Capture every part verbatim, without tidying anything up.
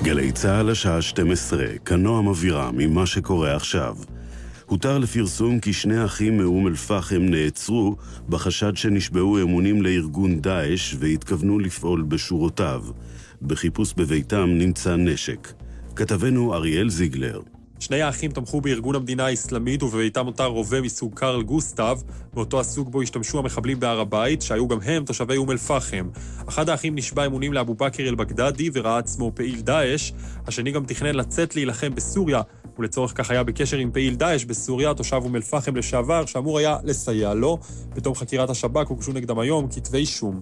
גלי צהל השעה שתים עשרה, כנוע מבהירה ממה שקורה עכשיו. הותר לפרסום כי שני אחים מאום אל-פחם נעצרו בחשד שנשבעו אמונים לארגון דאעש והתכוונו לפעול בשורותיו. בחיפוש בביתם נמצא נשק. כתבנו אריאל זיגלר. שני האחים תמכו בארגון המדינה האסלאמית ובביתם אותה רובה מסוג קרל גוסטב, מאותו הסוג בו השתמשו המחבלים בהר הבית, שהיו גם הם תושבי אום אל-פחם. אחד האחים נשבע אמונים לאבו בכר אל-בגדדי וראה עצמו פעיל דאעש, השני גם תכנן לצאת להילחם בסוריה, ולצורך כך היה בקשר עם פעיל דאעש בסוריה, תושב אום אל-פחם לשעבר, שאמור היה לסייע לו. בתום חקירת השב"כ הוגשו נגדם היום כתבי אישום.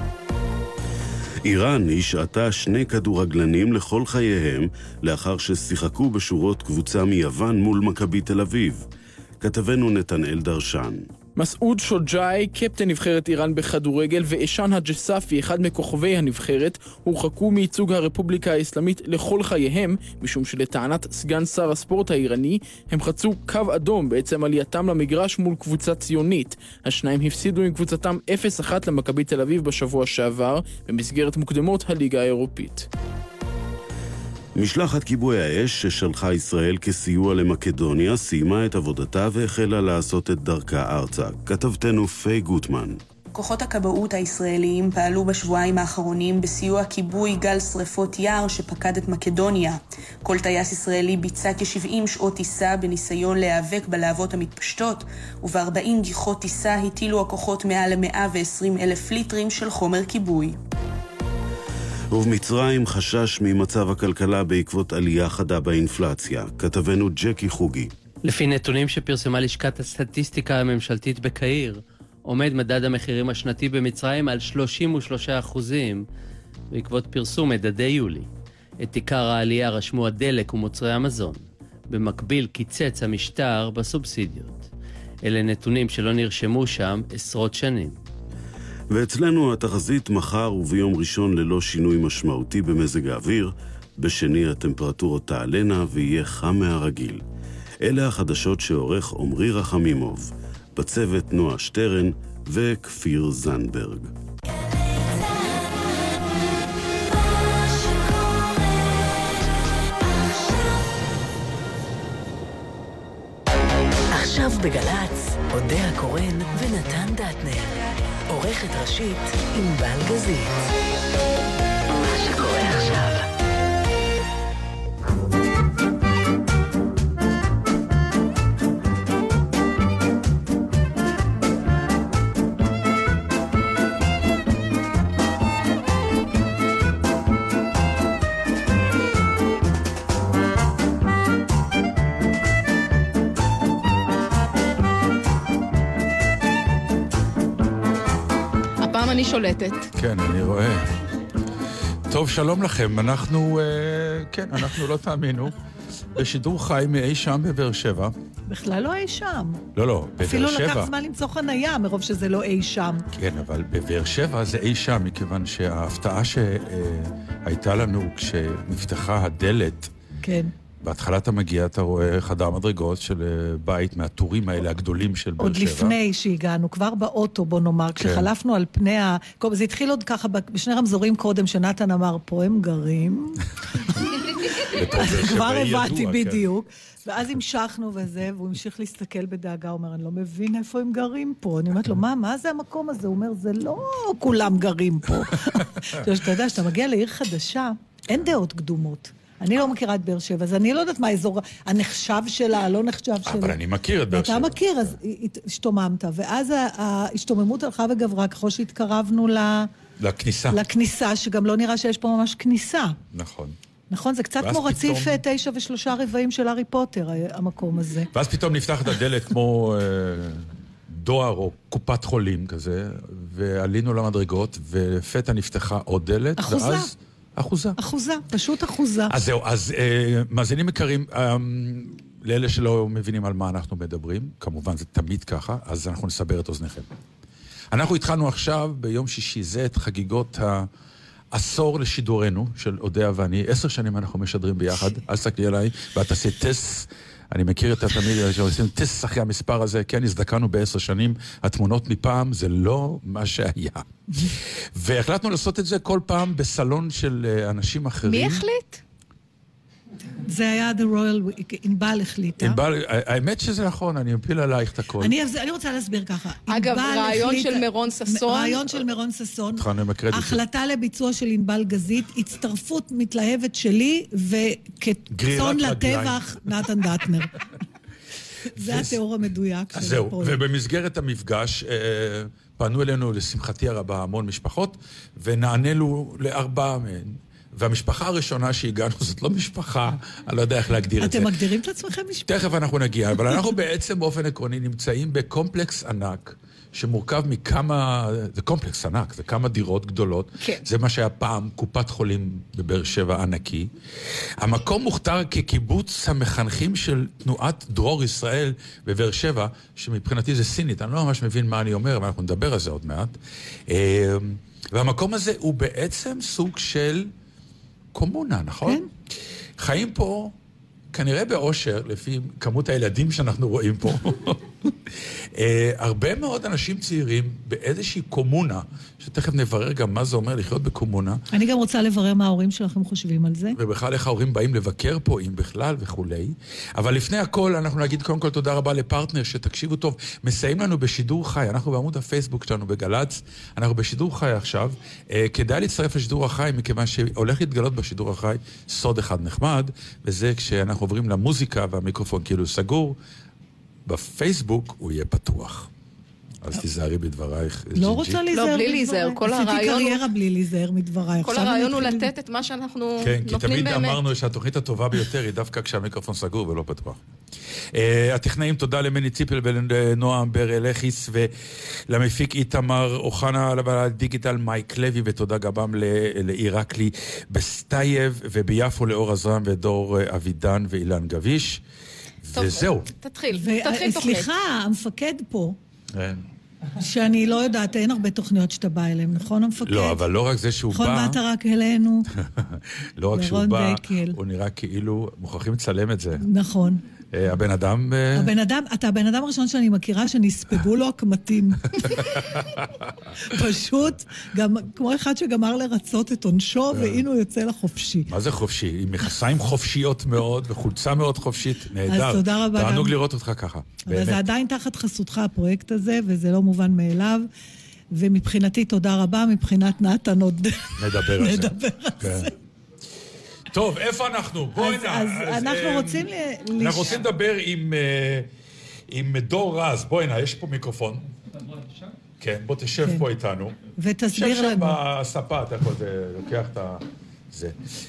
איראן השעתה שני כדורגלנים לכל חייהם לאחר ששיחקו בשורות קבוצה מיוון מול מכבי תל אביב. כתבנו נתנאל דרשן. מסעוד שוג'אי, קפטן נבחרת איראן בכדורגל, ואישן הג'ספי, אחד מכוכבי הנבחרת, הורחקו מייצוג הרפובליקה האסלאמית לכל חייהם, משום שלטענת סגן שר הספורט האיראני, הם חצו קו אדום בעצם עלייתם למגרש מול קבוצה ציונית. השניים הפסידו עם קבוצתם אפס אחת למכבי תל אביב בשבוע שעבר, במסגרת מוקדמות הליגה האירופית. משלחת כיבוי האש ששלחה ישראל כסיוע למקדוניה סיימה את עבודתה והחלה לעשות את דרכה ארצה. כתבתנו פי גוטמן. כוחות הכבאות הישראליים פעלו בשבועיים האחרונים בסיוע כיבוי גל שריפות יער שפקד את מקדוניה. כל טייס ישראלי ביצע כ-שבעים שעות טיסה בניסיון להיאבק בלהבות המתפשטות, וב-ארבעים גיחות טיסה הטילו הכוחות מעל ל-מאה ועשרים אלף ליטרים של חומר כיבוי. ובמצרים חשש ממצב הכלכלה בעקבות עלייה חדה באינפלציה. כתבנו ג'קי חוגי. לפי נתונים שפרסמה לשכת הסטטיסטיקה הממשלתית בקהיר, עומד מדד המחירים השנתי במצרים על שלושים ושלושה אחוזים, בעקבות פרסום מדדי יולי. את עיקר העלייה רשמו הדלק ומוצרי המזון. במקביל קיצץ המשטר בסובסידיות. אלה נתונים שלא נרשמו שם עשרות שנים. ואצלנו התחזית מחר וביום ראשון ללא שינוי משמעותי במזג האוויר, בשני הטמפרטורות תעלנה ויהיה חם מהרגיל. אלה החדשות שעורך עומרי רחמימוב, בצוות נועה שטרן וכפיר זנברג. עכשיו בגלץ, אודיה קורן ונתן דטנר. עורכת ראשית עם בלגזית. מה שקורה עכשיו. אני שולטת. כן, אני רואה. טוב, שלום לכם. אנחנו, כן, אנחנו לא תאמינו. בשידור חי מאי שם בבאר שבע. בכלל לא אי שם. לא, לא, בבאר שבע. אפילו לקח זמן למצוא חנייה, מרוב שזה לא אי שם. כן, אבל בבאר שבע זה אי שם, מכיוון שההפתעה שהייתה לנו כשנפתחה הדלת, כן. בהתחלה אתה מגיע, אתה רואה חדר מדרגות של בית מהטורים האלה הגדולים של באר שבע. עוד לפני שהגענו, כבר באוטו, בוא נאמר, כשחלפנו על פני ה... זה התחיל עוד ככה בשני רמזורים קודם, שנתן אמר, פה הם גרים. כבר הבאתי בדיוק. ואז המשכנו וזה, והוא המשיך להסתכל בדאגה, הוא אומר, אני לא מבין איפה הם גרים פה. אני אומרת לו, מה, מה זה המקום הזה? הוא אומר, זה לא כולם גרים פה. שאתה יודע, שאתה מגיע לעיר חדשה, אין דעות קדומות. אני לא מכירה את באר שבע, אז אני לא יודעת מה האזור הנחשב שלה, הלא נחשב שלה. אבל אני מכיר את באר שבע. אתה מכיר, אז השתוממת, ואז ההשתוממות הלכה וגברה, ככל שהתקרבנו לכניסה. לכניסה, שגם לא נראה שיש פה ממש כניסה. נכון. נכון, זה קצת כמו רציף תשע ושלושה רבעים של הארי פוטר, המקום הזה. ואז פתאום נפתח את הדלת כמו דואר או קופת חולים כזה, ועלינו למדרגות, ולפתע נפתחה עוד דלת. אחוזה. ואז... אחוזה. אחוזה, פשוט אחוזה. אז זהו, אז אה, מאזינים יקרים, אה, לאלה שלא מבינים על מה אנחנו מדברים, כמובן זה תמיד ככה, אז אנחנו נסבר את אוזניכם. אנחנו התחלנו עכשיו ביום שישי זה את חגיגות העשור לשידורנו של אודיה ואני, עשר שנים אנחנו משדרים ביחד, אל תסתכלי עליי, ואת תעשי טס, אני מכיר את התמיד, שעושים טס אחרי המספר הזה, כן, הזדקנו בעשר שנים, התמונות מפעם זה לא מה שהיה. והחלטנו לעשות את זה כל פעם בסלון של אנשים אחרים. מי החליט? זה היה The Royal Week, ענבל החליטה. ענבל, האמת שזה נכון, אני מפיל עלייך את הכל. אני, אני רוצה להסביר ככה. אגב, רעיון של מרון ססון. רעיון של מרון ססון. התחלנו עם הקרדיט. החלטה לביצוע של ענבל גזית, הצטרפות מתלהבת שלי, וכצאן לטבח, נתן דטנר. זה התיאור המדויק. אז זהו, ובמסגרת המפגש פנו אלינו לשמחתי הרבה המון משפחות, ונעננו לארבעה מהן. והמשפחה הראשונה שהגענו, זאת לא משפחה, אני לא יודע איך להגדיר את זה. אתם מגדירים את עצמכם משפחה? תכף אנחנו נגיע, אבל אנחנו בעצם באופן עקרוני נמצאים בקומפלקס ענק, שמורכב מכמה, זה קומפלקס ענק, זה כמה דירות גדולות. כן. זה מה שהיה פעם קופת חולים בבאר שבע ענקי. המקום מוכתר כקיבוץ המחנכים של תנועת דרור ישראל בבאר שבע, שמבחינתי זה סינית, אני לא ממש מבין מה אני אומר, אבל אנחנו נדבר על זה עוד מעט. והמקום הזה הוא בעצם סוג של קומונה, נכון? כן. חיים פה, כנראה באושר, לפי כמות הילדים שאנחנו רואים פה, הרבה מאוד אנשים צעירים באיזושהי קומונה, שתכף נברר גם מה זה אומר לחיות בקומונה. אני גם רוצה לברר מה ההורים שלכם חושבים על זה. ובכלל איך ההורים באים לבקר פה, אם בכלל וכולי. אבל לפני הכל, אנחנו נגיד קודם כל תודה רבה לפרטנר, שתקשיבו טוב, מסיים לנו בשידור חי, אנחנו בעמוד הפייסבוק שלנו בגלץ, אנחנו בשידור חי עכשיו, כדאי להצטרף לשידור החי, מכיוון שהולך להתגלות בשידור החי סוד אחד נחמד, וזה כשאנחנו עוברים למוזיקה והמיקרופון כאילו סגור, בפייסבוק הוא יהיה פתוח. אז תיזהרי בדברייך. לא רוצה להיזהר. לא, בלי להיזהר. כל הרעיון... עשיתי קריירה בלי להיזהר מדברייך. כל הרעיון הוא לתת את מה שאנחנו נותנים באמת. כן, כי תמיד אמרנו שהתוכנית הטובה ביותר היא דווקא כשהמיקרופון סגור ולא פתוח. הטכנאים, תודה למני ציפל ולנועם ברלכיס, ולמפיק איתמר אוחנה, לדיגיטל מייק לוי, ותודה גם לאירקלי בסטייב, וביפו לאור עזרם ודור אבידן ואילן גביש. וזהו. תתחיל, תתחיל תוכנית. סליחה, המפקד פה. שאני לא יודעת, אין הרבה תוכניות שאתה בא אליהם, נכון המפקד? לא, אבל לא רק זה שהוא בא... נכון, באת רק אלינו. לא רק שהוא בא, הוא נראה כאילו, מוכרחים לצלם את זה. נכון. הבן אדם... הבן אדם, אתה הבן אדם הראשון שאני מכירה שנספגו לו הקמטים. פשוט, גם, כמו אחד שגמר לרצות את עונשו, והנה הוא יוצא לחופשי. מה זה חופשי? עם מכסיים חופשיות מאוד, וחולצה מאוד חופשית, נהדר. אז תודה רבה. תענוג לראות אותך ככה. אבל זה עדיין תחת חסותך הפרויקט הזה, וזה לא מובן מאליו. ומבחינתי תודה רבה, מבחינת נתן עוד... נדבר על זה. נדבר על זה. טוב, איפה אנחנו? בואי נע. אז אנחנו רוצים... אנחנו רוצים לדבר עם דור רז. בואי נע, יש פה מיקרופון. כן, בוא תשב פה איתנו. ותסביר לנו. שב שם בספה, אתה יכול לוקח את זה.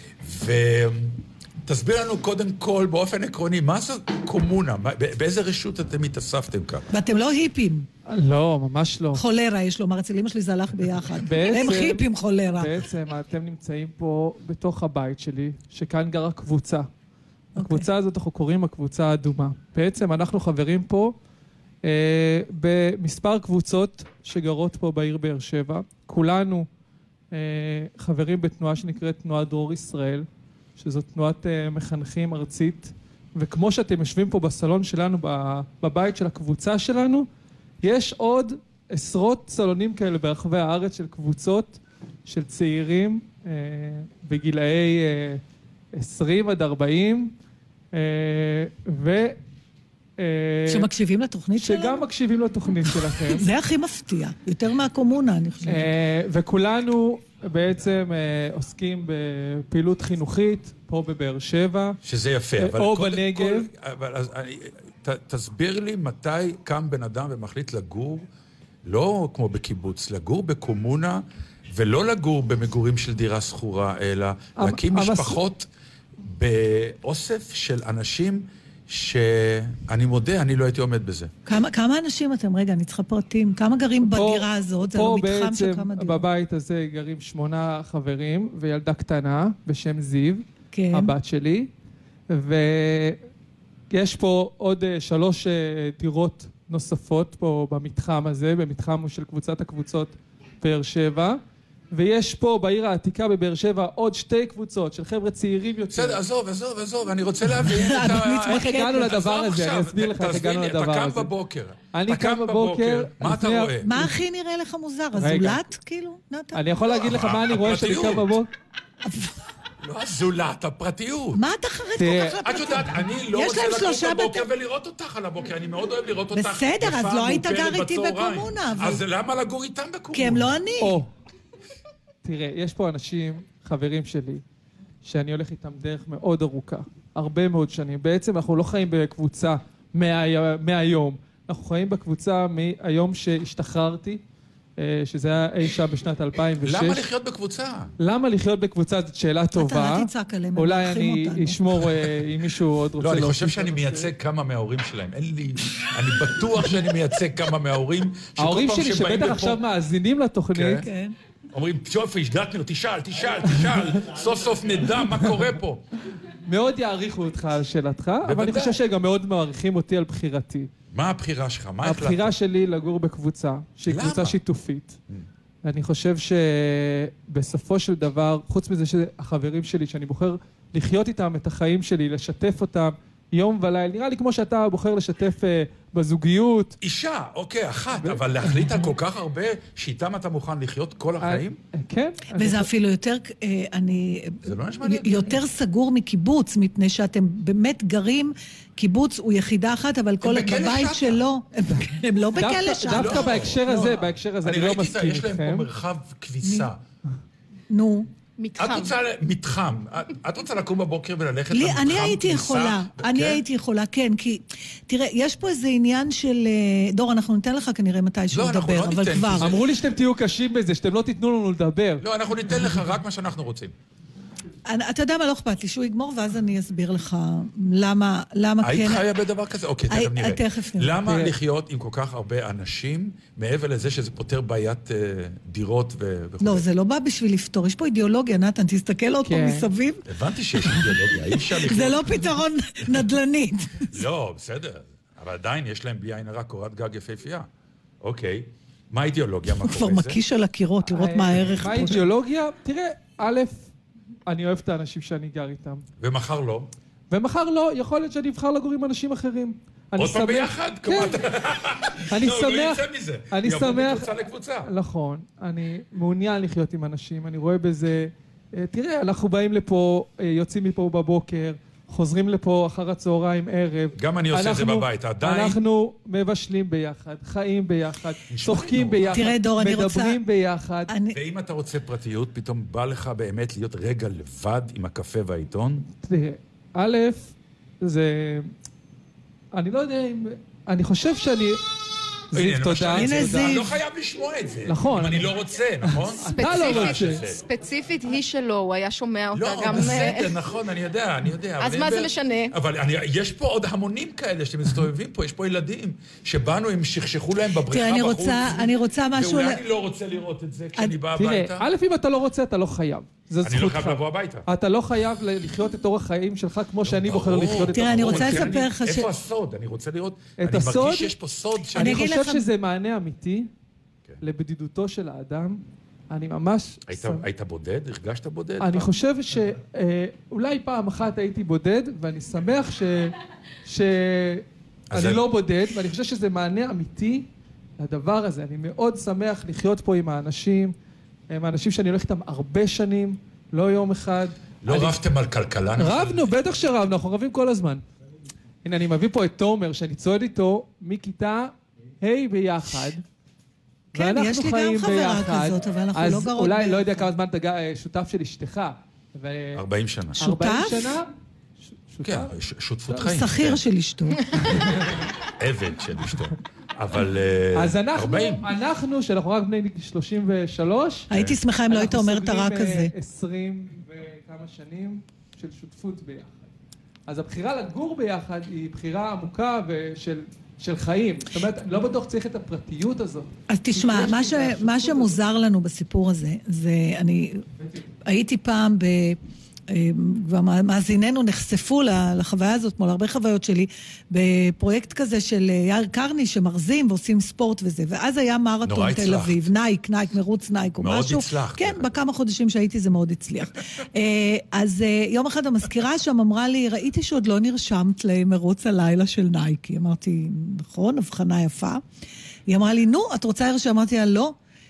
ותסביר לנו קודם כל, באופן עקרוני, מה זו קומונה? באיזה רשות אתם התאספתם כאן? ואתם לא היפים. לא, ממש לא. חולרה, יש לומר, אצל אמא שלי זה הלך ביחד. הם היפים חולרה. בעצם, אתם נמצאים פה בתוך הבית שלי, שכאן גרה קבוצה. הקבוצה הזאת אנחנו קוראים הקבוצה האדומה. בעצם אנחנו חברים פה אה, במספר קבוצות שגרות פה בעיר באר שבע. כולנו אה, חברים בתנועה שנקראת תנועת דרור ישראל, שזו תנועת אה, מחנכים ארצית. וכמו שאתם יושבים פה בסלון שלנו, בבית של הקבוצה שלנו, יש עוד עשרות סלונים כאלה ברחבי הארץ של קבוצות של צעירים אה, בגילאי אה, עשרים עד ארבעים, אה, ו... אה, שמקשיבים לתוכנית שלנו? שגם מקשיבים לתוכנית שלכם. זה הכי מפתיע, יותר מהקומונה, אני חושבת. אה, וכולנו בעצם אה, עוסקים בפעילות חינוכית, פה בבאר שבע. שזה יפה, אבל... או בנגב. כל, אבל אז, אני, ת, תסביר לי מתי קם בן אדם ומחליט לגור, לא כמו בקיבוץ, לגור בקומונה, ולא לגור במגורים של דירה סחורה, אלא להקים משפחות באוסף של אנשים שאני מודה, אני לא הייתי עומד בזה. כמה, כמה אנשים אתם? רגע, אני צריכה פרטים. כמה גרים פה, בדירה הזאת? זה לא מתחם של כמה דירות. פה בעצם בבית הזה גרים שמונה חברים וילדה קטנה בשם זיו, כן. הבת שלי, ויש פה עוד שלוש דירות נוספות פה במתחם הזה, במתחם של קבוצת הקבוצות באר שבע, ויש פה בעיר העתיקה בבאר שבע עוד שתי קבוצות של חבר'ה צעירים יותר. בסדר, עזוב, עזוב, עזוב, אני רוצה להבין את ה... איך הגענו לדבר הזה, אני אסביר לך איך הגענו לדבר הזה. אתה קם בבוקר. אני קם בבוקר. מה אתה רואה? מה הכי נראה לך מוזר? הזולת, כאילו? אני יכול להגיד לך מה אני רואה שאני קם בבוקר? לא הזולת, הפרטיות. מה אתה חרד כל כך לפרטיות? את יודעת, אני לא רוצה לקום בבוקר ולראות אותך על הבוקר, אני מאוד אוהב לראות אותך. בסדר, אז לא היית גר איתי בקומונה. אז למה לגור איתם בקומונה? כי הם לא אני. תראה, יש פה אנשים, חברים שלי, שאני הולך איתם דרך מאוד ארוכה, הרבה מאוד שנים. בעצם אנחנו לא חיים בקבוצה מהיום, אנחנו חיים בקבוצה מהיום שהשתחררתי, שזה היה אי שם בשנת אלפיים ושש. למה לחיות בקבוצה? למה לחיות בקבוצה? זאת שאלה טובה. אתה לא תצעק עליהם, הם אולי מלכים אותנו. אני אשמור אם מישהו עוד רוצה... לא, אני חושב שאני מייצג כמה מההורים שלהם. אין לי... אני בטוח שאני מייצג כמה מההורים... ההורים שלי שבטח עכשיו מאזינים לתוכנית. כן. אומרים, שופי, השדעתנו, תשאל, תשאל, תשאל. סוף סוף נדע מה קורה פה. מאוד יעריכו אותך על שאלתך, אבל אני חושב שגם מאוד מעריכים אותי על בחירתי. מה הבחירה שלך? מה החלטת? הבחירה שלי לגור בקבוצה, שהיא קבוצה שיתופית. אני חושב שבסופו של דבר, חוץ מזה שהחברים שלי, שאני בוחר לחיות איתם את החיים שלי, לשתף אותם יום ולילה, נראה לי כמו שאתה בוחר לשתף בזוגיות. אישה, אוקיי, אחת, אבל להחליט על כל כך הרבה שאיתם אתה מוכן לחיות כל החיים? כן. וזה אפילו יותר, אני... יותר סגור מקיבוץ, מפני שאתם באמת גרים, קיבוץ הוא יחידה אחת, אבל כל בבית שלו, הם לא בכלא שם. דווקא בהקשר הזה, בהקשר הזה, אני לא מסכים איתכם. יש להם פה מרחב כביסה. נו. מתחם. את רוצה, מתחם. את רוצה לקום בבוקר וללכת למתחם כניסה? אני הייתי יכולה, אני הייתי יכולה, כן, כי, תראה, יש פה איזה עניין של... דור, אנחנו ניתן לך כנראה מתי שהוא לדבר, אבל כבר. אמרו לי שאתם תהיו קשים בזה, שאתם לא תיתנו לנו לדבר. לא, אנחנו ניתן לך רק מה שאנחנו רוצים. אתה יודע מה, לא אכפת לי, שהוא יגמור, ואז אני אסביר לך למה, למה כן... היית חיה בדבר כזה? אוקיי, תכף נראה. תכף נראה. למה לחיות עם כל כך הרבה אנשים, מעבר לזה שזה פותר בעיית דירות וכו'? לא, זה לא בא בשביל לפתור. יש פה אידיאולוגיה, נתן, תסתכל עוד פה מסביב. הבנתי שיש אידיאולוגיה, אי אפשר לחיות. זה לא פתרון נדלנית. לא, בסדר. אבל עדיין יש להם בלי עין הרע קורת גג יפהפייה. אוקיי. מה האידיאולוגיה? מה קורה זה? הוא כבר מקיש על הקירות, לראות מה הערך פה. מה האידיאולוגיה? תראה, א', אני אוהב את האנשים שאני גר איתם. ומחר לא? ומחר לא, יכול להיות שאני אבחר לגור עם אנשים אחרים. עוד פעם ביחד? כן. אני שמח... לא, לא יצא מזה. אני שמח... יבוא מקבוצה לקבוצה. נכון. אני מעוניין לחיות עם אנשים. אני רואה בזה... תראה, אנחנו באים לפה, יוצאים מפה בבוקר, חוזרים לפה אחר הצהריים, ערב. גם אני עושה את זה בבית, עדיין. אנחנו מבשלים ביחד, חיים ביחד, צוחקים ביחד, תראה, דור, אני רוצה... מדברים ביחד. ואם אתה רוצה פרטיות, פתאום בא לך באמת להיות רגע לבד עם הקפה והעיתון? תראה, א', זה... אני לא יודע אם... אני חושב שאני... זיו, תודה. הנה זיו. אני לא חייב לשמוע את זה. נכון. אם אני לא רוצה, נכון? אתה לא רוצה. ספציפית היא שלו, הוא היה שומע אותה גם... לא, בסדר, נכון, אני יודע, אני יודע. אז מה זה משנה? אבל יש פה עוד המונים כאלה שמסתובבים פה, יש פה ילדים שבאנו, הם שכשכו להם בבריכה בחוץ. תראה, אני רוצה משהו... ואולי אני לא רוצה לראות את זה כשאני בא הביתה. תראה, א', אם אתה לא רוצה, אתה לא חייב. אני לא חייב לבוא הביתה. אתה לא חייב לחיות את אורח חיים שלך כמו שאני בוחר לחיות את... תראה, אני רוצה לספר לך ש... איפה הסוד? אני רוצה לראות... את הסוד? אני מרגיש שיש פה סוד... אני חושב שזה מענה אמיתי לבדידותו של האדם. אני ממש... היית בודד? הרגשת בודד? אני חושב שאולי פעם אחת הייתי בודד, ואני שמח שאני לא בודד, ואני חושב שזה מענה אמיתי לדבר הזה. אני מאוד שמח לחיות פה עם האנשים, הם האנשים שאני הולך איתם הרבה שנים, לא יום אחד. לא רבתם על כלכלה? רבנו, בטח שרבנו, אנחנו רבים כל הזמן. הנה, אני מביא פה את תומר, שאני צועד איתו מכיתה ה' ביחד. כן, יש לי גם חברה כזאת, אבל אנחנו לא גרות... אז אולי, לא יודע כמה זמן אתה שותף של אשתך. ארבעים שנה. שותף? ארבעים שנה? כן, שותפות חיים. שכיר של אשתו. עבד של אשתו. אבל אז אנחנו, שאנחנו רק בני שלושים ושלוש... הייתי שמחה אם לא היית אומר את הרק הזה. אנחנו סוגרים עשרים וכמה שנים של שותפות ביחד. אז הבחירה לגור ביחד היא בחירה עמוקה ושל... של חיים. זאת אומרת, לא בטוח צריך את הפרטיות הזאת. אז תשמע, מה, ש... מה שמוזר לנו בסיפור הזה, זה אני הייתי פעם ב... ומאזיננו נחשפו לחוויה הזאת, כמו להרבה חוויות שלי, בפרויקט כזה של יאיר קרני שמרזים ועושים ספורט וזה, ואז היה מרתון תל אביב, נייק, נייק, מרוץ נייק או משהו. מאוד הצלח. כן, בכמה חודשים שהייתי זה מאוד הצליח. אז יום אחד המזכירה שם אמרה לי, ראיתי שעוד לא נרשמת למרוץ הלילה של נייקי. אמרתי, נכון, הבחנה יפה. היא אמרה לי, נו, את רוצה להירשם? אמרתי לה, לא.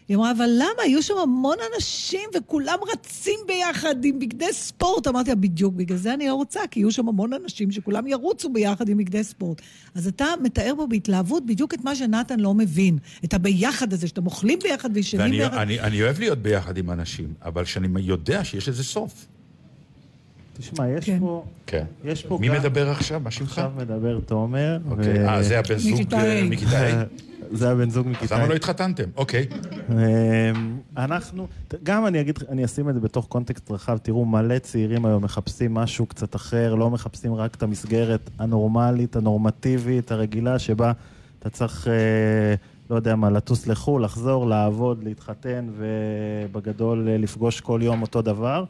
היא אמרה, אבל למה? היו שם המון אנשים וכולם רצים ביחד עם בגדי ספורט. אמרתי לה, בדיוק, בגלל זה אני לא רוצה, כי יהיו שם המון אנשים שכולם ירוצו ביחד עם בגדי ספורט. אז אתה מתאר פה בהתלהבות בדיוק את מה שנתן לא מבין. את הביחד הזה, שאתם אוכלים ביחד וישנים ביחד. ואני אני אוהב להיות ביחד עם אנשים, אבל שאני יודע שיש לזה סוף. תשמע, יש כן. פה... כן. יש פה מי גם... מדבר עכשיו? מה שמך? עכשיו מדבר תומר. אוקיי. אה, זה הבן זוג מכיתה A. זה הבן זוג מכיתה A. אז למה לא התחתנתם? אוקיי. אנחנו, גם אני אגיד, אני אשים את זה בתוך קונטקסט רחב, תראו, מלא צעירים היום מחפשים משהו קצת אחר, לא מחפשים רק את המסגרת הנורמלית, הנורמטיבית, הרגילה, שבה אתה צריך, לא יודע מה, לטוס לחו"ל, לחזור, לעבוד, להתחתן, ובגדול לפגוש כל יום אותו דבר.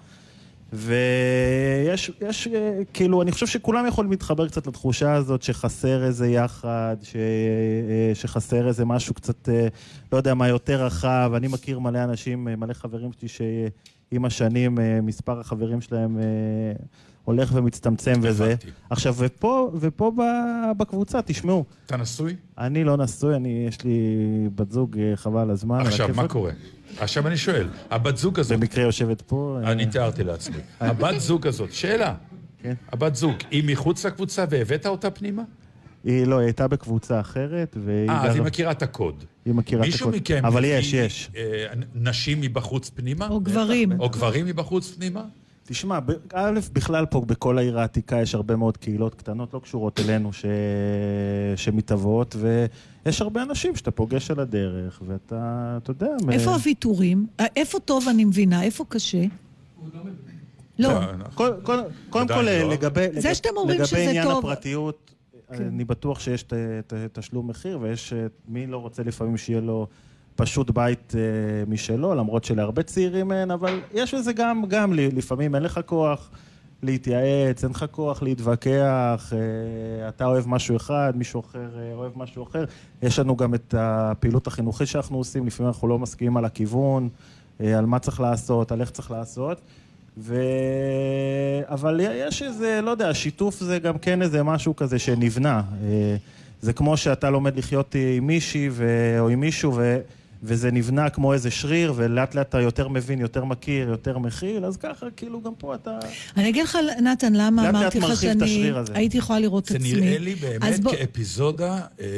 ויש, יש, כאילו, אני חושב שכולם יכולים להתחבר קצת לתחושה הזאת שחסר איזה יחד, ש, שחסר איזה משהו קצת, לא יודע מה, יותר רחב. אני מכיר מלא אנשים, מלא חברים שלי שעם השנים, מספר החברים שלהם הולך ומצטמצם וזה. עכשיו, ופה, ופה בקבוצה, תשמעו. אתה נשוי? אני לא נשוי, אני, יש לי בת זוג חבל הזמן. עכשיו, מה קורה? עכשיו אני שואל, הבת זוג הזאת... במקרה יושבת פה... אני תיארתי לעצמי. הבת זוג הזאת, שאלה. כן. הבת זוג, היא מחוץ לקבוצה והבאת אותה פנימה? היא לא, היא הייתה בקבוצה אחרת, והיא... אה, אז היא מכירה את הקוד. היא מכירה את הקוד. מישהו מכם... אבל יש, יש. נשים מבחוץ פנימה? או גברים. או גברים מבחוץ פנימה? תשמע, א', בכלל פה בכל העיר העתיקה יש הרבה מאוד קהילות קטנות, לא קשורות אלינו, ש... שמתאבות, ויש הרבה אנשים שאתה פוגש על הדרך, ואתה, אתה יודע... איפה מ... הוויתורים? איפה טוב אני מבינה? איפה קשה? לא. קודם כל, לגבי עניין טוב. הפרטיות, כן. אני בטוח שיש תשלום מחיר, ויש מי לא רוצה לפעמים שיהיה לו... פשוט בית uh, משלו, למרות שלהרבה צעירים אין, אבל יש לזה גם, גם לי, לפעמים אין לך כוח להתייעץ, אין לך כוח להתווכח, uh, אתה אוהב משהו אחד, מישהו אחר uh, אוהב משהו אחר. יש לנו גם את הפעילות החינוכית שאנחנו עושים, לפעמים אנחנו לא מסכימים על הכיוון, uh, על מה צריך לעשות, על איך צריך לעשות, ו... אבל יש איזה, לא יודע, השיתוף זה גם כן איזה משהו כזה שנבנה. Uh, זה כמו שאתה לומד לחיות עם מישהי ו... או עם מישהו ו... וזה נבנה כמו איזה שריר, ולאט לאט אתה יותר מבין, יותר מכיר, יותר מכיל, אז ככה, כאילו גם פה אתה... אני אגיד לך, נתן, למה אמרתי לך שאני הייתי יכולה לראות את עצמי. זה נראה לי באמת כאפיזודה,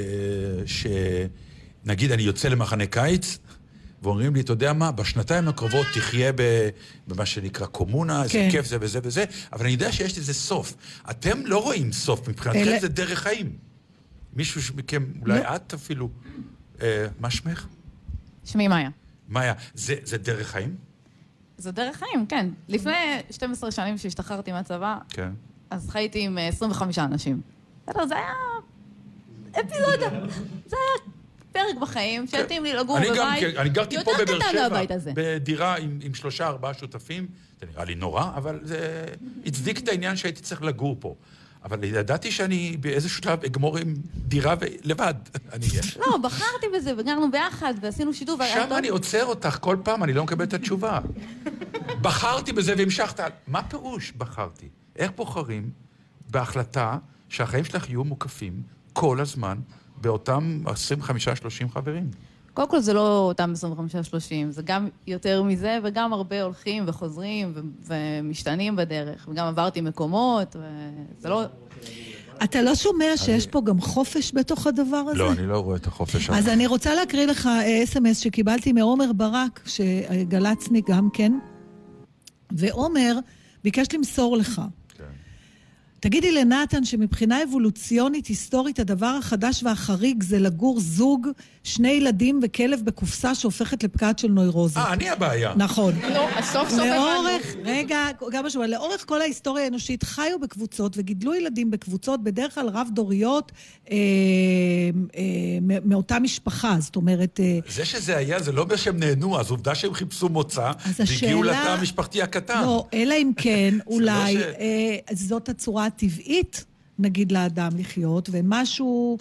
שנגיד אני יוצא למחנה קיץ, ואומרים לי, אתה יודע מה, בשנתיים הקרובות תחיה במה שנקרא קומונה, איזה כיף זה וזה וזה, אבל אני יודע שיש לזה סוף. אתם לא רואים סוף, מבחינתכם זה דרך חיים. מישהו מכם, אולי את אפילו, מה שמך? שמי מאיה. מאיה, זה, זה דרך חיים? זה דרך חיים, כן. לפני שתים עשרה שנים שהשתחררתי מהצבא, כן. אז חייתי עם עשרים וחמישה אנשים. זה היה אפיזודה. זה היה פרק בחיים, שהתאים לי לגור בבית. אני גרתי פה בבאר שבע, בדירה עם, עם שלושה, ארבעה שותפים. זה נראה לי נורא, אבל זה הצדיק את העניין שהייתי צריך לגור פה. אבל ידעתי שאני באיזשהו שלב אגמור עם דירה לבד. לא, בחרתי בזה, וגרנו ביחד, ועשינו שיתוף. שם אני עוצר אותך כל פעם, אני לא מקבל את התשובה. בחרתי בזה והמשכת. מה פירוש בחרתי? איך בוחרים בהחלטה שהחיים שלך יהיו מוקפים כל הזמן באותם עשרים וחמישה שלושים חברים? קודם כל זה לא אותם עשרים וחמישה שלושים, זה גם יותר מזה, וגם הרבה הולכים וחוזרים ו- ומשתנים בדרך, וגם עברתי מקומות, וזה לא... אתה לא שומע שיש פה גם חופש בתוך הדבר הזה? לא, אני לא רואה את החופש. אז אני רוצה להקריא לך אס אם אס שקיבלתי מעומר ברק, שגלצני גם כן, ועומר ביקש למסור לך. תגידי לנתן שמבחינה אבולוציונית, היסטורית, הדבר החדש והחריג זה לגור זוג, שני ילדים וכלב בקופסה שהופכת לפקעת של נוירוזית. אה, אני הבעיה. נכון. לא, סוף סוף לאורך, רגע, גם משהו, לאורך כל ההיסטוריה האנושית חיו בקבוצות וגידלו ילדים בקבוצות, בדרך כלל רב-דוריות, אה, אה, מאותה משפחה, זאת אומרת... אה, זה שזה היה, זה לא בשם נהנו, אז עובדה שהם חיפשו מוצא, והגיעו לתא המשפחתי הקטן. לא, אלא אם כן, אולי, לא ש... אה, זאת הצורה הטבעית, נגיד לאדם לחיות, ומשהו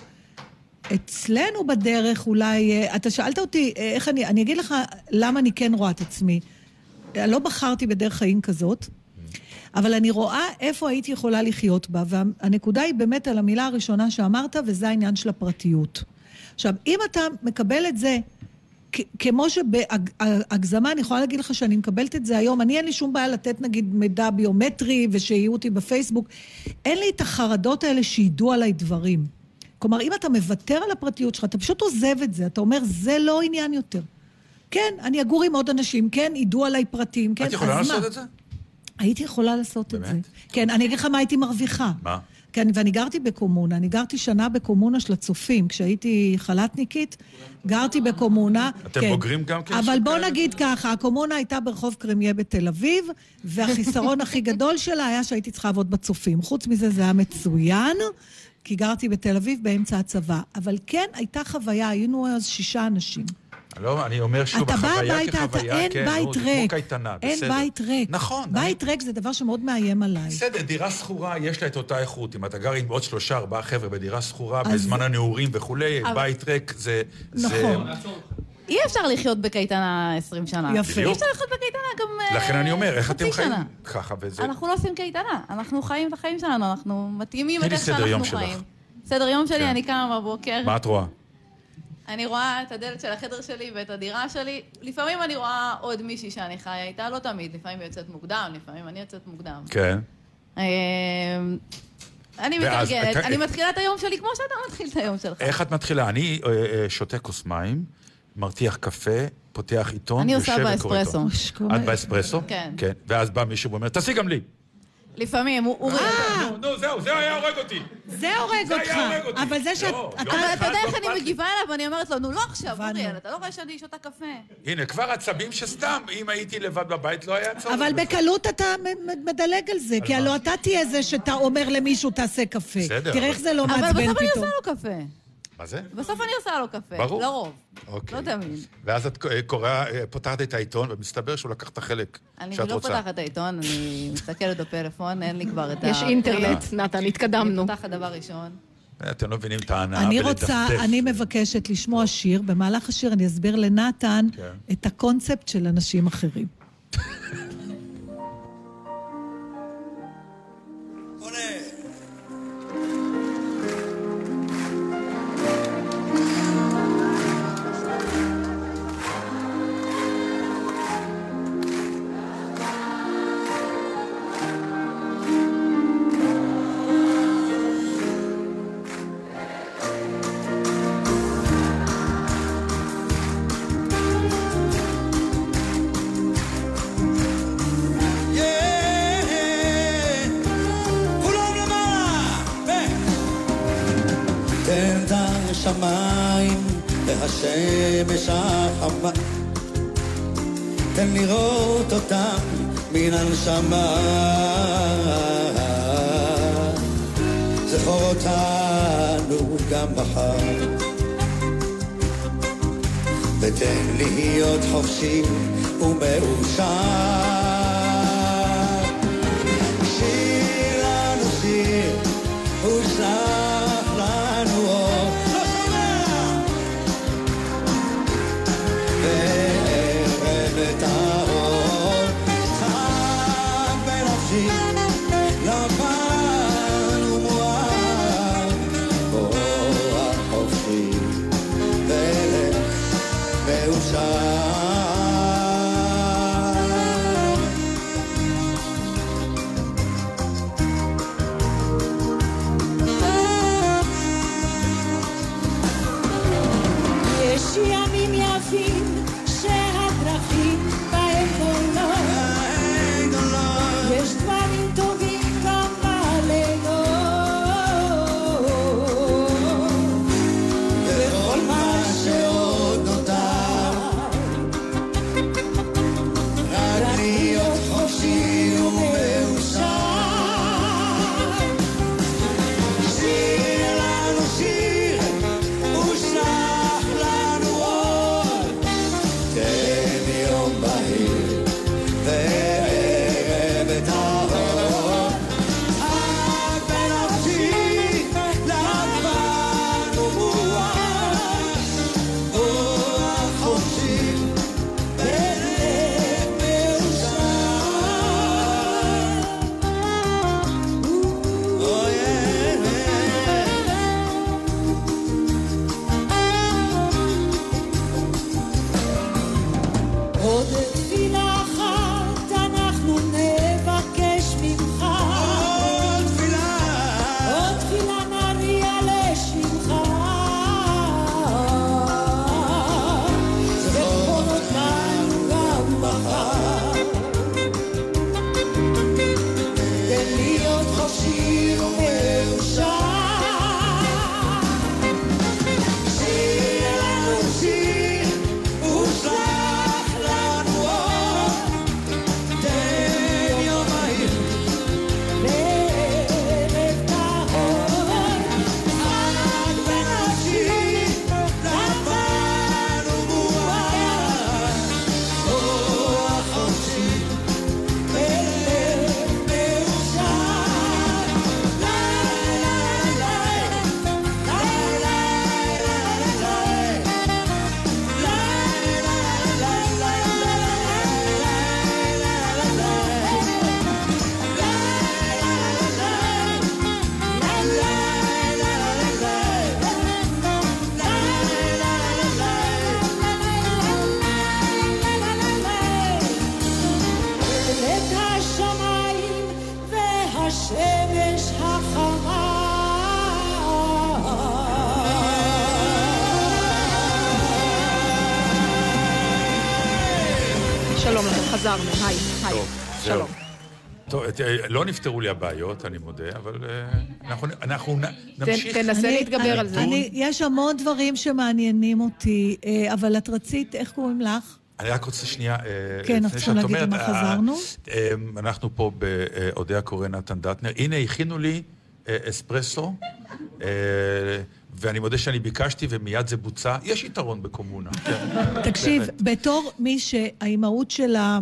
אצלנו בדרך אולי, אתה שאלת אותי, איך אני, אני אגיד לך למה אני כן רואה את עצמי. לא בחרתי בדרך חיים כזאת, אבל אני רואה איפה הייתי יכולה לחיות בה, והנקודה היא באמת על המילה הראשונה שאמרת, וזה העניין של הפרטיות. עכשיו, אם אתה מקבל את זה כמו שבהגזמה, אני יכולה להגיד לך שאני מקבלת את זה היום, אני אין לי שום בעיה לתת נגיד מידע ביומטרי, ושיהיו אותי בפייסבוק, אין לי את החרדות האלה שידעו עליי דברים. כלומר, אם אתה מוותר על הפרטיות שלך, אתה פשוט עוזב את זה, אתה אומר, זה לא עניין יותר. כן, אני אגור עם עוד אנשים, כן, ידעו עליי פרטים, כן, את יכולה לעשות מה? את זה? הייתי יכולה לעשות באמת? את זה. כן, אני אגיד לך מה הייתי מרוויחה. מה? כן, ואני גרתי בקומונה, אני גרתי שנה בקומונה של הצופים, כשהייתי חלטניקית, גרתי בקומונה. אתם כן. בוגרים גם כן? אבל בוא נגיד ככה, הקומונה הייתה ברחוב קרמיה בתל אביב, והחיסרון הכי גדול שלה היה שהייתי צריכה לעבוד בצופים. חוץ מזה זה היה מצוין, כי גרתי בתל אביב באמצע הצבא. אבל כן, הייתה חוויה, היינו אז שישה אנשים. לא, אני אומר שוב, החוויה כחוויה, כן, נו, זה כמו קייטנה, בסדר. אין בית ריק. נכון. בית ריק זה דבר שמאוד מאיים עליי. בסדר, דירה סחורה, יש לה את אותה איכות. אם אתה גר עם עוד שלושה, ארבעה חבר'ה בדירה סחורה, בזמן הנעורים וכולי, בית ריק זה... נכון. אי אפשר לחיות בקייטנה עשרים שנה. יפה. אי אפשר לחיות בקייטנה גם... לכן אני אומר, איך אתם חיים ככה וזה... אנחנו לא עושים קייטנה, אנחנו חיים את החיים שלנו, אנחנו מתאימים את איך שאנחנו חיים. סדר יום שלי, אני קמה בבוקר. מה את רואה? אני רואה את הדלת של החדר שלי ואת הדירה שלי. לפעמים אני רואה עוד מישהי שאני חיה איתה, לא תמיד. לפעמים היא יוצאת מוקדם, לפעמים אני יוצאת מוקדם. כן. אני מתרגלת. אני מתחילה את היום שלי כמו שאתה מתחיל את היום שלך. איך את מתחילה? אני שותה כוס מים, מרתיח קפה, פותח עיתון, אני עושה באספרסו. את באספרסו? כן. ואז בא מישהו ואומר, תעשי גם לי. לפעמים, הוא... נו, נו, זהו, זה היה הורג אותי. זה הורג אותך. אבל זה שאת... אבל אתה יודע איך אני מגיבה אליו, ואני אומרת לו, נו, לא עכשיו, אוריאל, אתה לא רואה שאני שותה קפה. הנה, כבר עצבים שסתם, אם הייתי לבד בבית, לא היה צורך. אבל בקלות אתה מדלג על זה, כי הלוא אתה תהיה זה שאתה אומר למישהו, תעשה קפה. תראה איך זה לא מעצבן פתאום. אבל בסוף אני עושה לו קפה. מה זה? בסוף אני עושה לו קפה, לרוב. לא תמיד. ואז את פותחת את העיתון, ומסתבר שהוא לקח את החלק שאת רוצה. אני לא פותחת את העיתון, אני מסתכלת בפלאפון, אין לי כבר את ה... יש אינטרנט, נתן, התקדמנו. אני פותחת דבר ראשון. אתם לא מבינים את ההנאה אני רוצה, אני מבקשת לשמוע שיר, במהלך השיר אני אסביר לנתן את הקונספט של אנשים אחרים. השמיים והשמש החמה, תן לראות אותם מן הנשמה, זכור אותנו גם מחר, ותן להיות חופשי ומאושר. שיר לנו שיר ושלח לנו אור, וערב את האור, חג בנפשי לבן ומואר, כוח חופשי ולך מאושר. יש ימים יפים שהדרכים בהם גולות, יש דברים טובים מאושר. שיר לנו שיר ושלח לנו אור, תן יום מהיר וערב טהור, חג ונשיר לבן ומואר, רוח חופשי בלב מאושר. ליי ליי ליי ליי את השמיים והשמש החמה. שלום לכם, חזרנו, היי, היי, טוב, זהו. שלום. טוב, אה, לא נפתרו לי הבעיות, אני מודה, אבל אה, אנחנו, אנחנו נ- נמשיך. תנסה להתגבר על זה. אני, יש המון דברים שמעניינים אותי, אה, אבל את רצית, איך קוראים לך? אני רק רוצה שנייה, אה, כן, אנחנו לפני צריכים שאת להגיד אומרת, למה אה, חזרנו. אה, אנחנו פה באודיה קורא נתן דטנר. הנה, הכינו לי אה, אספרסו, אה, ואני מודה שאני ביקשתי ומיד זה בוצע. יש יתרון בקומונה. כן, תקשיב, באמת. בתור מי שהאימהות שלה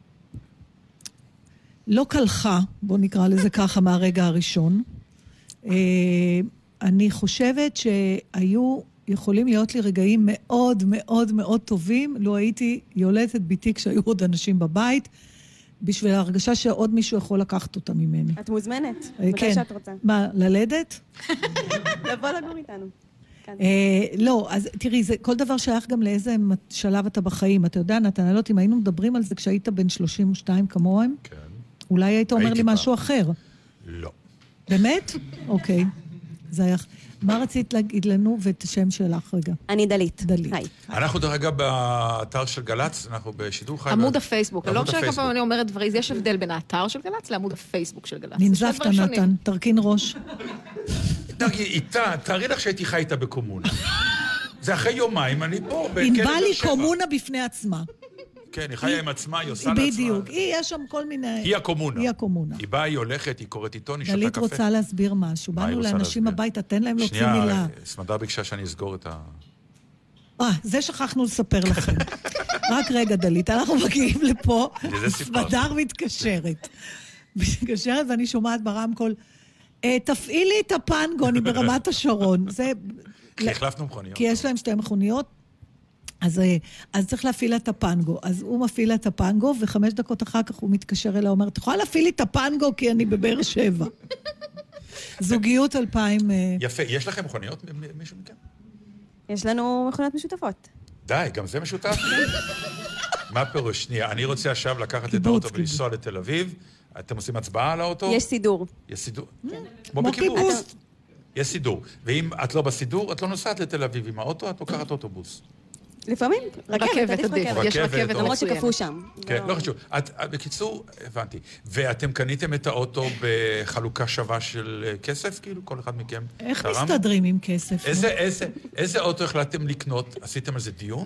לא קלחה, בוא נקרא לזה ככה, מהרגע הראשון, אה, אני חושבת שהיו יכולים להיות לי רגעים מאוד מאוד מאוד טובים, לו הייתי יולדת ביתי כשהיו עוד אנשים בבית, בשביל ההרגשה שעוד מישהו יכול לקחת אותה ממני. את מוזמנת, אה, מתי כן. שאת רוצה. מה, ללדת? לבוא לגור איתנו. כאן. אה, לא, אז תראי, זה, כל דבר שייך גם לאיזה שלב אתה בחיים. אתה יודע, נתן, אני לא יודעת, אם היינו מדברים על זה כשהיית בן שלושים ושתיים כמוהם, כן. אולי היית אומר הייתי לי פעם. משהו אחר. לא. באמת? אוקיי. זה היה... מה רצית להגיד לנו ואת השם שלך רגע? אני דלית. דלית. היי. אנחנו דרך אגב באתר של גל"צ, אנחנו בשידור חי. עמוד הפייסבוק. אני לא עמוד משנה כמה הפייסבוק. פעמים אני אומרת דברים, יש הבדל בין האתר של גל"צ לעמוד הפייסבוק של גל"צ. ננזפת, זה שני דברים שונים. נתן, תרכין ראש. תראי, איתה, תארי לך שהייתי חי איתה בקומונה. זה אחרי יומיים, אני פה, בכלא ענבל באר היא שבע. קומונה בפני עצמה. כן, היא חיה עם עצמה, היא עושה לעצמה. בדיוק. היא, יש שם כל מיני... היא הקומונה. היא הקומונה. היא באה, היא הולכת, היא קוראת עיתון, היא שותה דלית קפה. רוצה להסביר משהו. מה היא באנו רוצה לאנשים להסביר? הביתה, תן להם להוציא שנייה, מילה. סמדר ביקשה שאני אסגור את ה... אה, זה שכחנו לספר לכם. רק רגע, דלית, אנחנו מגיעים לפה, לזה סיפרתי. סמדר מתקשרת. מתקשרת ואני שומעת ברמקול, "אה, תפעילי את הפנגו, אני ברמת השרון. זה... כי החלפנו מכוניות. כי יש להם שתי מכוניות, אז, אה, אז צריך להפעיל את הפנגו. אז הוא מפעיל את הפנגו, וחמש דקות אחר כך הוא מתקשר אליה, אומר, את יכולה להפעיל לי את הפנגו כי אני בבאר שבע. זוגיות אלפיים... אה, יפה, יש לכם מכוניות, מ- מישהו מכם? יש לנו מכונות משותפות. די, גם זה משותף? מה פירוש? שנייה, אני רוצה עכשיו לקחת את קיבוץ, האוטו קיבוץ. ולנסוע לתל אביב. אתם עושים הצבעה על האוטו? יש סידור. יש סידור. כן. כמו כמו בקיבוץ. קיבוץ. יש סידור. ואם את לא בסידור, את לא נוסעת לתל אביב עם האוטו, את לוקחת אוטובוס. לפעמים, רכבת, רכבת, עדיף עדיף. רכבת. יש רכבת, רכבת או- למרות מצוינת. שקפוא שם. כן, לא חשוב. את, את, בקיצור, הבנתי. ואתם קניתם את האוטו בחלוקה שווה של אה, כסף? כאילו, כל אחד מכם איך תרם? מסתדרים עם כסף? איזה, איזה, איזה אוטו החלטתם לקנות? עשיתם על זה דיון?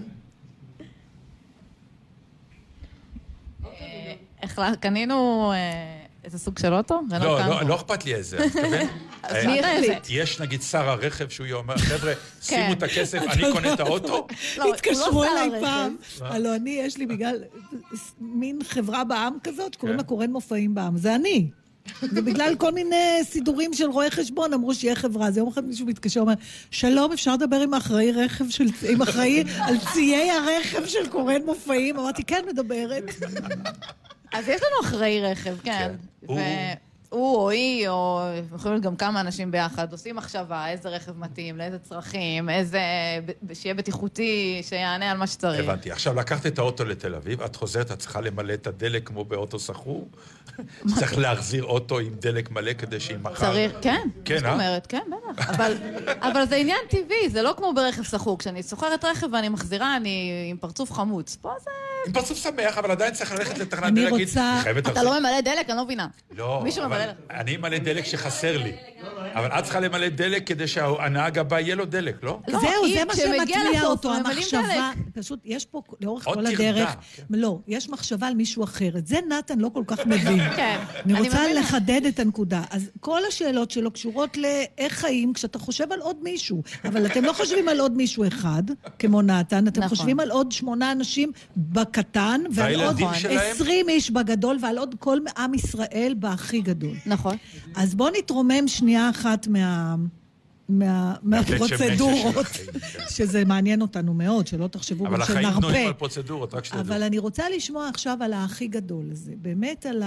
החלט- קנינו אה, איזה סוג של אוטו? לא, לא, לא אכפת לי איזה, את מתכוון? אז אה, מי החליט? יש נגיד שר הרכב שהוא אומר, חבר'ה, שימו כן. את הכסף, אני קונה את האוטו. לא, הוא התקשרו לא שר אליי הרכב. פעם, מה? הלוא אני, יש לי בגלל מין חברה בעם כזאת, שקוראים לה קורן מופעים בעם, זה אני. ובגלל כל מיני סידורים של רואי חשבון, אמרו שיהיה חברה. אז יום אחד מישהו מתקשר, אומר, שלום, אפשר לדבר עם האחראי רכב של, עם אחראי על ציי הרכב של קורן מופעים? אמרתי, כן, מדברת. אז יש לנו אחראי רכב, כן. הוא- והוא או היא, או יכולים להיות גם כמה אנשים ביחד, עושים מחשבה, איזה רכב מתאים, לאיזה צרכים, איזה... ב- שיהיה בטיחותי, שיענה על מה שצריך. הבנתי. עכשיו, לקחת את האוטו לתל אביב, את חוזרת, את צריכה למלא את הדלק כמו באוטו סחור? צריך להחזיר אוטו עם דלק מלא כדי שיהיה מחר. צריך, כן. כן, זאת אה? אומרת, כן, בטח. אבל, אבל זה עניין טבעי, זה לא כמו ברכב שכור. כשאני סוחרת רכב ואני מחזירה, אני עם פרצוף חמוץ. פה זה עם פרצוף שמח, אבל עדיין צריך ללכת לתחנת אני דלק, להגיד, רוצה- "אני חייבת אתה להחזיר". לא ממלא דלק? אני לא מבינה. לא, מישהו אבל ממלא... אני ממלא דלק שחסר לי. אבל את צריכה למלא דלק כדי שהנהג הבא יהיה לו דלק, לא? לא, זהו, אם זה מה כשמגיע שמטמיע לסוף, אותו, ממלאים המחשבה, פשוט יש פה לאורך עוד כל טרדה, הדרך, כן. לא, יש מחשבה על מישהו אחר, את זה נתן לא כל כך מבין. כן, אני אני רוצה מבינה. לחדד את הנקודה. אז כל השאלות שלו קשורות לאיך חיים כשאתה חושב על עוד מישהו, אבל אתם לא חושבים על עוד מישהו אחד, כמו נתן, אתם נכון. חושבים על עוד שמונה אנשים בקטן, ועל עוד והילדים שלהם? עשרים איש בגדול, ועל עוד כל עם ישראל בהכי גדול. נכון. אז בואו נתרומם שנייה אחת מה... מה, מהבית מהפרוצדורות, של החיים, כן. שזה מעניין אותנו מאוד, שלא תחשבו אבל גם החיים בנויים שנרפה. על פרוצדורות, רק שתדעו. אבל אני רוצה לשמוע עכשיו על הכי גדול הזה, באמת על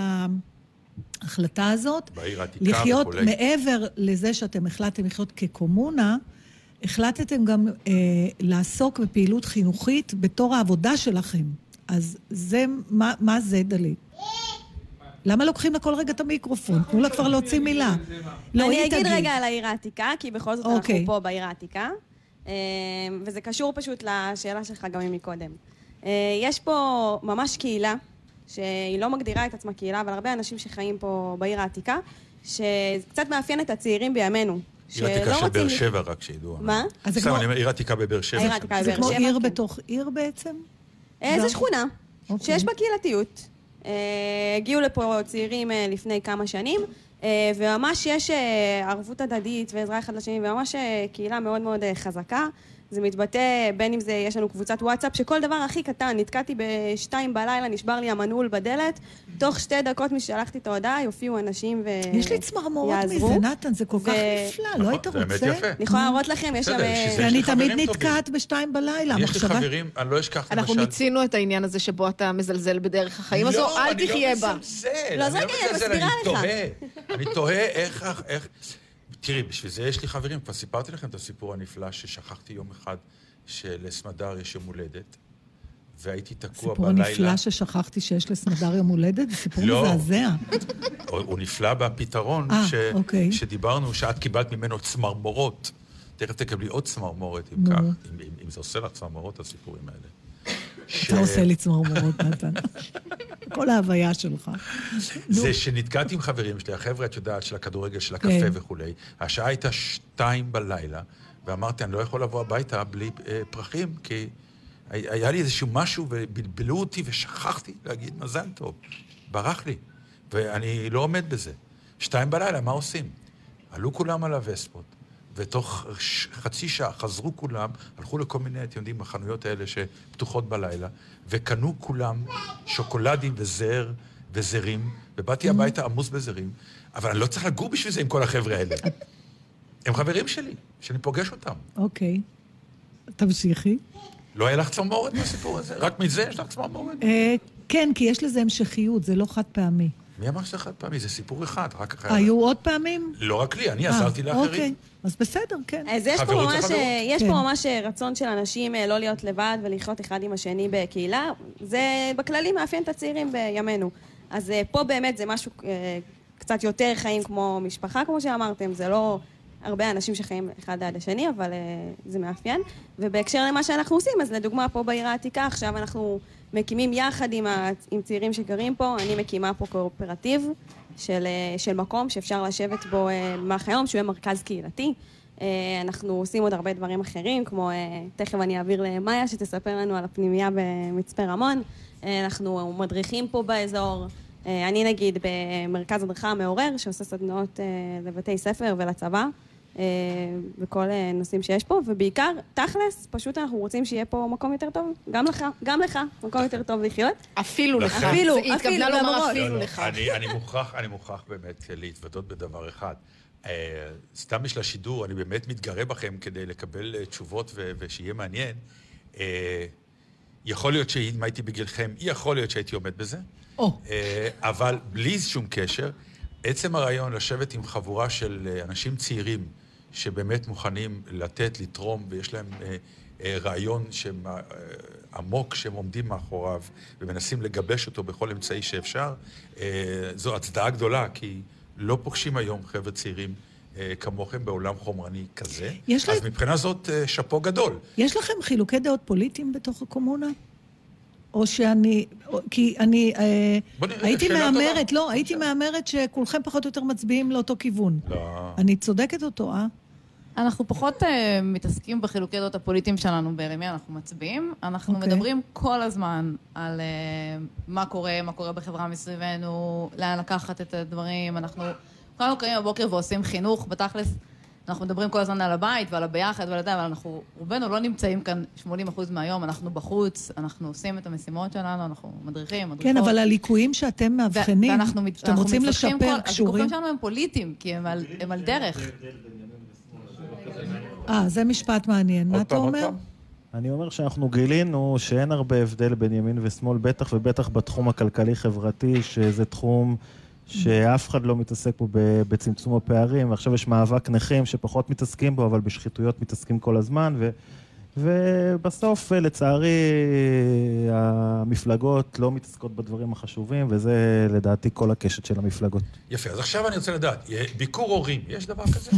ההחלטה הזאת, בעיר העתיקה לחיות וכולי. מעבר לזה שאתם החלטתם לחיות כקומונה, החלטתם גם אה, לעסוק בפעילות חינוכית בתור העבודה שלכם. אז זה, מה, מה זה דלית? למה לוקחים לה כל רגע את המיקרופון? תנו לה כבר להוציא מילה. לא, אני היא אגיד תגיד. רגע על העיר העתיקה, כי בכל זאת אנחנו אוקיי. פה בעיר העתיקה, אה, וזה קשור פשוט לשאלה שלך גם מקודם. אה, יש פה ממש קהילה, שהיא לא מגדירה את עצמה קהילה, אבל הרבה אנשים שחיים פה בעיר העתיקה, שקצת מאפיין את הצעירים בימינו. עיר עתיקה של באר רוצים- שבע, רק שידעו. מה? אז זה סתם, כמו- אני אומר, עיר עתיקה בבאר שבע. העיר העתיקה זה בבאר כמו שבע, עיר כן. בתוך עיר בעצם? אה, גם? זו שכונה, אוקיי. שיש בה קהילתיות. אה, הגיעו לפה צעירים אה, לפני כמה שנים, אה, וממש יש אה, ערבות הדדית ועזרה אחד לשני, וממש אה, קהילה מאוד מאוד אה, חזקה. זה מתבטא, בין אם זה, יש לנו קבוצת וואטסאפ, שכל דבר הכי קטן, נתקעתי בשתיים בלילה, נשבר לי המנעול בדלת, תוך שתי דקות משלחתי את ההודעה, יופיעו אנשים ויעזרו. יש לי צמרמורות מזה, נתן, זה כל כך נפלא, לא היית זה באמת רוצה? יפה. אני יכולה להראות לכם, יש שם... בסדר, בשביל זה יש ואני לי תמיד חברים נתקעת בשתיים בלילה, יש לי המחשבה... חברים, אני לא אשכח אנחנו למשל... מיצינו את העניין הזה שבו אתה מזלזל בדרך החיים הזו, אל תחיה בה. לא, אני לא מזלזל. לא, אז אני רגע, אני מזלזל, מסבירה אני לך. תוהה. אני תוהה איך... איך... תראי, בשביל זה יש לי חברים. כבר סיפרתי לכם את הסיפור הנפלא ששכחתי יום אחד שלסמדר יש יום הולדת, והייתי תקוע סיפור בלילה. נפלא ששכחתי שיש לסמדר יום הולדת, זה סיפור לא. מזעזע. הוא הוא נפלא בפתרון אה, ש... אוקיי. שדיברנו, שאת קיבלת ממנו צמרמורות. תכף תקבלי עוד צמרמורת, אם נו. כך. אם, אם, אם זה עושה לך צמרמורות, הסיפורים האלה. ש- אתה עושה לי צמרמורות, נתן. כל ההוויה שלך. זה שנתקעתי עם חברים שלי, החבר'ה, את יודעת, של הכדורגל, של הקפה כן. וכולי. השעה הייתה שתיים בלילה, ואמרתי, אני לא יכול לבוא הביתה בלי אה, פרחים, כי היה לי איזשהו משהו, ובלבלו אותי ושכחתי להגיד מזל טוב. ברח לי, ואני לא עומד בזה. שתיים בלילה, מה עושים? עלו כולם על הווספות, ותוך ש- חצי שעה חזרו כולם, הלכו לכל מיני, אתם יודעים, החנויות האלה שפתוחות בלילה, וקנו כולם שוקולדים וזר וזרים, ובאתי הביתה עמוס בזרים, אבל אני לא צריך לגור בשביל זה עם כל החבר'ה האלה. הם חברים שלי, שאני פוגש אותם. אוקיי. תמשיכי. לא היה לך צמרמורת מהסיפור הזה? רק מזה יש לך צמרמורת? אה, כן, כי יש לזה המשכיות, זה לא חד פעמי. מי אמר שזה חד פעמי? זה סיפור אחד, רק אחר. היו עוד פעמים? לא רק לי, אני אה, עזרתי לאחרים. אוקיי, אז בסדר, כן. אז יש פה חברות זה ממש, חברות. יש כן. פה ממש רצון של אנשים לא להיות לבד ולחיות אחד עם השני בקהילה. זה בכללי מאפיין את הצעירים בימינו. אז פה באמת זה משהו אה, קצת יותר חיים כמו משפחה, כמו שאמרתם. זה לא הרבה אנשים שחיים אחד עד השני, אבל אה, זה מאפיין. ובהקשר למה שאנחנו עושים, אז לדוגמה פה בעיר העתיקה, עכשיו אנחנו מקימים יחד עם, ה, עם צעירים שגרים פה, אני מקימה פה קואופרטיב של, אה, של מקום שאפשר לשבת בו אה, במהלך היום, שהוא יהיה מרכז קהילתי. אה, אנחנו עושים עוד הרבה דברים אחרים, כמו אה, תכף אני אעביר למאיה שתספר לנו על הפנימייה במצפה רמון. אה, אנחנו מדריכים פה באזור. אה, אני נגיד במרכז הדרכה המעורר, שעושה סדנאות אה, לבתי ספר ולצבא, אה, וכל אה, נושאים שיש פה, ובעיקר, תכלס, פשוט אנחנו רוצים שיהיה פה מקום יותר טוב, גם לך, גם לך, מקום יותר טוב לחיות. אפילו לך. אפילו, היא התכוונה אפילו, לומר למרות. אפילו לא, לא, לך. אני, אני מוכרח, אני מוכרח באמת להתוודות בדבר אחד. אה, סתם בשביל השידור, אני באמת מתגרה בכם כדי לקבל אה, תשובות ו- ושיהיה מעניין. אה, יכול להיות שאם הייתי בגילכם, יכול להיות שהייתי עומד בזה. או. אה, אבל בלי שום קשר, עצם הרעיון לשבת עם חבורה של אה, אנשים צעירים, שבאמת מוכנים לתת, לתרום, ויש להם אה, אה, רעיון שהם, אה, עמוק שהם עומדים מאחוריו, ומנסים לגבש אותו בכל אמצעי שאפשר, אה, זו הצדעה גדולה, כי לא פוגשים היום חבר'ה צעירים אה, כמוכם בעולם חומרני כזה. יש אז לי- מבחינה זאת, אה, שפו גדול. יש לכם חילוקי דעות פוליטיים בתוך הקומונה? או שאני, כי אני בוא נראה, הייתי שאלה מאמרת, טובה. לא, הייתי מאמרת שכולכם פחות או יותר מצביעים לאותו כיוון. לא. אני צודקת אותו, אה? אנחנו פחות uh, מתעסקים בחילוקי דעות הפוליטיים שלנו במי אנחנו מצביעים. אנחנו אוקיי. מדברים כל הזמן על uh, מה קורה, מה קורה בחברה מסביבנו, לאן לקחת את הדברים. אנחנו כולנו קמים בבוקר ועושים חינוך, בתכלס אנחנו מדברים כל הזמן על הבית ועל הביחד ועל הדי, אבל אנחנו רובנו לא נמצאים כאן שמונים אחוז מהיום, אנחנו בחוץ, אנחנו עושים את המשימות שלנו, אנחנו מדריכים, מדריכות. כן, אבל הליקויים שאתם מאבחנים, שאתם רוצים לשפר, קשורים. הוויכוחים שלנו הם פוליטיים, כי הם על, הם על דרך. אה, זה משפט מעניין. מה אתה אומר? אני אומר שאנחנו גילינו שאין הרבה הבדל בין ימין ושמאל, בטח ובטח בתחום הכלכלי-חברתי, שזה תחום שאף אחד לא מתעסק בו בצמצום הפערים, ועכשיו יש מאבק נכים שפחות מתעסקים בו, אבל בשחיתויות מתעסקים כל הזמן, ו... ובסוף, לצערי, המפלגות לא מתעסקות בדברים החשובים, וזה לדעתי כל הקשת של המפלגות. יפה, אז עכשיו אני רוצה לדעת, ביקור הורים, יש דבר כזה?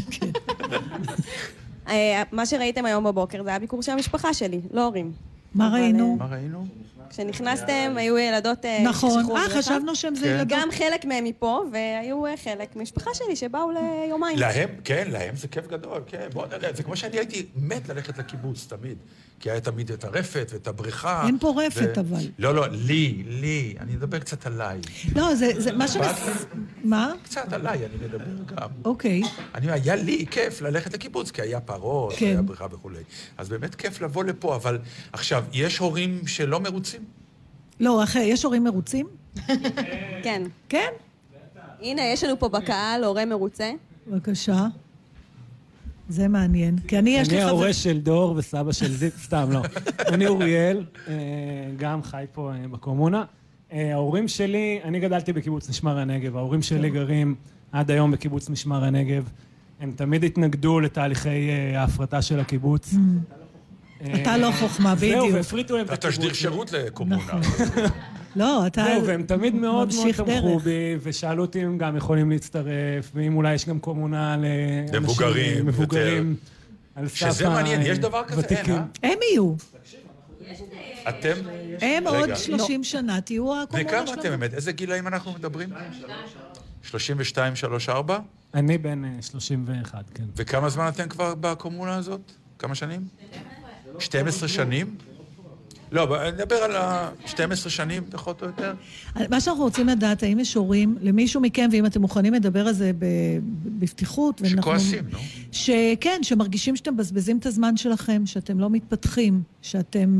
מה שראיתם היום בבוקר זה היה ביקור של המשפחה שלי, לא הורים. מה ראינו? מה ראינו? כשנכנסתם היו ילדות נכון, אה, חשבנו שהם זה ילדות. גם חלק מהם מפה, והיו חלק משפחה שלי שבאו ליומיים. להם, כן, להם זה כיף גדול, כן, בוא נראה, זה כמו שאני הייתי מת ללכת לקיבוץ תמיד, כי היה תמיד את הרפת ואת הבריכה. אין פה רפת אבל. לא, לא, לי, לי, אני מדבר קצת עליי. לא, זה מה ש... מה? קצת עליי, אני מדבר גם. אוקיי. אני אומר, היה לי כיף ללכת לקיבוץ, כי היה פרות, היה בריכה וכולי. אז באמת כיף לבוא לפה, אבל עכשיו, יש הורים שלא מרוצים? לא, אחרי, יש הורים מרוצים? כן. כן? הנה, יש לנו פה בקהל הורה מרוצה. בבקשה. זה מעניין. כי אני יש לי חבר... אני ההורה של דור וסבא של זיו, סתם, לא. אני אוריאל, גם חי פה בקומונה. ההורים שלי, אני גדלתי בקיבוץ משמר הנגב, ההורים שלי גרים עד היום בקיבוץ משמר הנגב. הם תמיד התנגדו לתהליכי ההפרטה של הקיבוץ. אתה לא חוכמה, בדיוק. זהו, והפריטו להם את הקיבוץ. אתה תשדיר שירות לקומונה. לא, אתה... זהו, והם תמיד מאוד מאוד תמכו בי, ושאלו אותי אם הם גם יכולים להצטרף, ואם אולי יש גם קומונה לאנשים מבוגרים. שזה מעניין, יש דבר כזה? אין, אה? הם יהיו. אתם? הם עוד שלושים שנה, תהיו הקומונה שלנו. וכמה אתם באמת? איזה גילאים אנחנו מדברים? שלושים ושתיים, שלוש, ארבע? אני בן שלושים ואחת, כן. וכמה זמן אתם כבר בקומונה הזאת? כמה שנים? שתים עשרה שנים? לא, נדבר על ה-שתים עשרה שנים, פחות או יותר. מה שאנחנו רוצים לדעת, האם יש הורים למישהו מכם, ואם אתם מוכנים לדבר על זה בפתיחות, שכועסים, נו. שכן, שמרגישים שאתם מבזבזים את הזמן שלכם, שאתם לא מתפתחים, שאתם...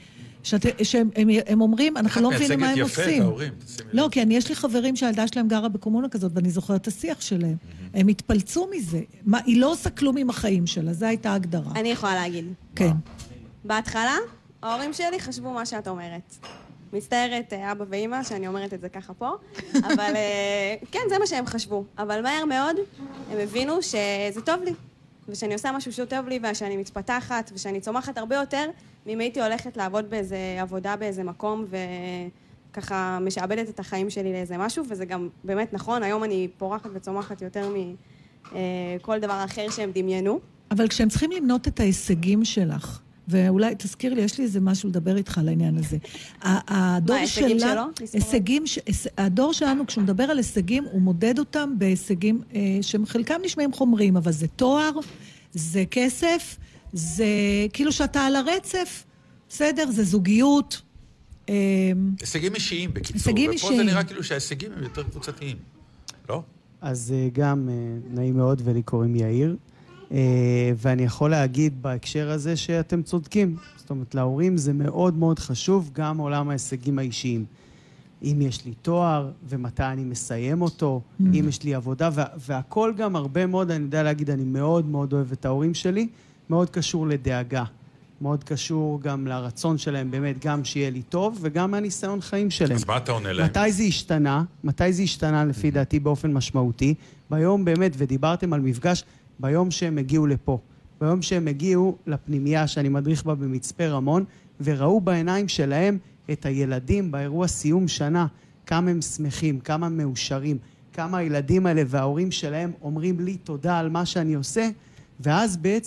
שהם אומרים, אנחנו לא מבינים מה הם עושים. לא, כי יש לי חברים שהילדה שלהם גרה בקומונה כזאת, ואני זוכרת את השיח שלהם. הם התפלצו מזה. היא לא עושה כלום עם החיים שלה, זו הייתה הגדרה. אני יכולה להגיד. כן. בהתחלה, ההורים שלי חשבו מה שאת אומרת. מצטערת אבא ואמא שאני אומרת את זה ככה פה, אבל כן, זה מה שהם חשבו. אבל מהר מאוד הם הבינו שזה טוב לי, ושאני עושה משהו שהוא טוב לי, ושאני מתפתחת, ושאני צומחת הרבה יותר, ואם הייתי הולכת לעבוד באיזה עבודה באיזה מקום, וככה משעבדת את החיים שלי לאיזה משהו, וזה גם באמת נכון, היום אני פורחת וצומחת יותר מכל דבר אחר שהם דמיינו. אבל כשהם צריכים למנות את ההישגים שלך, ואולי, תזכיר לי, יש לי איזה משהו לדבר איתך על העניין הזה. הדור מה, הישגים שלו? הישגים, הדור שלנו, כשהוא מדבר על הישגים, הוא מודד אותם בהישגים שהם חלקם נשמעים חומרים, אבל זה תואר, זה כסף, זה כאילו שאתה על הרצף, בסדר, זה זוגיות. הישגים אישיים, בקיצור. הישגים ופה אישיים. זה נראה כאילו שההישגים הם יותר קבוצתיים, לא? אז גם נעים מאוד, ולי קוראים יאיר. ואני יכול להגיד בהקשר הזה שאתם צודקים. זאת אומרת, להורים זה מאוד מאוד חשוב, גם עולם ההישגים האישיים. אם יש לי תואר, ומתי אני מסיים אותו, mm-hmm. אם יש לי עבודה, וה- והכל גם הרבה מאוד, אני יודע להגיד, אני מאוד מאוד אוהב את ההורים שלי, מאוד קשור לדאגה. מאוד קשור גם לרצון שלהם, באמת, גם שיהיה לי טוב, וגם מהניסיון חיים שלהם. אז מה אתה עונה להם? מתי זה השתנה? מתי זה השתנה, לפי mm-hmm. דעתי, באופן משמעותי? ביום באמת, ודיברתם על מפגש, ביום שהם הגיעו לפה, ביום שהם הגיעו לפנימייה שאני מדריך בה במצפה רמון, וראו בעיניים שלהם את הילדים באירוע סיום שנה, כמה הם שמחים, כמה הם מאושרים, כמה הילדים האלה וההורים שלהם אומרים לי תודה על מה שאני עושה, ואז בעצם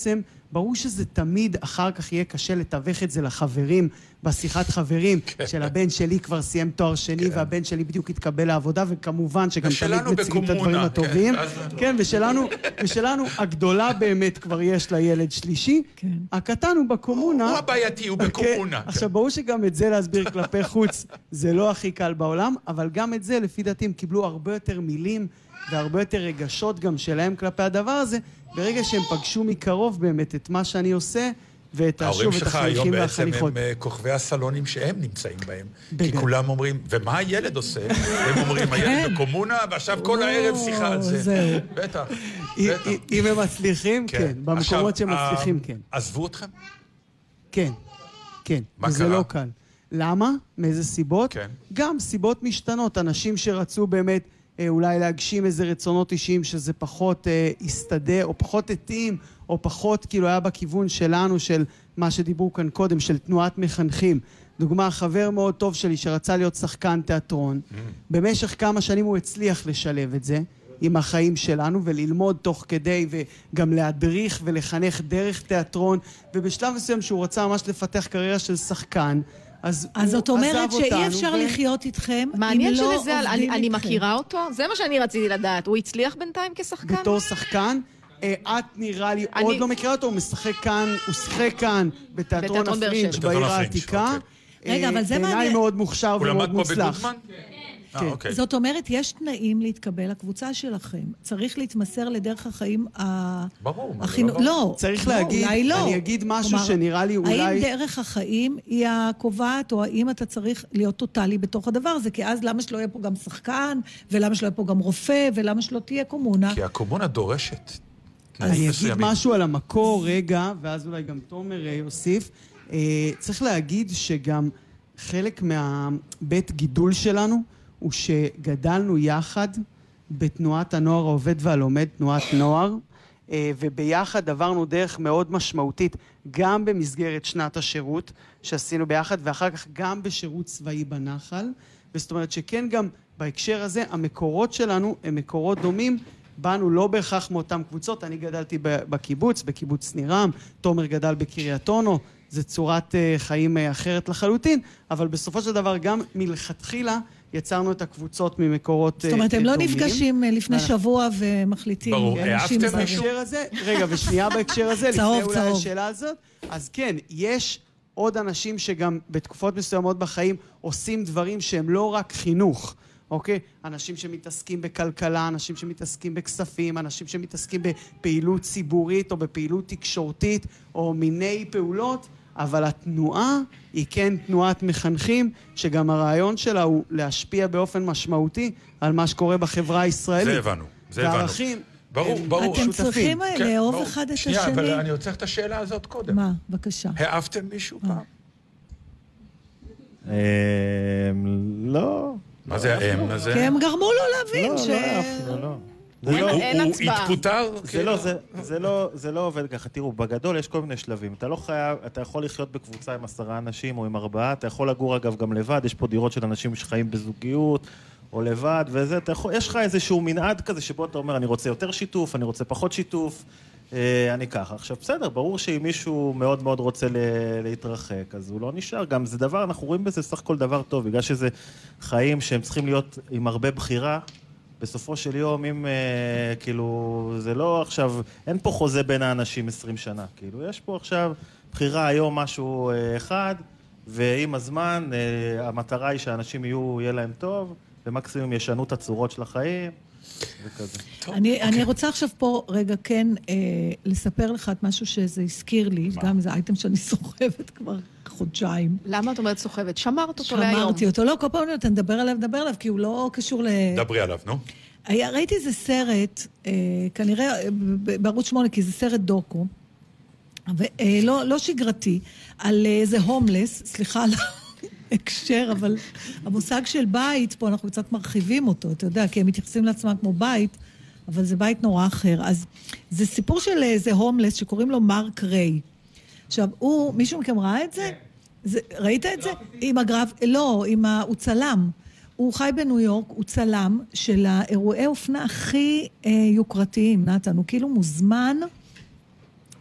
ברור שזה תמיד אחר כך יהיה קשה לתווך את זה לחברים, בשיחת חברים, של הבן שלי כבר סיים תואר שני, והבן שלי בדיוק התקבל לעבודה, וכמובן שגם תמיד מציגים את הדברים הטובים. כן, ושלנו, ושלנו הגדולה באמת כבר יש לה ילד שלישי, הקטן הוא בקומונה. הוא הבעייתי, הוא בקומונה. עכשיו, ברור שגם את זה להסביר כלפי חוץ, זה לא הכי קל בעולם, אבל גם את זה, לפי דעתי, הם קיבלו הרבה יותר מילים, והרבה יותר רגשות גם שלהם כלפי הדבר הזה, ברגע שהם פגשו מקרוב באמת את מה שאני עושה, ואת השוב, את החניכים והחניכות. ההורים שלך היום בעצם הם כוכבי הסלונים שהם נמצאים בהם. כי כולם אומרים, ומה הילד עושה? הם אומרים, הילד בקומונה, ועכשיו כל הערב שיחה על זה. בטח, בטח. אם הם מצליחים, כן. במקומות שהם מצליחים, כן. עזבו אתכם? כן, כן. מה קרה? וזה לא קל. למה? מאיזה סיבות? כן. גם סיבות משתנות. אנשים שרצו באמת אולי להגשים איזה רצונות אישיים שזה פחות אה, הסתדר, או פחות התאים, או פחות כאילו היה בכיוון שלנו, של מה שדיברו כאן קודם, של תנועת מחנכים. דוגמה, חבר מאוד טוב שלי שרצה להיות שחקן תיאטרון, mm. במשך כמה שנים הוא הצליח לשלב את זה עם החיים שלנו, וללמוד תוך כדי, וגם להדריך ולחנך דרך תיאטרון, ובשלב מסוים שהוא רצה ממש לפתח קריירה של שחקן, אז, אז זאת אומרת שאי אפשר ו... לחיות איתכם מעניין אם לא שזה, עובדים אני, איתכם. אני מכירה אותו? זה מה שאני רציתי לדעת. הוא הצליח בינתיים כשחקן? בתור שחקן? את נראה לי אני... עוד לא מכירה אותו, הוא משחק כאן, הוא שחק כאן בתיאטרון הפרינג' בעיר העתיקה. רגע, אבל זה מעניין. בעיניי מאוד מוכשר ומאוד מוצלח. כן. Okay. זאת אומרת, יש תנאים להתקבל לקבוצה שלכם. צריך להתמסר לדרך החיים ה... ברור. החינ... לא, לא. צריך לא, להגיד, אולי לא. אני אגיד משהו כלומר, שנראה לי אולי... האם דרך החיים היא הקובעת, או האם אתה צריך להיות טוטלי בתוך הדבר הזה? כי אז למה שלא יהיה פה גם שחקן, ולמה שלא יהיה פה גם רופא, ולמה שלא תהיה קומונה? כי הקומונה דורשת. אני אגיד משהו על המקור רגע, ואז אולי גם תומר יוסיף. צריך להגיד שגם חלק מהבית גידול שלנו, הוא שגדלנו יחד בתנועת הנוער העובד והלומד, תנועת נוער, וביחד עברנו דרך מאוד משמעותית, גם במסגרת שנת השירות שעשינו ביחד, ואחר כך גם בשירות צבאי בנחל, וזאת אומרת שכן גם בהקשר הזה, המקורות שלנו הם מקורות דומים, באנו לא בהכרח מאותם קבוצות, אני גדלתי בקיבוץ, בקיבוץ נירם, תומר גדל בקריית אונו, זה צורת חיים אחרת לחלוטין, אבל בסופו של דבר גם מלכתחילה יצרנו את הקבוצות ממקורות דומים. זאת אומרת, הם לא נפגשים לפני שבוע ומחליטים אנשים זרים. בהקשר הזה, רגע, ושנייה בהקשר הזה, לפני אולי השאלה הזאת, אז כן, יש עוד אנשים שגם בתקופות מסוימות בחיים עושים דברים שהם לא רק חינוך, אוקיי? אנשים שמתעסקים בכלכלה, אנשים שמתעסקים בכספים, אנשים שמתעסקים בפעילות ציבורית או בפעילות תקשורתית או מיני פעולות, אבל התנועה היא כן תנועת מחנכים, שגם הרעיון שלה הוא להשפיע באופן משמעותי על מה שקורה בחברה הישראלית. זה הבנו, זה הבנו. והערכים, ברור, ברור. אתם צריכים לאהוב אחד את השני. שנייה, אבל אני רוצה את השאלה הזאת קודם. מה? בבקשה. העפתם מישהו פעם? לא. מה זה האם הזה? כי הם גרמו לו להבין ש... לא, לא, לא. הוא התפוטר? זה לא עובד ככה. תראו, בגדול יש כל מיני שלבים. אתה לא חייב, אתה יכול לחיות בקבוצה עם עשרה אנשים או עם ארבעה, אתה יכול לגור אגב גם לבד, יש פה דירות של אנשים שחיים בזוגיות או לבד, וזה, יש לך איזשהו מנעד כזה שבו אתה אומר, אני רוצה יותר שיתוף, אני רוצה פחות שיתוף, אני ככה. עכשיו, בסדר, ברור שאם מישהו מאוד מאוד רוצה להתרחק, אז הוא לא נשאר. גם זה דבר, אנחנו רואים בזה סך כל דבר טוב, בגלל שזה חיים שהם צריכים להיות עם הרבה בחירה, בסופו של יום, אם אה, כאילו, זה לא עכשיו, אין פה חוזה בין האנשים עשרים שנה, כאילו, יש פה עכשיו בחירה היום משהו אה, אחד, ועם הזמן, אה, המטרה היא שאנשים יהיו, יהיה להם טוב, ומקסימום ישנו את הצורות של החיים, וכזה. אני, אני רוצה עכשיו פה רגע כן אה, לספר לך את משהו שזה הזכיר לי, מה? גם זה אייטם שאני סוחבת כבר חודשיים. למה את אומרת סוחבת? שמרת אותו להיום. שמרתי אותו, לא, כל פעם אתה נדבר עליו, נדבר עליו, כי הוא לא קשור ל... דברי עליו, נו. היה, ראיתי איזה סרט, אה, כנראה בערוץ שמונה, כי זה סרט דוקו, ולא לא, לא שגרתי, על איזה הומלס, סליחה על ההקשר, אבל המושג של בית, פה אנחנו קצת מרחיבים אותו, אתה יודע, כי הם מתייחסים לעצמם כמו בית, אבל זה בית נורא אחר. אז זה סיפור של איזה הומלס שקוראים לו מרק ריי. עכשיו, הוא, מישהו מכם ראה את זה? זה ראית את זה? עם הגרף, לא, עם ה... הוא צלם. הוא חי בניו יורק, הוא צלם של האירועי אופנה הכי אה, יוקרתיים, נתן. הוא כאילו מוזמן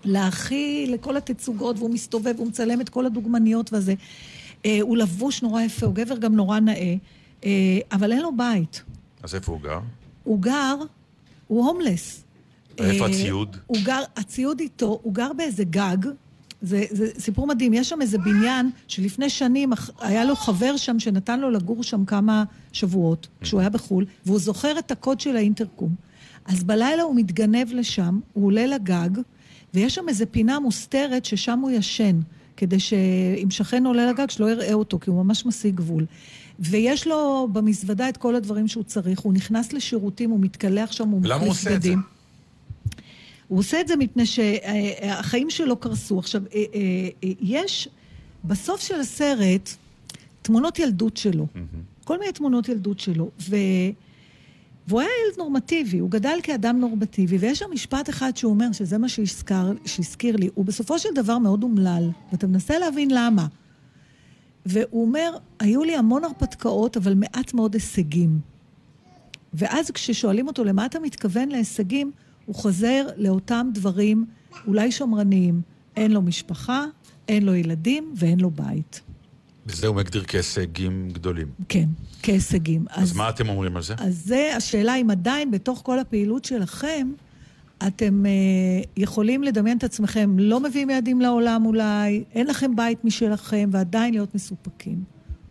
להכי, לכל התצוגות, והוא מסתובב, הוא מצלם את כל הדוגמניות וזה. אה, הוא לבוש נורא יפה, הוא גבר גם נורא נאה, אה, אבל אין לו בית. אז איפה הוא גר? הוא גר, הוא הומלס. ואיפה אה, הציוד? הוא גר, הציוד איתו, הוא גר באיזה גג, זה, זה סיפור מדהים, יש שם איזה בניין שלפני שנים היה לו חבר שם שנתן לו לגור שם כמה שבועות, כשהוא היה בחול, והוא זוכר את הקוד של האינטרקום. אז בלילה הוא מתגנב לשם, הוא עולה לגג, ויש שם איזה פינה מוסתרת ששם הוא ישן, כדי שאם שכן עולה לגג שלא יראה אותו, כי הוא ממש משיג גבול. ויש לו במזוודה את כל הדברים שהוא צריך, הוא נכנס לשירותים, הוא מתקלח שם, הוא למה הוא עושה את זה? הוא עושה את זה מפני שהחיים שלו קרסו. עכשיו, יש בסוף של הסרט תמונות ילדות שלו, כל מיני תמונות ילדות שלו, ו... והוא היה ילד נורמטיבי, הוא גדל כאדם נורמטיבי, ויש שם משפט אחד שהוא אומר, שזה מה שהזכר, שהזכיר לי, הוא בסופו של דבר מאוד אומלל, ואתה מנסה להבין למה. והוא אומר, היו לי המון הרפתקאות, אבל מעט מאוד הישגים. ואז כששואלים אותו למה אתה מתכוון להישגים, הוא חוזר לאותם דברים, אולי שמרניים. אין לו משפחה, אין לו ילדים ואין לו בית. וזה הוא מגדיר כהישגים גדולים. כן, כהישגים. אז, אז מה אתם אומרים על זה? אז זה השאלה אם עדיין בתוך כל הפעילות שלכם, אתם אה, יכולים לדמיין את עצמכם, לא מביאים ילדים לעולם אולי, אין לכם בית משלכם, ועדיין להיות מסופקים.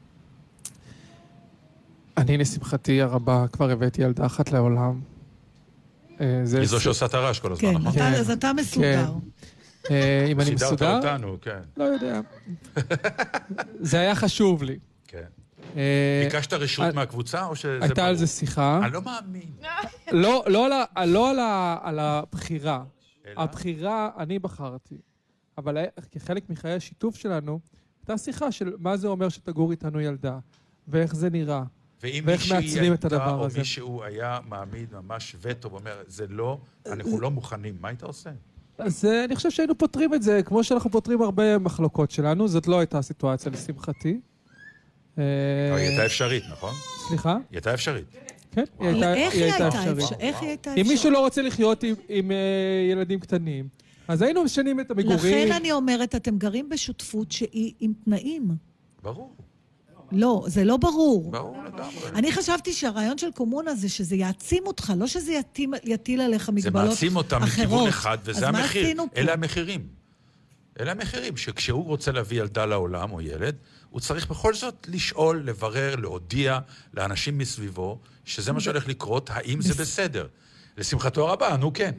אני לשמחתי הרבה כבר הבאתי ילדה אחת לעולם. היא זו שעושה את הרעש כל הזמן, נכון? כן, אז אתה מסודר. אם אני מסודר? סידרת אותנו, כן. לא יודע. זה היה חשוב לי. כן. ביקשת רשות מהקבוצה או שזה ברור? הייתה על זה שיחה. אני לא מאמין. לא על הבחירה. הבחירה אני בחרתי. אבל כחלק מחיי השיתוף שלנו, הייתה שיחה של מה זה אומר שתגור איתנו ילדה, ואיך זה נראה. ואיך מעצבים את הדבר הזה. או מישהו היה מעמיד ממש וטו ואומר, זה לא, אנחנו לא מוכנים, מה היית עושה? אז אני חושב שהיינו פותרים את זה, כמו שאנחנו פותרים הרבה מחלוקות שלנו, זאת לא הייתה הסיטואציה לשמחתי. אבל היא הייתה אפשרית, נכון? סליחה? היא הייתה אפשרית. כן, היא הייתה אפשרית. איך היא הייתה אפשרית? אם מישהו לא רוצה לחיות עם ילדים קטנים, אז היינו משנים את המגורים. לכן אני אומרת, אתם גרים בשותפות שהיא עם תנאים. ברור. לא, זה לא ברור. ברור לגמרי. אני חשבתי שהרעיון של קומונה זה שזה יעצים אותך, לא שזה יתים, יטיל עליך מגבלות אחרות. זה מעצים אותם מכיוון אחד, וזה המחיר. מה אלה המחירים. אלה המחירים, שכשהוא רוצה להביא ילדה לעולם או ילד, הוא צריך בכל זאת לשאול, לברר, להודיע לאנשים מסביבו, שזה מה שהולך לקרות, האם זה בסדר. לשמחתו הרבה, נו כן.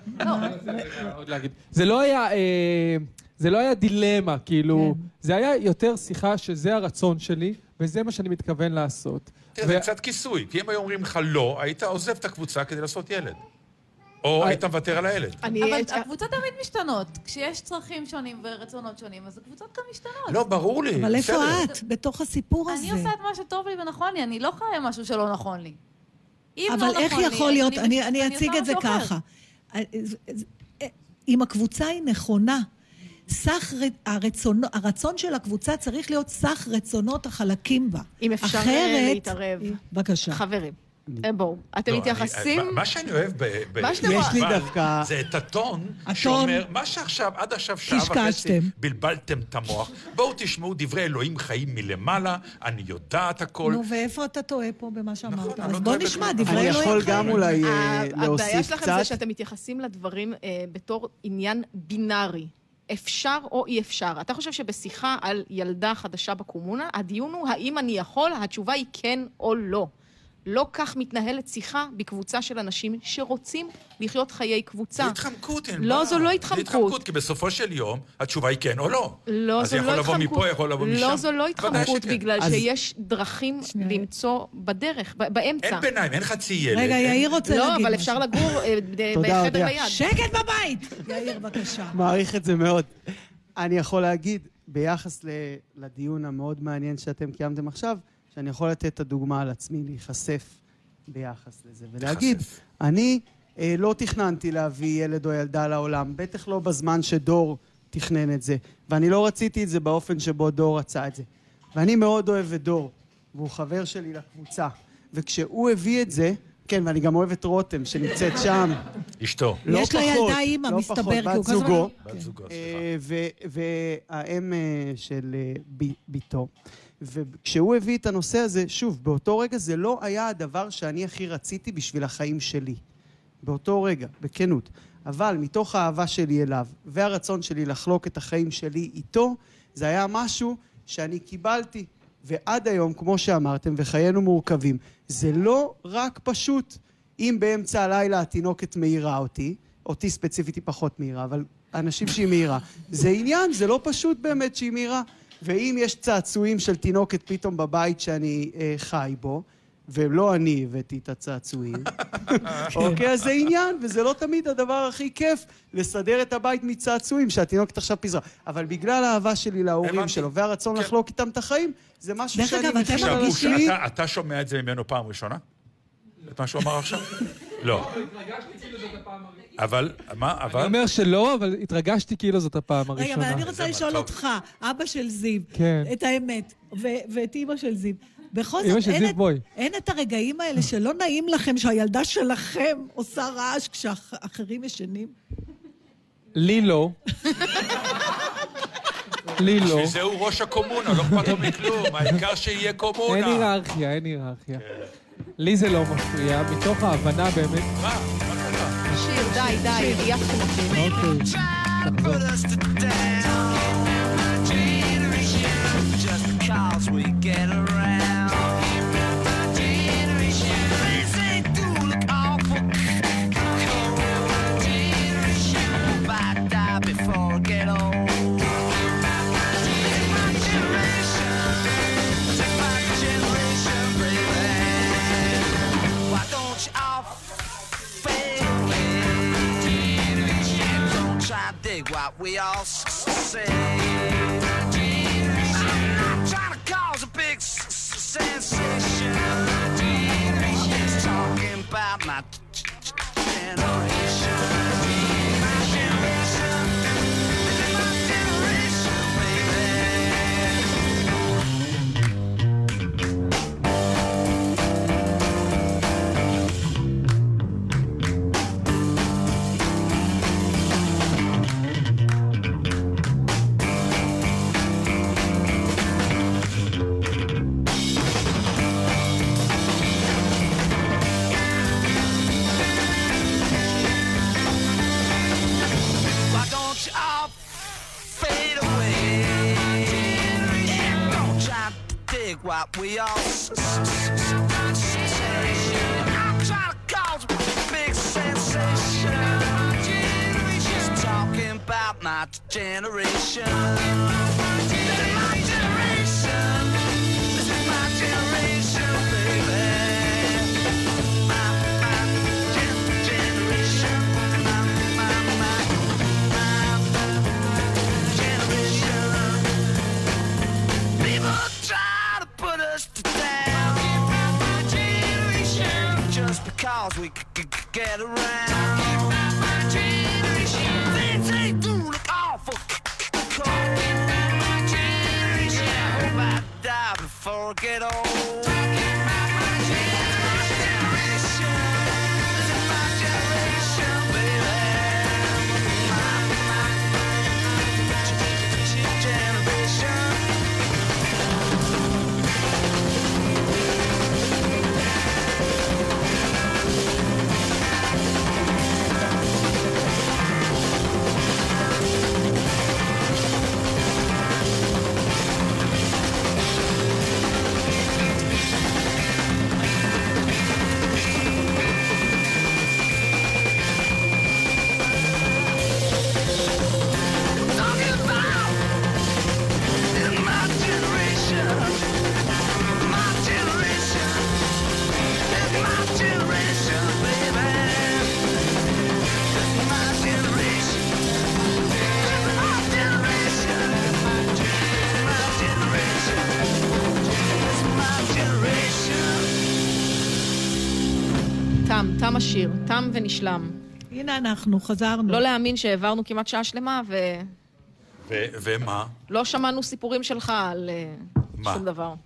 זה לא היה... זה לא היה דילמה, כאילו, זה היה יותר שיחה שזה הרצון שלי, וזה מה שאני מתכוון לעשות. תראה, זה קצת כיסוי, כי אם היו אומרים לך לא, היית עוזב את הקבוצה כדי לעשות ילד. או היית מוותר על הילד. אבל הקבוצות תמיד משתנות. כשיש צרכים שונים ורצונות שונים, אז הקבוצות גם משתנות. לא, ברור לי. אבל איפה את בתוך הסיפור הזה? אני עושה את מה שטוב לי ונכון לי, אני לא חיה משהו שלא נכון לי. אבל איך יכול להיות, אני אציג את זה ככה. אם הקבוצה היא נכונה, סך הרצון, הרצון של הקבוצה צריך להיות סך רצונות החלקים בה. אם אפשר אחרת, להתערב. בבקשה. חברים, בואו, אתם מתייחסים... מה שאני אוהב יש לי דווקא... זה את הטון שאומר, מה שעכשיו, עד עכשיו שעה וחצי, בלבלתם את המוח, בואו תשמעו דברי אלוהים חיים מלמעלה, אני יודעת הכל. נו, ואיפה אתה טועה פה במה שאמרת? אז בואו נשמע, דברי אלוהים חיים. אני יכול גם אולי להוסיף הבעיה קצת. שלכם זה שאתם מתייחסים לדברים בתור עניין בינארי. אפשר או אי אפשר. אתה חושב שבשיחה על ילדה חדשה בקומונה, הדיון הוא האם אני יכול, התשובה היא כן או לא. לא כך מתנהלת שיחה בקבוצה של אנשים שרוצים לחיות חיי קבוצה. זה התחמקות, אין לא, זו לא התחמקות. זה התחמקות, כי בסופו של יום התשובה היא כן או לא. לא, זו לא התחמקות. אז יכול לבוא מפה, יכול לבוא משם. לא, זו לא התחמקות, בגלל שיש דרכים למצוא בדרך, באמצע. אין ביניים, אין חצי ילד. רגע, יאיר רוצה להגיד משהו. לא, אבל אפשר לגור בחדר ליד. שקט בבית! יאיר, בבקשה. מעריך את זה מאוד. אני יכול להגיד, ביחס לדיון המאוד מעניין שאתם קיימתם עכשיו, שאני יכול לתת את הדוגמה על עצמי, להיחשף ביחס לזה, ולהגיד, אני אה, לא תכננתי להביא ילד או ילדה לעולם, בטח לא בזמן שדור תכנן את זה, ואני לא רציתי את זה באופן שבו דור רצה את זה. ואני מאוד אוהב את דור, והוא חבר שלי לקבוצה, וכשהוא הביא את זה, כן, ואני גם אוהב את רותם שנמצאת שם, אשתו. יש לה ילדה אימא, מסתבר. בת זוגו. בת זוגו, והאם של ביתו. וכשהוא הביא את הנושא הזה, שוב, באותו רגע זה לא היה הדבר שאני הכי רציתי בשביל החיים שלי. באותו רגע, בכנות. אבל מתוך האהבה שלי אליו, והרצון שלי לחלוק את החיים שלי איתו, זה היה משהו שאני קיבלתי. ועד היום, כמו שאמרתם, וחיינו מורכבים, זה לא רק פשוט. אם באמצע הלילה התינוקת מהירה אותי, אותי ספציפית היא פחות מהירה, אבל אנשים שהיא מהירה, זה עניין, זה לא פשוט באמת שהיא מהירה. ואם יש צעצועים של תינוקת פתאום בבית שאני אה, חי בו, ולא אני הבאתי את הצעצועים, אוקיי, אז זה עניין, וזה לא תמיד הדבר הכי כיף לסדר את הבית מצעצועים, שהתינוקת עכשיו פיזרה. אבל בגלל האהבה שלי להורים שלו, והרצון לחלוק איתם את החיים, זה משהו שאני מרגיש. אתה שומע את זה ממנו פעם ראשונה? את מה שהוא אמר עכשיו? לא. אבל, מה, אבל? אני אומר שלא, אבל התרגשתי כאילו זאת הפעם הראשונה. רגע, אבל אני רוצה לשאול אותך, אבא של זיו, את האמת, ואת אמא של זיו. בכל זאת, אין את הרגעים האלה שלא נעים לכם שהילדה שלכם עושה רעש כשאחרים ישנים? לי לא. לי לא. בשביל זה הוא ראש הקומונה, לא אכפת לו מכלום, העיקר שיהיה קומונה. אין היררכיה, אין היררכיה. לי זה לא מפריע, מתוך ההבנה באמת... מה? מה קרה? שיר, די, די, יפת מפריע. אוקיי, what we all say. I'm trying to cause a big sensation. Just talking about my generation. My generation. My generation, baby. What we all say. I'm trying to cause a big sensation. Just talking about my generation. This is my generation. This is my generation, baby. My, my gen- generation. My, my, my, my generation. People try put us to down. My generation. Just because we could get around. My generation. Things they do look awful cold. My generation. I hope I die before I get old. My generation. This is my generation, baby. My, my, generation. תם, תם השיר, תם ונשלם. הנה אנחנו, חזרנו. לא להאמין שהעברנו כמעט שעה שלמה, ו... ו- ומה? לא שמענו סיפורים שלך על מה? שום דבר.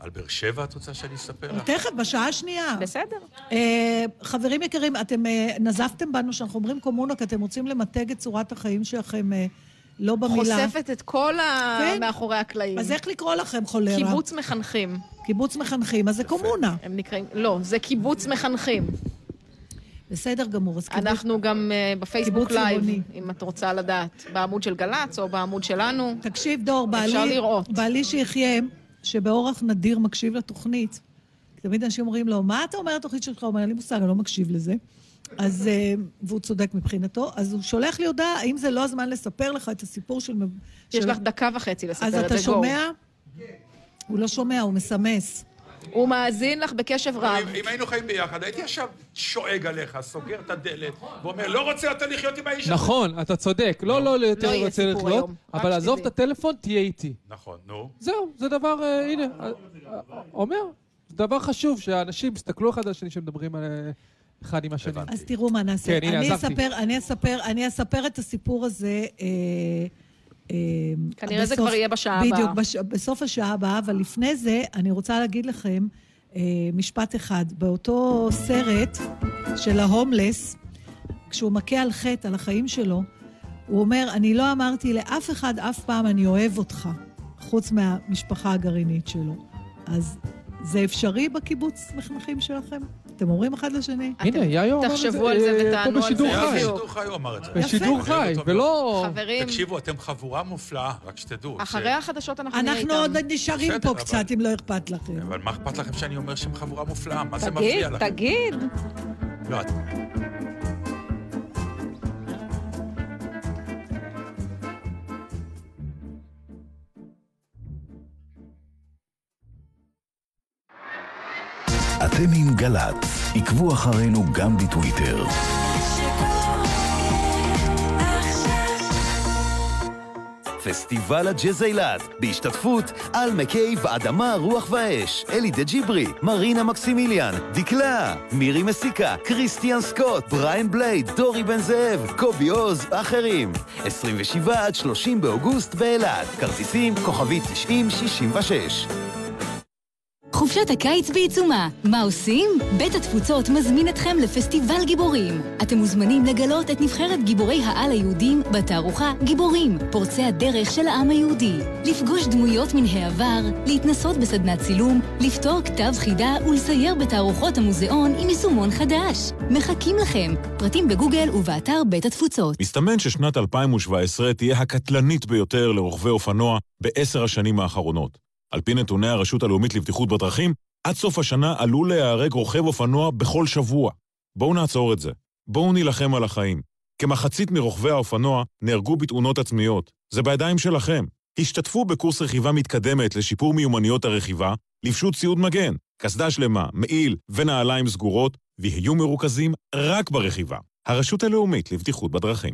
על באר שבע את רוצה שאני אספר לך? תכף, בשעה השנייה. בסדר. אה, חברים יקרים, אתם אה, נזפתם בנו שאנחנו אומרים קומונה, כי אתם רוצים למתג את צורת החיים שלכם אה, לא במילה. חושפת את כל ה... כן. מאחורי הקלעים. אז איך לקרוא לכם חולרה? קיבוץ מחנכים. קיבוץ מחנכים, אז זה קומונה. הם נקראים... לא, זה קיבוץ מחנכים. בסדר גמור, אז קיבוץ... אנחנו גם uh, בפייסבוק קיבוץ לייב, עירוני. אם את רוצה לדעת, בעמוד של גלץ או בעמוד שלנו. תקשיב, דור, בעלי... אפשר לראות. בעלי שיחיה, שבאורח נדיר מקשיב לתוכנית, תמיד אנשים אומרים לו, מה אתה אומר לתוכנית שלך? הוא אומר, לי מושג, אני לא מקשיב לזה. אז, והוא צודק מבחינתו, אז הוא שולח לי הודעה, האם זה לא הזמן לספר לך את הסיפור של... יש של... לך דקה וחצי לספר את זה, אז אתה שומע? הוא לא שומע, הוא מסמס. הוא מאזין לך בקשב רב. אם היינו חיים ביחד, הייתי עכשיו שואג עליך, סוגר את הדלת, ואומר, לא רוצה יותר לחיות עם האיש הזה. נכון, אתה צודק. לא, לא יותר רוצה לחיות, אבל עזוב את הטלפון, תהיה איתי. נכון, נו. זהו, זה דבר, הנה, אומר, זה דבר חשוב, שהאנשים יסתכלו אחד על השני שמדברים על... אחד עם השני. אז תראו מה נעשה. כן, הנה, אני עזבתי. אספר, אני אספר, אני אספר את הסיפור הזה... אה, אה, כנראה זה בסוף, כבר יהיה בשעה הבאה. בדיוק, בש, בסוף השעה הבאה, אבל לפני זה אני רוצה להגיד לכם אה, משפט אחד. באותו סרט של ההומלס, כשהוא מכה על חטא, על החיים שלו, הוא אומר, אני לא אמרתי לאף אחד אף פעם אני אוהב אותך, חוץ מהמשפחה הגרעינית שלו. אז זה אפשרי בקיבוץ מחנכים שלכם? אתם אומרים אחד לשני? הנה, יאיו אמר את זה, תחשבו על זה ותענו על זה. בשידור חי. בשידור חי הוא אמר את זה. בשידור חי, ולא... חברים... תקשיבו, אתם חבורה מופלאה, רק שתדעו. אחרי החדשות אנחנו נהיה איתם. אנחנו עוד נשארים פה קצת, אם לא אכפת לכם. אבל מה אכפת לכם שאני אומר שהם חבורה מופלאה? מה זה מפריע לכם? תגיד, תגיד. לא, את... אתם עם גל"צ, עקבו אחרינו גם בטוויטר. פסטיבל הג'אז אילת, בהשתתפות על מקייב, אדמה, רוח ואש, אלי דה ג'יברי, מרינה מקסימיליאן, דקלה, מירי מסיקה, קריסטיאן סקוט, בריין בלייד, דורי בן זאב, קובי עוז, אחרים. עשרים ושבעה עד שלושים באוגוסט באילת, כרטיסים כוכבית תשעים שישים ושש. חופשת הקיץ בעיצומה. מה עושים? בית התפוצות מזמין אתכם לפסטיבל גיבורים. אתם מוזמנים לגלות את נבחרת גיבורי העל היהודים בתערוכה גיבורים, פורצי הדרך של העם היהודי. לפגוש דמויות מן העבר, להתנסות בסדנת צילום, לפתור כתב חידה ולסייר בתערוכות המוזיאון עם יישומון חדש. מחכים לכם. פרטים בגוגל ובאתר בית התפוצות. מסתמן ששנת אלפיים שבע עשרה תהיה הקטלנית ביותר לרוכבי אופנוע בעשר השנים האחרונות. על פי נתוני הרשות הלאומית לבטיחות בדרכים, עד סוף השנה עלול להיהרג רוכב אופנוע בכל שבוע. בואו נעצור את זה. בואו נילחם על החיים. כמחצית מרוכבי האופנוע נהרגו בתאונות עצמיות. זה בידיים שלכם. השתתפו בקורס רכיבה מתקדמת לשיפור מיומנויות הרכיבה, לבשו ציוד מגן, קסדה שלמה, מעיל ונעליים סגורות, ויהיו מרוכזים רק ברכיבה. הרשות הלאומית לבטיחות בדרכים.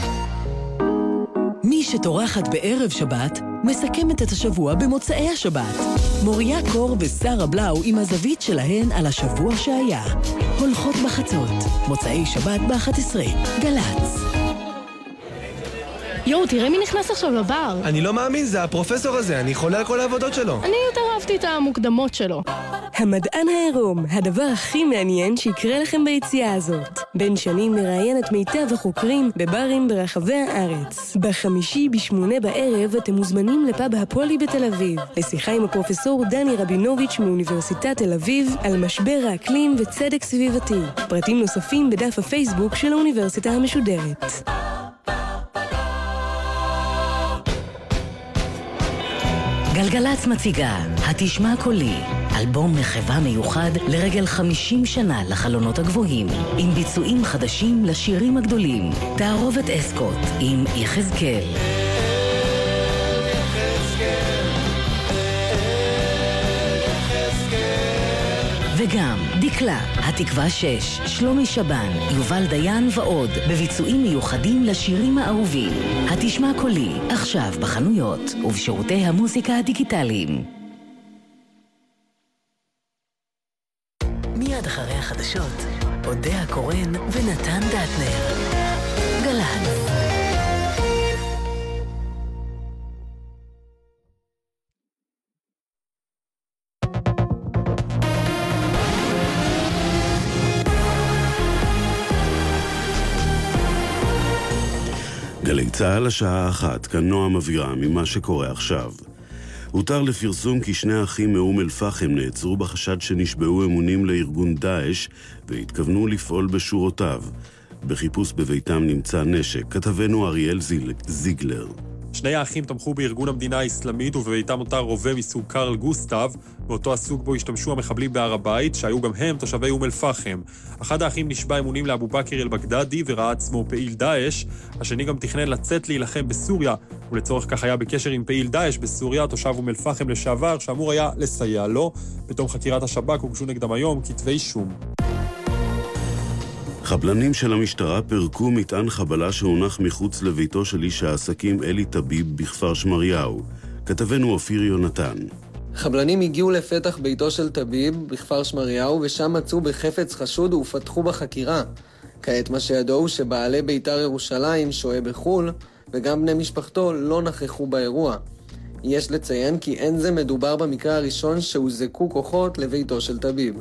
מי שטורחת בערב שבת, מסכמת את השבוע במוצאי השבת. מוריה קור ושרה בלאו עם הזווית שלהן על השבוע שהיה. הולכות בחצות, מוצאי שבת ב-אחת עשרה, גל"צ. יואו, תראה מי נכנס עכשיו לבר. אני לא מאמין, זה הפרופסור הזה, אני חולה על כל העבודות שלו. אני יותר אהבתי את המוקדמות שלו. המדען העירום, הדבר הכי מעניין שיקרה לכם ביציאה הזאת. בן שנים מראיין את מיטב החוקרים בברים ברחבי הארץ. בחמישי בשמונה בערב אתם מוזמנים לפאב הפולי בתל אביב, לשיחה עם הפרופסור דני רבינוביץ' מאוניברסיטת תל אביב על משבר האקלים וצדק סביבתי. פרטים נוספים בדף הפייסבוק של האוניברסיטה המשודרת. גלגלצ מציגה, התשמע קולי, אלבום מחווה מיוחד לרגל חמישים שנה לחלונות הגבוהים, עם ביצועים חדשים לשירים הגדולים. תערובת אסקוט עם יחזקאל. וגם דקלה, התקווה שש, שלומי שבן, יובל דיין ועוד, בביצועים מיוחדים לשירים האהובים. התשמע קולי, עכשיו בחנויות ובשירותי המוזיקה הדיגיטליים. מיד אחרי החדשות, אודיה קורן ונתן דטנר. גל"צ. גלי צהל השעה אחת, כאן נועם אבירם ממה שקורה עכשיו. הותר לפרסום כי שני האחים מאום אל-פחם נעצרו בחשד שנשבעו אמונים לארגון דאעש והתכוונו לפעול בשורותיו. בחיפוש בביתם נמצא נשק. כתבנו אריאל זיגלר. שני האחים תמכו בארגון המדינה האסלאמית ובביתם נותר רובה מסוג קרל גוסטב, ואותו הסוג בו השתמשו המחבלים בהר הבית, שהיו גם הם תושבי אום אל-פחם. אחד האחים נשבע אמונים לאבו בכר אל-בגדדי וראה עצמו פעיל דאעש, השני גם תכנן לצאת להילחם בסוריה, ולצורך כך היה בקשר עם פעיל דאעש בסוריה, תושב אום אל-פחם לשעבר, שאמור היה לסייע לו. בתום חקירת השב"כ הוגשו נגדם היום כתבי אישום. חבלנים של המשטרה פרקו מטען חבלה שהונח מחוץ לביתו של איש העסקים אלי טביב בכפר שמריהו. כתבנו אופיר יונתן. חבלנים הגיעו לפתח ביתו של טביב בכפר שמריהו ושם מצאו בחפץ חשוד ופתחו בחקירה. כעת מה שידעו הוא שבעלי ביתר ירושלים שוהה בחול וגם בני משפחתו לא נכחו באירוע. יש לציין כי אין זה מדובר במקרה הראשון שהוזקו כוחות לביתו של טביב.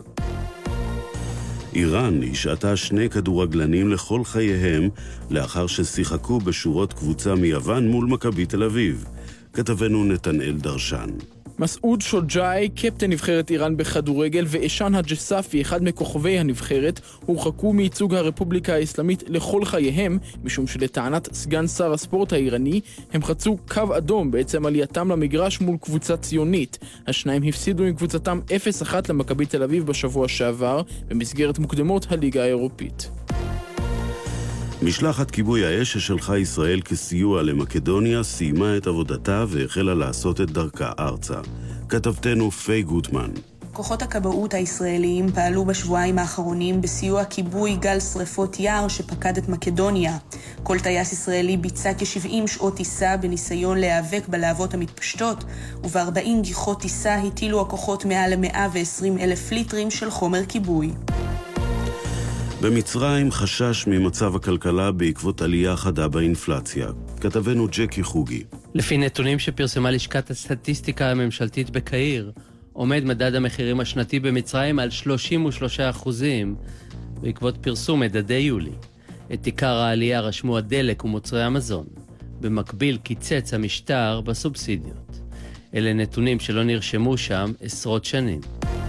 איראן השעתה שני כדורגלנים לכל חייהם לאחר ששיחקו בשורות קבוצה מיוון מול מכבי תל אביב. כתבנו נתנאל דרשן. מסעוד שוג'אי, קפטן נבחרת איראן בכדורגל, ואשן הג'ספי, אחד מכוכבי הנבחרת, הורחקו מייצוג הרפובליקה האסלאמית לכל חייהם, משום שלטענת סגן שר הספורט האיראני, הם חצו קו אדום בעצם עלייתם למגרש מול קבוצה ציונית. השניים הפסידו עם קבוצתם אפס אחת למכבי תל אביב בשבוע שעבר, במסגרת מוקדמות הליגה האירופית. משלחת כיבוי האש ששלחה ישראל כסיוע למקדוניה סיימה את עבודתה והחלה לעשות את דרכה ארצה. כתבתנו פי גוטמן. כוחות הכבאות הישראליים פעלו בשבועיים האחרונים בסיוע כיבוי גל שריפות יער שפקד את מקדוניה. כל טייס ישראלי ביצע כ-שבעים שעות טיסה בניסיון להיאבק בלהבות המתפשטות, וב-ארבעים גיחות טיסה הטילו הכוחות מעל ל-מאה ועשרים אלף ליטרים של חומר כיבוי. במצרים חשש ממצב הכלכלה בעקבות עלייה חדה באינפלציה. כתבנו ג'קי חוגי. לפי נתונים שפרסמה לשכת הסטטיסטיקה הממשלתית בקהיר, עומד מדד המחירים השנתי במצרים על שלושים ושלושה אחוזים, בעקבות פרסום מדדי יולי. את עיקר העלייה רשמו הדלק ומוצרי המזון. במקביל קיצץ המשטר בסובסידיות. אלה נתונים שלא נרשמו שם עשרות שנים.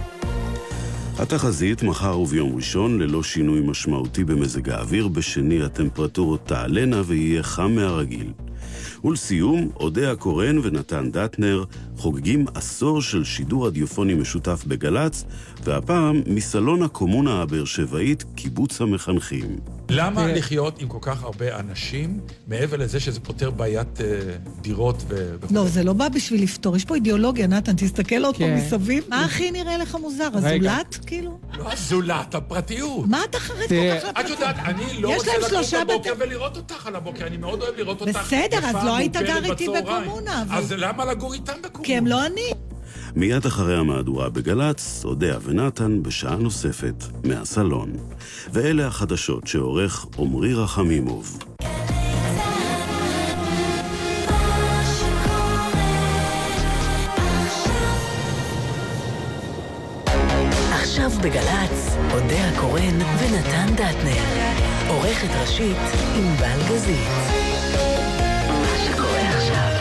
התחזית מחר וביום ראשון ללא שינוי משמעותי במזג האוויר, בשני הטמפרטורות תעלנה ויהיה חם מהרגיל. ולסיום, אודיה קורן ונתן דטנר חוגגים עשור של שידור רדיופוני משותף בגלץ, והפעם מסלון הקומונה הבאר שבעית, קיבוץ המחנכים. למה לחיות עם כל כך הרבה אנשים, מעבר לזה שזה פותר בעיית אה, דירות ו... לא, זה לא בא בשביל לפתור. יש פה אידיאולוגיה, נתן, תסתכל עוד פה מסביב. מה הכי נראה לך מוזר? הזולת, כאילו? לא הזולת, הפרטיות. מה אתה חרד כל כך לפרטיות? את יודעת, אני לא רוצה לקום בבוקר ולראות אותך על הבוקר. אני מאוד אוהב לראות אותך. בסדר, אז לא היית גר איתי בקומונה. אז למה לגור איתם בקומונה? כי הם לא אני. מיד אחרי המהדורה בגלץ, אודיה ונתן בשעה נוספת מהסלון. ואלה החדשות שעורך עומרי רחמימוב. עכשיו בגלץ, אודיה קורן ונתן דטנר. עורכת ראשית עם בל גזית. מה שקורה עכשיו.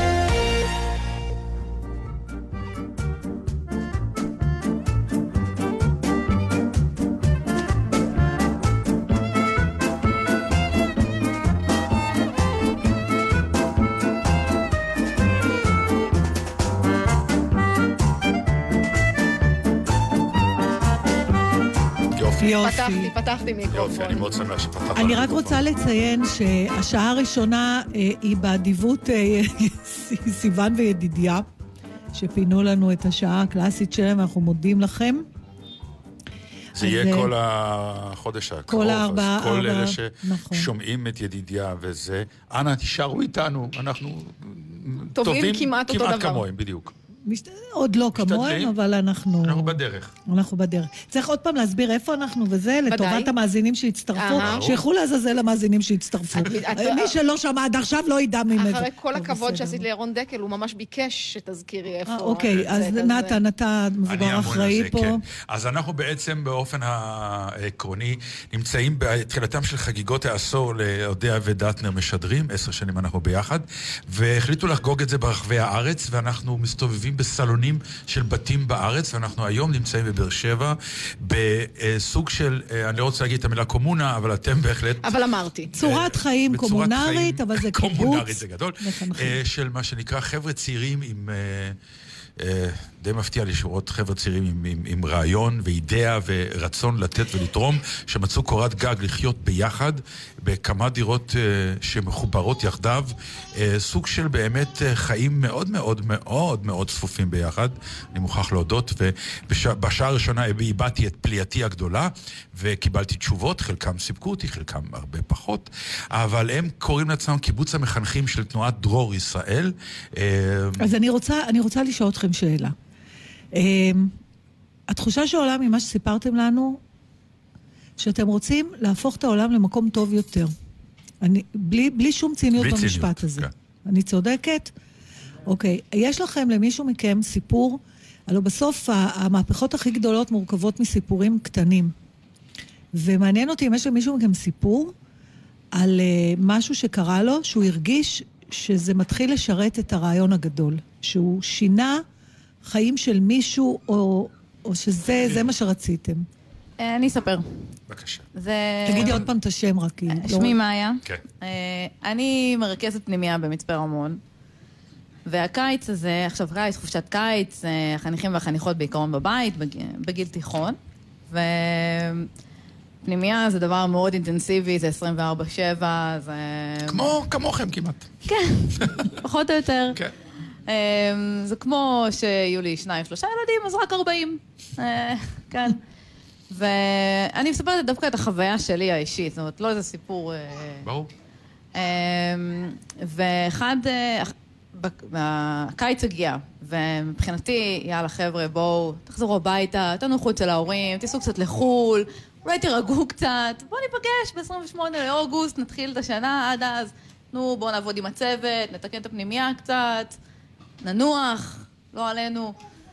פתחתי, פתחתי מיקרופון. יופי, אני מאוד שמח שפתחת. אני רק רוצה לציין שהשעה הראשונה היא באדיבות סיוון וידידיה, שפינו לנו את השעה הקלאסית שלהם, אנחנו מודים לכם. זה יהיה כל החודש הקרוב, כל הארבעה, כל אלה ששומעים את ידידיה וזה, אנא תישארו איתנו, אנחנו טובים כמעט אותו דבר. כמעט כמוהם, בדיוק. עוד לא כמוהם, אבל אנחנו... אנחנו בדרך. אנחנו בדרך. צריך עוד פעם להסביר איפה אנחנו וזה, לטובת המאזינים שהצטרפו, שיכולו לעזאזל המאזינים שהצטרפו. מי שלא שמע עד עכשיו לא ידע ממנו. אחרי כל הכבוד שעשית לירון דקל, הוא ממש ביקש שתזכירי איפה... אוקיי, אז נתן, אתה מבוגר אחראי פה. אז אנחנו בעצם באופן העקרוני נמצאים בתחילתם של חגיגות העשור לאודיה ודטנר משדרים, עשר שנים אנחנו ביחד, והחליטו לחגוג את זה ברחבי הארץ, ואנחנו מסתובבים בסלונים של בתים בארץ, ואנחנו היום נמצאים בבאר שבע, בסוג של, אני לא רוצה להגיד את המילה קומונה, אבל אתם בהחלט... אבל אמרתי. צורת חיים קומונרית, אבל זה קיבוץ. קומונרית זה גדול. של מה שנקרא חבר'ה צעירים עם... די מפתיע לי שורות חבר'ה צעירים עם, עם, עם רעיון ואידאה ורצון לתת ולתרום, שמצאו קורת גג לחיות ביחד בכמה דירות uh, שמחוברות יחדיו, uh, סוג של באמת uh, חיים מאוד מאוד מאוד מאוד צפופים ביחד, אני מוכרח להודות, ובשעה הראשונה איבדתי את פליאתי הגדולה וקיבלתי תשובות, חלקם סיפקו אותי, חלקם הרבה פחות, אבל הם קוראים לעצמם קיבוץ המחנכים של תנועת דרור ישראל. uh, אז אני רוצה, אני רוצה לשאול אתכם שאלה. Uh, התחושה שעולה ממה שסיפרתם לנו, שאתם רוצים להפוך את העולם למקום טוב יותר. אני, בלי, בלי שום ציניות במשפט ציניות, הזה. כן. אני צודקת? אוקיי. יש לכם למישהו מכם סיפור, הלוא בסוף המהפכות הכי גדולות מורכבות מסיפורים קטנים. ומעניין אותי אם יש למישהו מכם סיפור על uh, משהו שקרה לו, שהוא הרגיש שזה מתחיל לשרת את הרעיון הגדול. שהוא שינה חיים של מישהו, או, או שזה זה מה שרציתם. אני אספר. בבקשה. תגידי עוד פעם את השם רק. שמי מאיה. כן. אני מרכזת פנימייה במצפה רמון, והקיץ הזה, עכשיו קיץ, חופשת קיץ, החניכים והחניכות בעיקרון בבית, בגיל תיכון, ופנימייה זה דבר מאוד אינטנסיבי, זה עשרים וארבע שבע, זה... כמו, כמוכם כמעט. כן, פחות או יותר. כן. זה כמו שיהיו לי שניים, שלושה ילדים, אז רק ארבעים. כן. ואני מספרת דווקא את החוויה שלי האישית, זאת אומרת, לא איזה סיפור... ברור. ואחד, הקיץ הגיע, ומבחינתי, יאללה חבר'ה, בואו, תחזרו הביתה, תנוחו אצל ההורים, תיסעו קצת לחול, אולי תירגעו קצת, בואו ניפגש ב-עשרים ושמונה לאוגוסט, נתחיל את השנה עד אז, נו, בואו נעבוד עם הצוות, נתקן את הפנימייה קצת, ננוח, לא עלינו.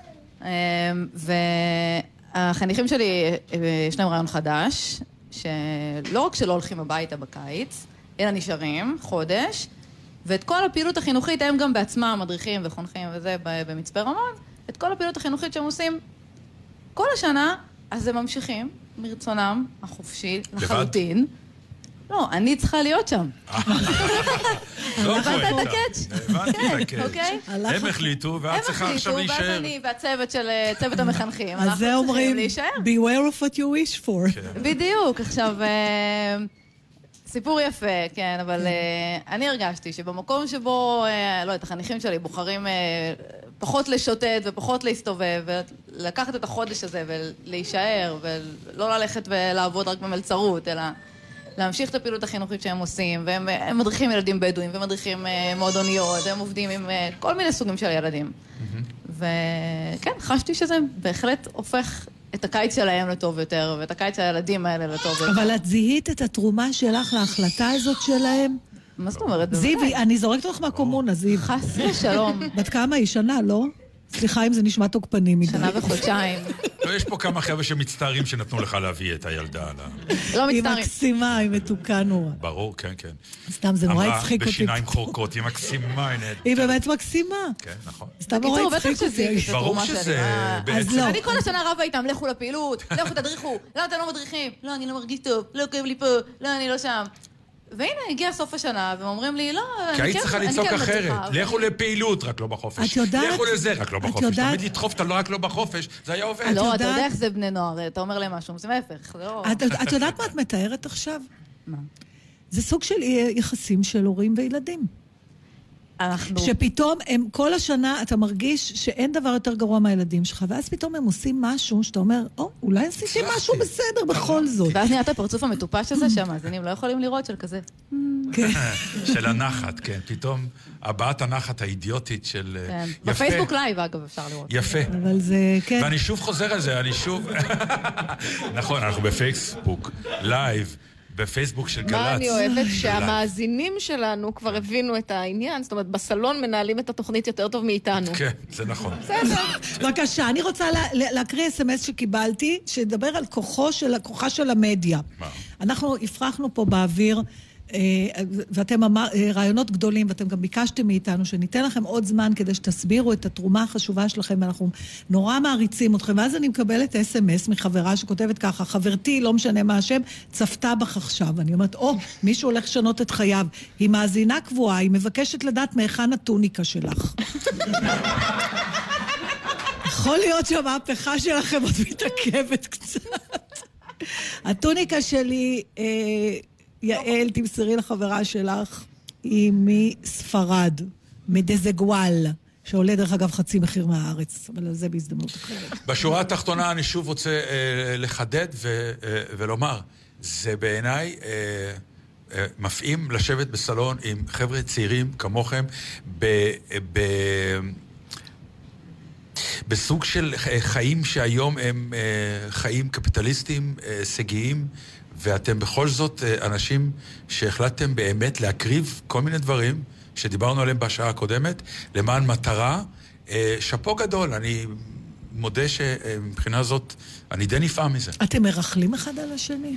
והחניכים שלי, יש להם רעיון חדש, שלא רק שלא הולכים הביתה בקיץ, אלא נשארים חודש, ואת כל הפעילות החינוכית, הם גם בעצמם מדריכים וחונכים וזה במצפה רמון, את כל הפעילות החינוכית שהם עושים כל השנה, אז הם ממשיכים מרצונם החופשי לחלוטין. לא, אני צריכה להיות שם. הבנת את הקאץ'? הבנתי את הקאץ'. הם החליטו, ואת צריכה עכשיו להישאר. הם החליטו, ואז אני והצוות של צוות המחנכים. אז זה אומרים, beware of what you wish for. בדיוק, עכשיו, סיפור יפה, כן, אבל אני הרגשתי שבמקום שבו, לא יודעת, החניכים שלי בוחרים פחות לשוטט ופחות להסתובב, ולקחת את החודש הזה ולהישאר, ולא ללכת ולעבוד רק במלצרות, אלא... להמשיך את הפעילות החינוכית שהם עושים, והם מדריכים ילדים בדואים, ומדריכים מועדוניות, והם עובדים עם כל מיני סוגים של ילדים. וכן, חשתי שזה בהחלט הופך את הקיץ שלהם לטוב יותר, ואת הקיץ של הילדים האלה לטוב יותר. אבל את זיהית את התרומה שלך להחלטה הזאת שלהם? מה זאת אומרת? זיוי, אני זורקת לך מהקומונה, זיו. חס ושלום. בת כמה היא? שנה, לא? סליחה אם זה נשמע תוקפני מדי. שנה וחודשיים. לא, יש פה כמה חבר'ה שמצטערים שנתנו לך להביא את הילדה. לא מצטערים. היא מקסימה, היא מתוקה נורא. ברור, כן, כן. סתם, זה נורא הצחיק אותי. בשיניים חורקות, היא מקסימה. היא באמת מקסימה. כן, נכון. סתם נורא הצחיק אותי. ברור שזה בעצם... אני כל השנה רבה איתם, לכו לפעילות, לכו תדריכו, למה אתם לא מדריכים? לא, אני לא מרגיש טוב, לא כואב לי פה, לא, אני לא שם. והנה, הגיע סוף השנה, והם אומרים לי, לא, אני כן, כי היית צריכה לצעוק אחרת. לכו לפעילות, רק לא בחופש. את יודעת? לכו לזה, רק לא בחופש. תמיד לדחוף, אתה לא רק לא בחופש, זה היה עובד. לא, אתה יודע איך זה בני נוער, אתה אומר להם משהו, זה מהפך. את יודעת מה את מתארת עכשיו? מה? זה סוג של יחסים של הורים וילדים. אנחנו... שפתאום הם, כל השנה אתה מרגיש שאין דבר יותר גרוע מהילדים שלך, ואז פתאום הם עושים משהו שאתה אומר, או, אולי עשיתי משהו בסדר בכל זאת. ואז נהיה את הפרצוף המטופש הזה, שהמאזינים לא יכולים לראות של כזה. של הנחת, כן. פתאום הבעת הנחת האידיוטית של... יפה. בפייסבוק לייב, אגב, אפשר לראות. יפה. אבל זה, כן. ואני שוב חוזר על זה, אני שוב... נכון, אנחנו בפייסבוק לייב. בפייסבוק של גלץ. מה אני אוהבת? שהמאזינים שלנו כבר הבינו את העניין, זאת אומרת, בסלון מנהלים את התוכנית יותר טוב מאיתנו. כן, זה נכון. בסדר. בבקשה, אני רוצה להקריא אס אם אס שקיבלתי, שדבר על כוחה של המדיה. אנחנו הפרחנו פה באוויר, ואתם אמר, רעיונות גדולים, ואתם גם ביקשתם מאיתנו שניתן לכם עוד זמן כדי שתסבירו את התרומה החשובה שלכם, ואנחנו נורא מעריצים אתכם, ואז אני מקבלת אס אם אס מחברה שכותבת ככה, חברתי, לא משנה מה השם, צפתה בך עכשיו. אני אומרת, או, מישהו הולך לשנות את חייו. היא מאזינה קבועה, היא מבקשת לדעת מהיכן הטוניקה שלך. יכול להיות שהמהפכה שלכם עוד מתעכבת קצת. הטוניקה שלי... יעל, תמסרי לחברה שלך, היא מספרד, מדזגואל, שעולה דרך אגב חצי מחיר מהארץ, אבל זה בהזדמנות אחרת. בשורה התחתונה אני שוב רוצה אה, לחדד ו, אה, ולומר, זה בעיניי אה, אה, מפעים לשבת בסלון עם חבר'ה צעירים כמוכם, ב... ב בסוג של חיים שהיום הם אה, חיים קפיטליסטיים, אה, סגיים, ואתם בכל זאת אנשים שהחלטתם באמת להקריב כל מיני דברים שדיברנו עליהם בשעה הקודמת, למען מטרה. שפו גדול, אני מודה שמבחינה זאת, אני די נפעם מזה. אתם מרחלים אחד על השני?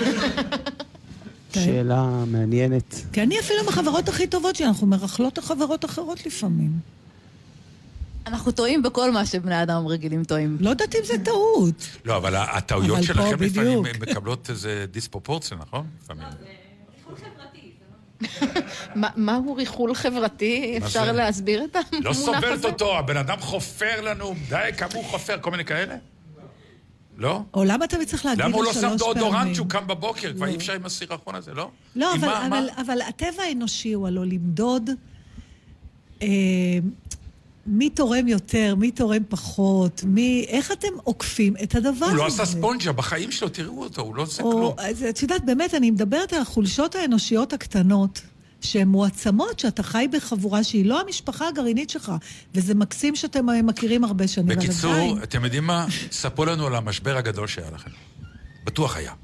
שאלה מעניינת. כי אני אפילו מהחברות הכי טובות שאנחנו מרחלות החברות אחרות לפעמים. אנחנו טועים בכל מה שבני אדם רגילים טועים. לא יודעת אם זה טעות. לא, אבל הטעויות שלכם לפעמים מקבלות איזה דיספרופורציה, נכון? לא, זה ריחול חברתי. מהו ריחול חברתי? אפשר להסביר את המונח הזה? לא סובלת אותו, הבן אדם חופר לנו, די, כמה הוא חופר, כל מיני כאלה? לא? או למה אתה צריך להגיד למה הוא לו לא שלוש פעמים? שם דאודורנט שהוא קם בבוקר? כבר אי אפשר עם הסירחון הזה, לא? לא, אבל הטבע האנושי הוא הלא למדוד... מי תורם יותר, מי תורם פחות, מי... איך אתם עוקפים את הדבר הזה? הוא לא עשה ספונג'ה בחיים שלו, תראו אותו, הוא לא עושה כלום. אז את יודעת, באמת, אני מדברת על החולשות האנושיות הקטנות, שהן מועצמות, שאתה חי בחבורה שהיא לא המשפחה הגרעינית שלך, וזה מקסים שאתם מכירים הרבה שנים. בקיצור, אתם יודעים מה? ספרו לנו על המשבר הגדול שהיה לכם. בטוח היה.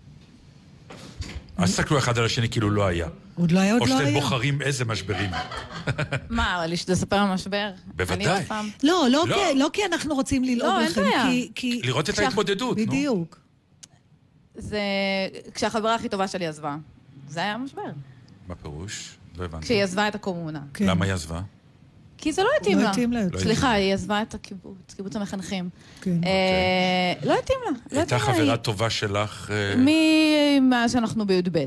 אז תסתכלו אחד על השני כאילו לא היה. עוד לא היה, עוד לא היה. או שאתם בוחרים איזה משברים. מה, אבל יש לספר על משבר? בוודאי. לא, לא כי אנחנו רוצים ללעוד לכם. לראות את ההתמודדות, נו. בדיוק. זה... כשהחברה הכי טובה שלי עזבה. זה היה משבר. מה פירוש? לא הבנתי. כשהיא עזבה את הקומונה. למה היא עזבה? כי זה לא התאים לה. לא התאים לה. סליחה, היא עזבה את הקיבוץ, קיבוץ המחנכים. כן. לא התאים לה. הייתה חברה טובה שלך... ממה שאנחנו בי"ב.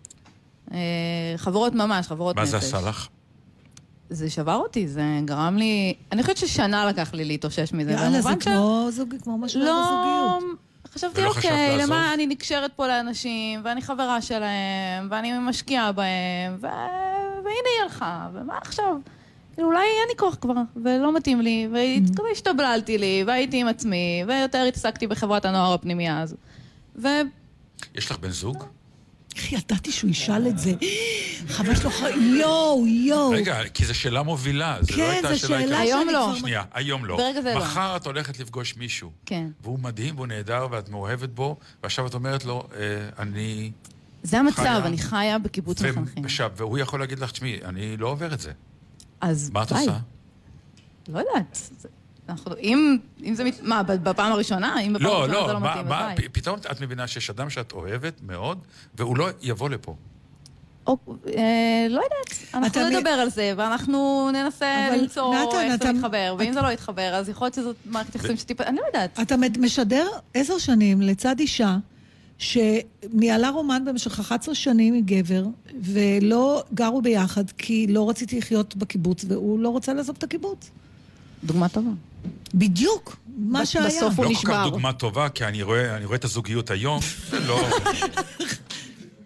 חברות ממש, חברות נפש. מה זה עשה לך? זה שבר אותי, זה גרם לי... אני חושבת ששנה לקח לי להתאושש מזה. יאללה, זה כמו זוגי, כמו משהו בזוגיות. חשבתי, אוקיי, למה אני נקשרת פה לאנשים, ואני חברה שלהם, ואני משקיעה בהם, והנה היא הלכה, ומה עכשיו? אולי אין לי כוח כבר, ולא מתאים לי, והשתבללתי לי, והייתי עם עצמי, ויותר התעסקתי בחברת הנוער הפנימייה הזו. ו... יש לך בן זוג? איך ידעתי שהוא ישאל את זה? חבר שלו חיים, יואו, יואו. רגע, כי זו שאלה מובילה, זה לא הייתה שאלה... כן, זו שאלה היום לא. שנייה, היום לא. ברגע זה לא. מחר את הולכת לפגוש מישהו. כן. והוא מדהים, והוא נהדר, ואת מאוהבת בו, ועכשיו את אומרת לו, אני... זה המצב, אני חיה בקיבוץ מחנכים. והוא יכול להגיד לך, תשמעי, אני לא עובר את זה. אז מה את עושה? לא יודעת. אם זה... מה, בפעם הראשונה? אם בפעם הראשונה זה לא מתאים, אז ביי. פתאום את מבינה שיש אדם שאת אוהבת מאוד, והוא לא יבוא לפה. לא יודעת. אנחנו נדבר על זה, ואנחנו ננסה למצוא איך זה מתחבר, ואם זה לא יתחבר, אז יכול להיות שזאת מערכת יחסים שטיפה... אני לא יודעת. אתה משדר עשר שנים לצד אישה, שניהלה רומן במשך אחת עשרה שנים עם גבר, ולא גרו ביחד, כי לא רציתי לחיות בקיבוץ, והוא לא רוצה לעזוב את הקיבוץ. דוגמה טובה. בדיוק, מה שהיה. בסוף הוא נשבר. לא כל כך דוגמה טובה, כי אני רואה את הזוגיות היום, לא...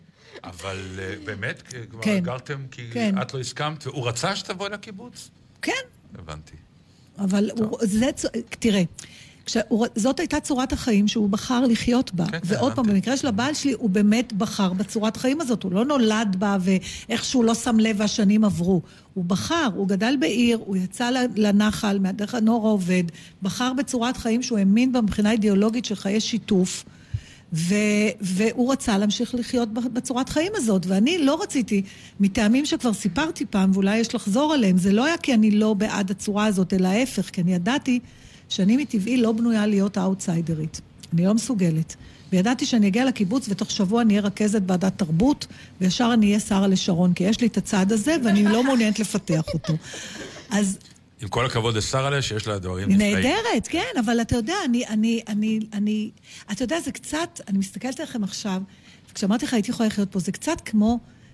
אבל באמת, כבר כן. גרתם כי כן. את לא הסכמת, והוא רצה שתבוא לקיבוץ? כן. הבנתי. אבל הוא, זה, תראה, כשהוא, זאת הייתה צורת החיים שהוא בחר לחיות בה. כן, ועוד פעם, במקרה של הבעל שלי, הוא באמת בחר בצורת החיים הזאת. הוא לא נולד בה ואיכשהו לא שם לב והשנים עברו. הוא בחר, הוא גדל בעיר, הוא יצא לנחל, מהדרך הנוער העובד, בחר בצורת חיים שהוא האמין בה מבחינה אידיאולוגית של חיי שיתוף, ו, והוא רצה להמשיך לחיות בצורת חיים הזאת, ואני לא רציתי, מטעמים שכבר סיפרתי פעם, ואולי יש לחזור עליהם, זה לא היה כי אני לא בעד הצורה הזאת, אלא ההפך, כי אני ידעתי שאני מטבעי לא בנויה להיות האוטסיידרית. אני לא מסוגלת. וידעתי שאני אגיע לקיבוץ, ותוך שבוע אני אהיה רכזת ועדת תרבות, וישר אני אהיה שרה לשרון, כי יש לי את הצעד הזה, ואני לא מעוניינת לפתח אותו. אז עם כל הכבוד לשרה שיש לה דברים נפלאים. נהדרת, כן, אבל אתה יודע, אני, אני, אני, אני, אתה יודע, זה קצת, אני מסתכלת עליכם עכשיו, וכשאמרתי לך, הייתי יכולה לחיות פה, זה קצת כמו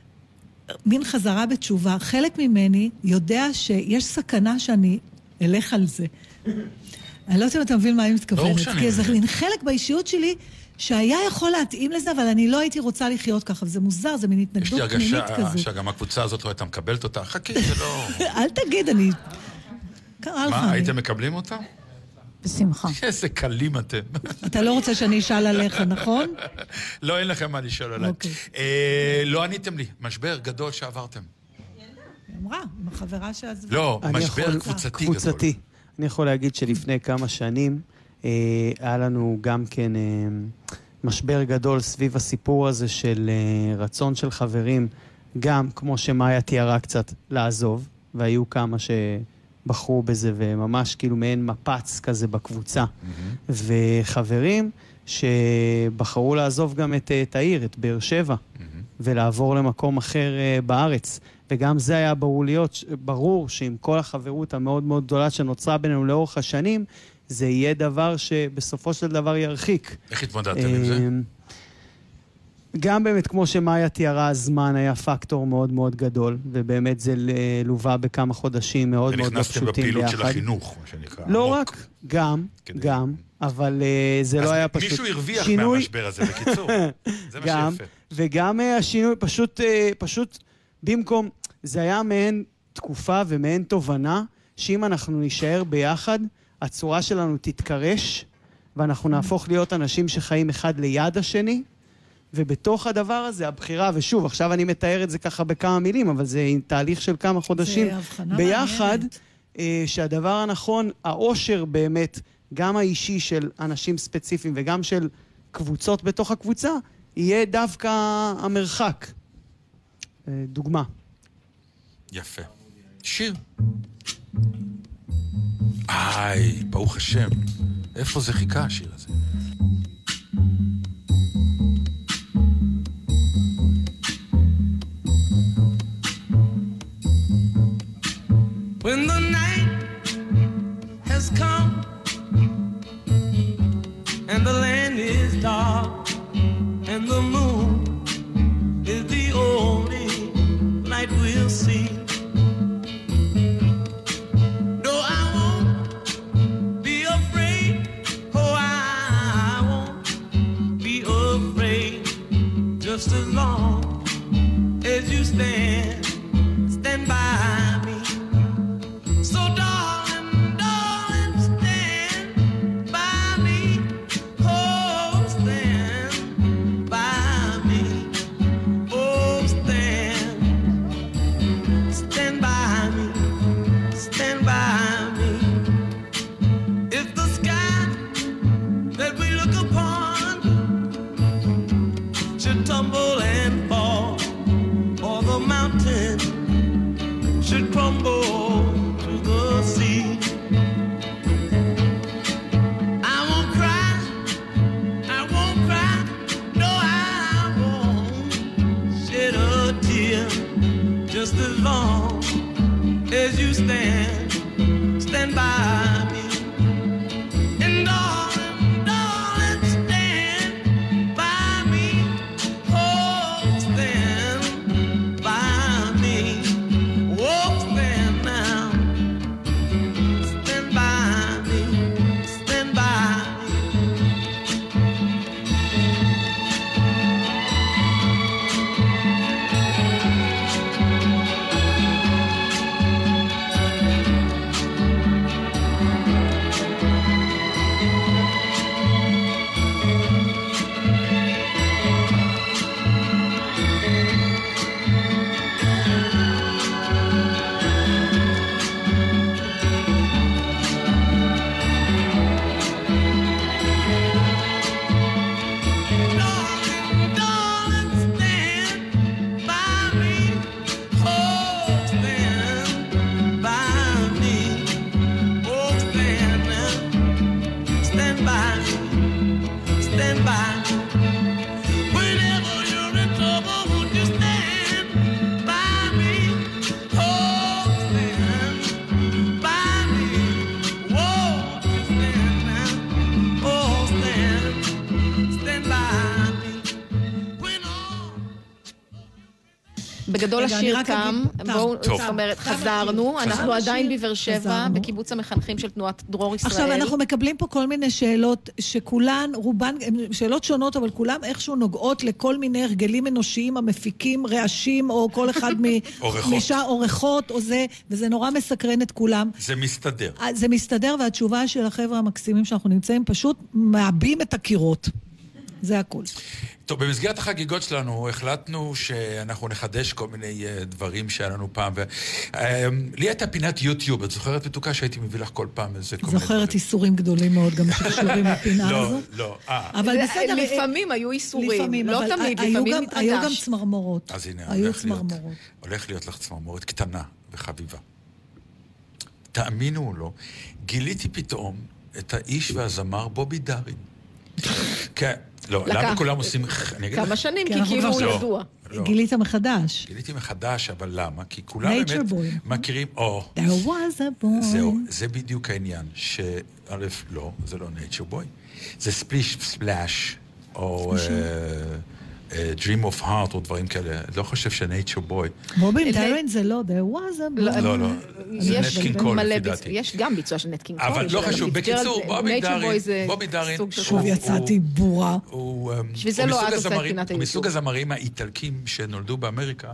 מין חזרה בתשובה. חלק ממני יודע שיש סכנה שאני אלך על זה. אני לא יודעת אם אתה מבין מה אני מתכוונת. כי זה מין חלק באישיות שלי שהיה יכול להתאים לזה, אבל אני לא הייתי רוצה לחיות ככה, וזה מוזר, זה מין התנגדות פנימית כזו. יש לי הרגשה שגם הקבוצה הזאת לא הייתה מקבלת אותה. חכי, זה לא... אל תגיד, אני... קרה לך. מה, הייתם מקבלים אותה? בשמחה. איזה קלים אתם. אתה לא רוצה שאני אשאל עליך, נכון? לא, אין לכם מה לשאול עליי. לא עניתם לי, משבר גדול שעברתם. היא אמרה, עם החברה שעזבה. לא, משבר קבוצתי גדול. קבוצתי. אני יכול להגיד שלפני כמה שנים היה לנו גם כן משבר גדול סביב הסיפור הזה של רצון של חברים, גם כמו שמאיה תיארה קצת, לעזוב, והיו כמה שבחרו בזה, וממש כאילו מעין מפץ כזה בקבוצה. Mm-hmm. וחברים שבחרו לעזוב גם את, את העיר, את באר שבע, mm-hmm. ולעבור למקום אחר בארץ. וגם זה היה ברור להיות, ברור שעם כל החברות המאוד מאוד גדולה שנוצרה בינינו לאורך השנים, זה יהיה דבר שבסופו של דבר ירחיק. איך התמודדתם עם זה? גם באמת, כמו שמאיה תיארה, הזמן היה פקטור מאוד מאוד גדול, ובאמת זה לובה בכמה חודשים מאוד מאוד לא פשוטים ביחד. ונכנסתם בפעילות של החינוך, מה שנקרא. לא רק, גם, גם, אבל זה לא היה פשוט... אז מישהו הרוויח מהמשבר הזה, בקיצור. זה מה שיפה. וגם השינוי, פשוט, פשוט, במקום, זה היה מעין תקופה ומעין תובנה, שאם אנחנו נשאר ביחד, הצורה שלנו תתקרש, ואנחנו נהפוך להיות אנשים שחיים אחד ליד השני, ובתוך הדבר הזה, הבחירה, ושוב, עכשיו אני מתאר את זה ככה בכמה מילים, אבל זה תהליך של כמה חודשים ביחד, שהדבר הנכון, האושר באמת, גם האישי של אנשים ספציפיים, וגם של קבוצות בתוך הקבוצה, יהיה דווקא המרחק. דוגמה. יפה. שיר. איי, ברוך השם. איפה זה חיכה השיר הזה? When the night has come and the land is dark and the moon is the only light we'll see. No, I won't be afraid. Oh, I won't be afraid. Just as long as you stand, stand by me. So darling, darling, stand by me. Oh, stand by me. Oh, stand, stand by me, stand by me. If the sky that we look upon should tumble and fall, or the mountain should crumble to the sea, I won't cry, I won't cry, no, I won't shed a tear. Just as long as you stand, stand by me. And darling, darling, stand by me. Oh, stand by me. Oh, stand now. Stand by me. Stand by me. גדול השיר תם, בואו, זאת אומרת, חזרנו, אנחנו עדיין בבאר שבע, בקיבוץ המחנכים של תנועת דרור ישראל. עכשיו, אנחנו מקבלים פה כל מיני שאלות שכולן, רובן, שאלות שונות, אבל כולן איכשהו נוגעות לכל מיני הרגלים אנושיים המפיקים רעשים, או כל אחד משעה אורחות, או זה, וזה נורא מסקרן את כולם. זה מסתדר. זה מסתדר, והתשובה של החבר'ה המקסימים שאנחנו נמצאים, פשוט מעבים את הקירות. זה הכל. טוב, במסגרת החגיגות שלנו החלטנו שאנחנו נחדש כל מיני דברים שהיה לנו פעם. לי הייתה פינת יוטיוב, את זוכרת מתוקה שהייתי מביא לך כל פעם איזה כל מיני דברים. זוכרת איסורים גדולים מאוד גם שקשורים לפינה הזאת? לא, לא. אבל בסדר. לפעמים היו איסורים, לא תמיד, לפעמים מתרגש. היו גם צמרמורות. אז הנה, היו צמרמורות. הולך להיות לך צמרמורת קטנה וחביבה. תאמינו או לא, גיליתי פתאום את האיש והזמר בובי דארין. כן. לא, למה כולם עושים... כמה שנים, כי כאילו הוא ידוע. גילית מחדש. גיליתי מחדש, אבל למה? כי כולם באמת מכירים... There was a boy. זהו, זה בדיוק העניין, שא' לא, זה לא nature boy. זה ספליש ספלאש, או Dream of Heart, או דברים כאלה. לא חושב ש-nature boy. בובי דארין זה לא, there was a boy. לא, לא. זה נטקין קול, לפי דעתי. יש גם ביצוע של נטקין קול. אבל לא חשוב. בקיצור, בובי דארין, בובי דארין, שוב יצאתי בורה. הוא מסוג הזמרים האיטלקים שנולדו באמריקה,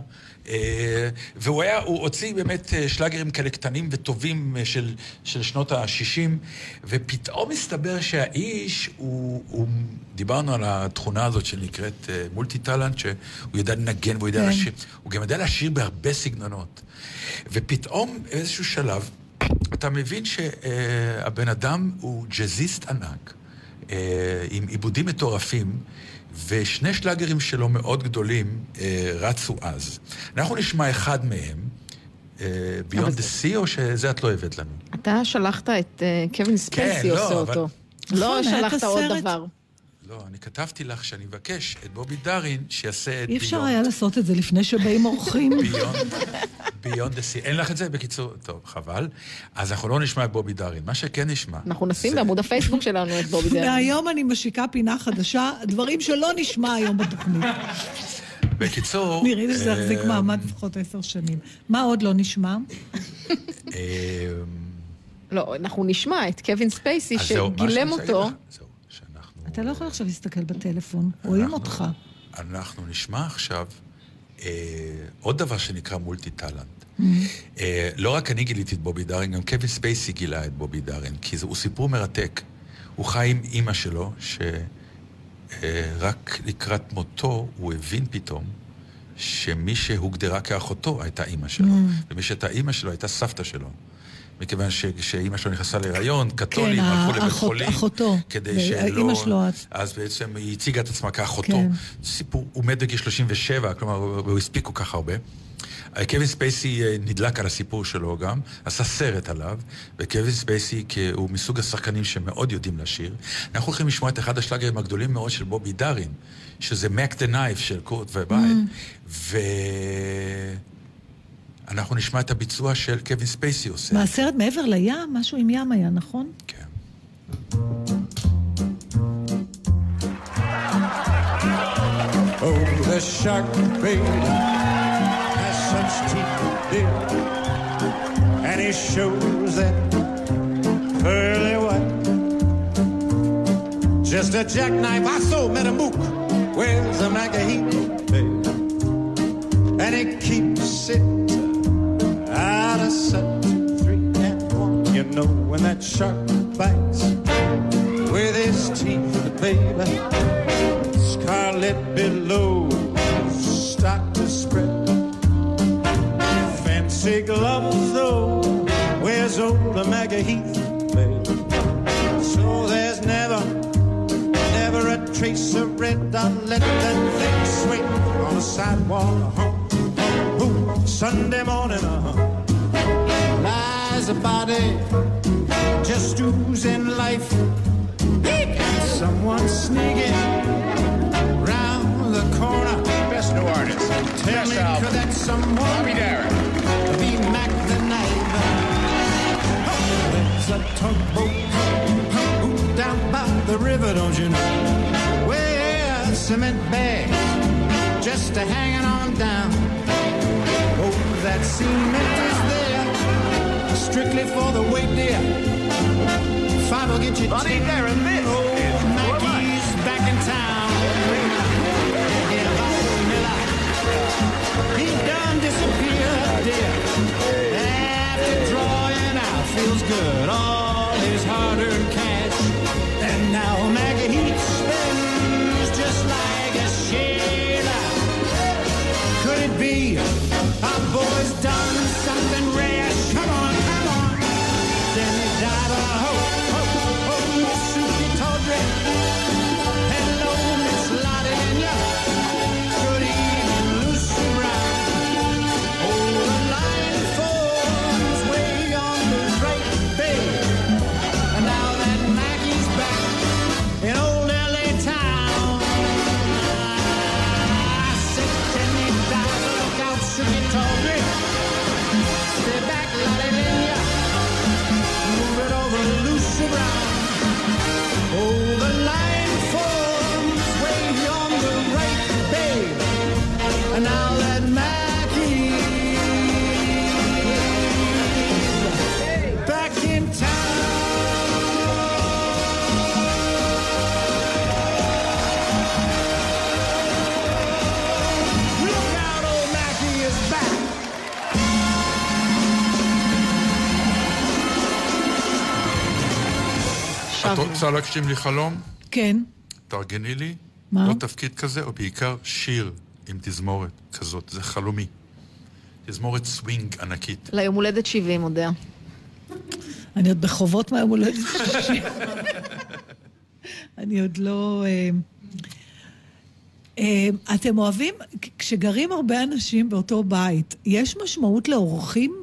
והוא היה, הוא הוציא באמת שלאגרים כאלה קטנים וטובים של שנות ה-שישים, ופתאום מסתבר שהאיש, הוא, דיברנו על התכונה הזאת שנקראת מולטי טלנט, שהוא ידע לנגן והוא ידע לשיר, הוא גם ידע לשיר בהרבה סגנונות. ופתאום באיזשהו שלב, אתה מבין שהבן אדם הוא ג'זיסט ענק, עם עיבודים מטורפים, ושני שלאגרים שלו מאוד גדולים רצו אז. אנחנו נשמע אחד מהם, ביונד דה סי, או שזה את לא הבאת לנו? אתה שלחת את קווין ספייסי עושה אותו. לא שלחת עוד דבר. לא, אני כתבתי לך שאני מבקש את בובי דארין שיעשה את ביונד. אי אפשר היה לעשות את זה לפני שבאים אורחים. ביונד דה סי. אין לך את זה? בקיצור, טוב, חבל. אז אנחנו לא נשמע את בובי דארין. מה שכן נשמע... אנחנו נשים בעמוד הפייסבוק שלנו את בובי דארין. מהיום אני משיקה פינה חדשה, דברים שלא נשמע היום בתוכנית. בקיצור... נראה לי שזה יחזיק מעמד לפחות עשר שנים. מה עוד לא נשמע? לא, אנחנו נשמע את קווין ספייסי שגילם אותו. אתה לא יכול עכשיו להסתכל בטלפון, רואים אותך. אנחנו נשמע עכשיו עוד דבר שנקרא מולטי טלנט. לא רק אני גיליתי את בובי דארין, גם קווין ספייסי גילה את בובי דארין, כי הוא סיפור מרתק. הוא חי עם אמא שלו, שרק לקראת מותו הוא הבין פתאום שמי שהוגדרה כאחותו הייתה אמא שלו, ומי שהייתה אמא שלו הייתה סבתא שלו. מכיוון שאמא שלו נכנסה להיריון, קתולים, הלכו לבית חולים. אחותו, אמא שלו. אז בעצם היא הציגה את עצמה כאחותו. סיפור, הוא מת בגיל שלושים ושבע, כלומר, הוא הספיק כל כך הרבה. קווין ספייסי נדלק על הסיפור שלו גם, עשה סרט עליו, וקווין ספייסי הוא מסוג השחקנים שמאוד יודעים לשיר. אנחנו הולכים לשמוע את אחד השלאגרים הגדולים מאוד של בובי דארין, שזה Mac the Knife של קורט ובייט, ו... אנחנו נשמע את הביצוע של קווין ספייסי עושה. מהסרט מעבר לים, משהו עם ים היה, נכון? כן. Oh, the shark baby has such teeth, dear, and he shows that pearly white. Just a jackknife, I so met a mook. Where's a Magaheat, baby? And he keeps it out of sight, three and one. You know when that shark bites with his teeth, baby, scarlet billows start to spread. Fancy gloves though, where's old Magaheat, baby? So there's never, never a trace of red. I'll let that thing swing on the sidewalk home. Sunday morning, uh-huh, lies a body just oozing life, and someone sneaking round the corner. Best new artist. Tell me, could that someone Bobby Darin be Mac the Knife? There's a tugboat down by the river, don't you know? Where cement bags just a hanging on down. Cement is there, strictly for the weight, dear. Five will get you Buddy, ten. there, and this Old is Mackey's back in town. Yeah, Bobby Miller, he done disappeared, dear. After drawing out, feels good, all his hard-earned cash. And now Maggie Heat spends just like a sailor. Could it be our boy's done something rash? Come on, come on. Then he died of hope, hope, hope, Suki Tawdry. Hello, Miss Lottie Lenya. Good evening, Lucy Brown. Oh, the line forms way on the right, babe. And now that Maggie's back in old L A town, I said, can he die? Look out, Suki Tawdry. Stay back, Lottie Lenya. Move it over, Lucy Brown. Oh, the line forms way on the right, babe. And now that Maggie back in town. Look out, old Maggie is back. את רוצה להקשיב לי חלום? כן. תארגני לי. מה? לא תפקיד כזה, או בעיקר שיר עם תזמורת כזאת. זה חלומי. תזמורת סווינג ענקית. ליום הולדת שבעים, יודע. אני עוד בחובות מהיום הולדת שישים. אני עוד לא... אה, אה, אתם אוהבים, כשגרים הרבה אנשים באותו בית, יש משמעות לאורחים?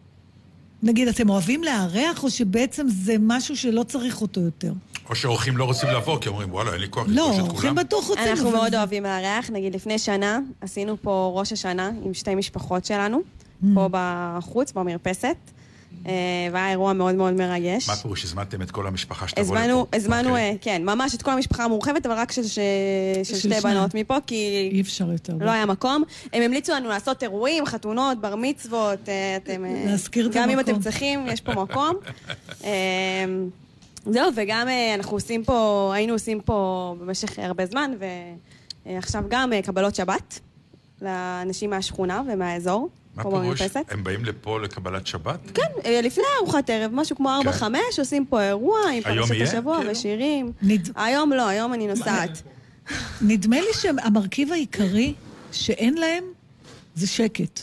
נגיד, אתם אוהבים לארח, או שבעצם זה משהו שלא צריך אותו יותר? או שאורחים לא רוצים לבוא, כי אומרים, וואלה, אין לי כוח לא, לפגוש את כולם. אורחים בטוח רוצים. אנחנו אבל- מאוד אוהבים לארח. נגיד, לפני שנה עשינו פה ראש השנה עם שתי משפחות שלנו, פה בחוץ, במרפסת, אה, והיה אירוע מאוד מאוד מרגש. מה פירוש? הזמנתם את כל המשפחה שתבוא לפה? הזמנו, הזמנו, אוקיי. אה, כן, ממש את כל המשפחה המורחבת, אבל רק של, של, של של שתי שניים. בנות מפה, כי אי אפשר יותר. לא היה מקום. הם המליצו לנו לעשות אירועים, חתונות, בר מצוות, אה, אתם... אה, להזכיר את גם אם המקום. אתם צריכים, יש פה מקום. אה, זהו, וגם אה, אנחנו עושים פה, היינו עושים פה במשך הרבה זמן, ועכשיו גם אה, קבלות שבת לאנשים מהשכונה ומהאזור. מה פה פירוש? במרפסת. הם באים לפה לקבלת שבת? כן, אה, לפני ארוחת ערב, משהו כמו ארבע כן. חמש, עושים פה אירוע עם היום פרשת יהיה? השבוע כאילו? ושירים. נד- היום לא, היום אני נוסעת. נדמה לי שהמרכיב העיקרי שאין להם זה שקט.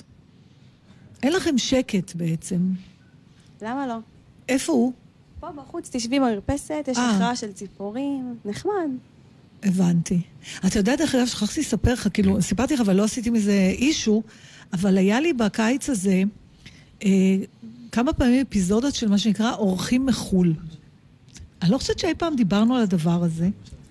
אין לכם שקט בעצם. למה לא? איפה הוא? פה בחוץ, תשבי במרפסת, יש אה. הכרעה של ציפורים, נחמד. הבנתי. אתה יודע, דרך אגב, שכחתי לספר לך, כאילו, סיפרתי לך, אבל לא עשיתי מזה אישו, אבל היה לי בקיץ הזה אה, כמה פעמים אפיזודות של מה שנקרא אורחים מחול. אני לא חושבת שאי פעם דיברנו על הדבר הזה,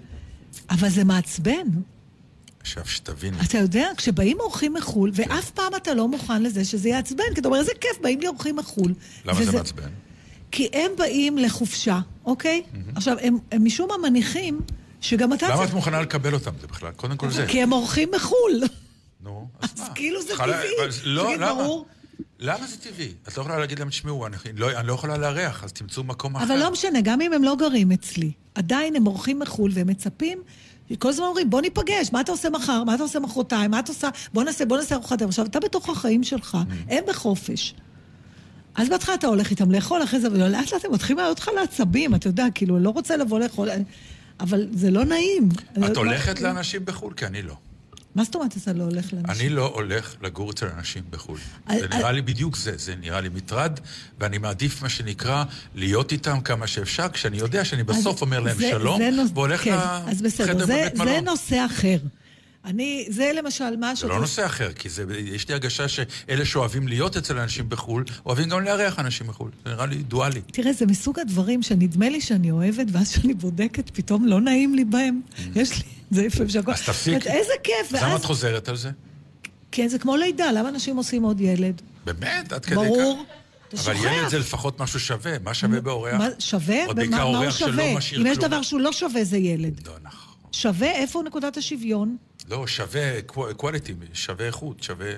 אבל זה מעצבן. עכשיו שתבין. אתה יודע, כשבאים אורחים מחול, ואף פעם אתה לא מוכן לזה שזה יעצבן, כי אתה אומר, איזה כיף, באים לי אורחים מחול. למה וזה- זה מעצבן? כי הם באים לחופשה, אוקיי? עכשיו, הם, הם משום מה מניחים שגם אתה... למה צריך- את מוכנה לקבל אותם? זה בכלל, קודם כל זה. כי הם אורחים מחול. נו, אז כאילו זה צריכה לה- טבעי. אבל לא, תגיד, למה? ברור. למה זה טבעי? את לא יכולה להגיד להם, תשמעו, אני לא- אני לא יכולה לארח, אז תמצאו מקום אחר. אבל לא משנה, גם אם הם לא גרים אצלי, עדיין הם אורחים מחול והם מצפים, כל הזמן אומרים, בוא ניפגש, מה אתה עושה מחר, מה אתה עושה מחרתיים, מה אתה עושה, בוא נעשה, בוא נעשה ארוחת ערב. עכשיו, אתה בתוך החיים שלך, הם בחופש. אז בהתחלה אתה הולך איתם לאכול אחרי זה, ולאט לאט הם מתחילים לעלות לך לעצבים, אתה יודע, כאילו, לא רוצה לבוא לאכול, אבל זה לא נעים. את הולכת לאנשים בחו"ל? כי אני לא. מה זאת אומרת אתה לא הולך לאנשים? אני לא הולך לגור אצל אנשים בחו"ל. על- זה על- נראה לי בדיוק זה, זה נראה לי מטרד, ואני מעדיף מה שנקרא להיות איתם כמה שאפשר, כשאני יודע שאני בסוף אומר להם זה- שלום, זה נוס- והולך כן, אז בסדר, לחדר זה- בבית זה מלון. נושא אחר. אני, זה למשל משהו... זה לא נושא אחר, כי זה, יש לי הרגשה שאלה שאוהבים להיות אצל אנשים בחו"ל, אוהבים גם לארח אנשים בחו"ל. זה נראה לי דואלי. תראה, זה מסוג הדברים שנדמה לי שאני אוהבת, ואז שאני בודקת, פתאום לא נעים לי בהם. יש לי, זה איפה אפשר... אז תפסיקי. איזה כיף, אז למה ואז... את חוזרת על זה? כן, זה כמו לידה, למה אנשים עושים עוד ילד? באמת? עד כדי ברור. כך? אבל ילד זה לפחות משהו שווה. מה שווה באורח? מה, שווה? עוד במה- בעיקר מה הוא אורח שלא שווה? משאיר אם יש כלום. דבר שהוא לא שווה, זה ילד. לא נכון. שווה? איפה נקודת השוויון? לא, שווה, quality, שווה איכות, שווה...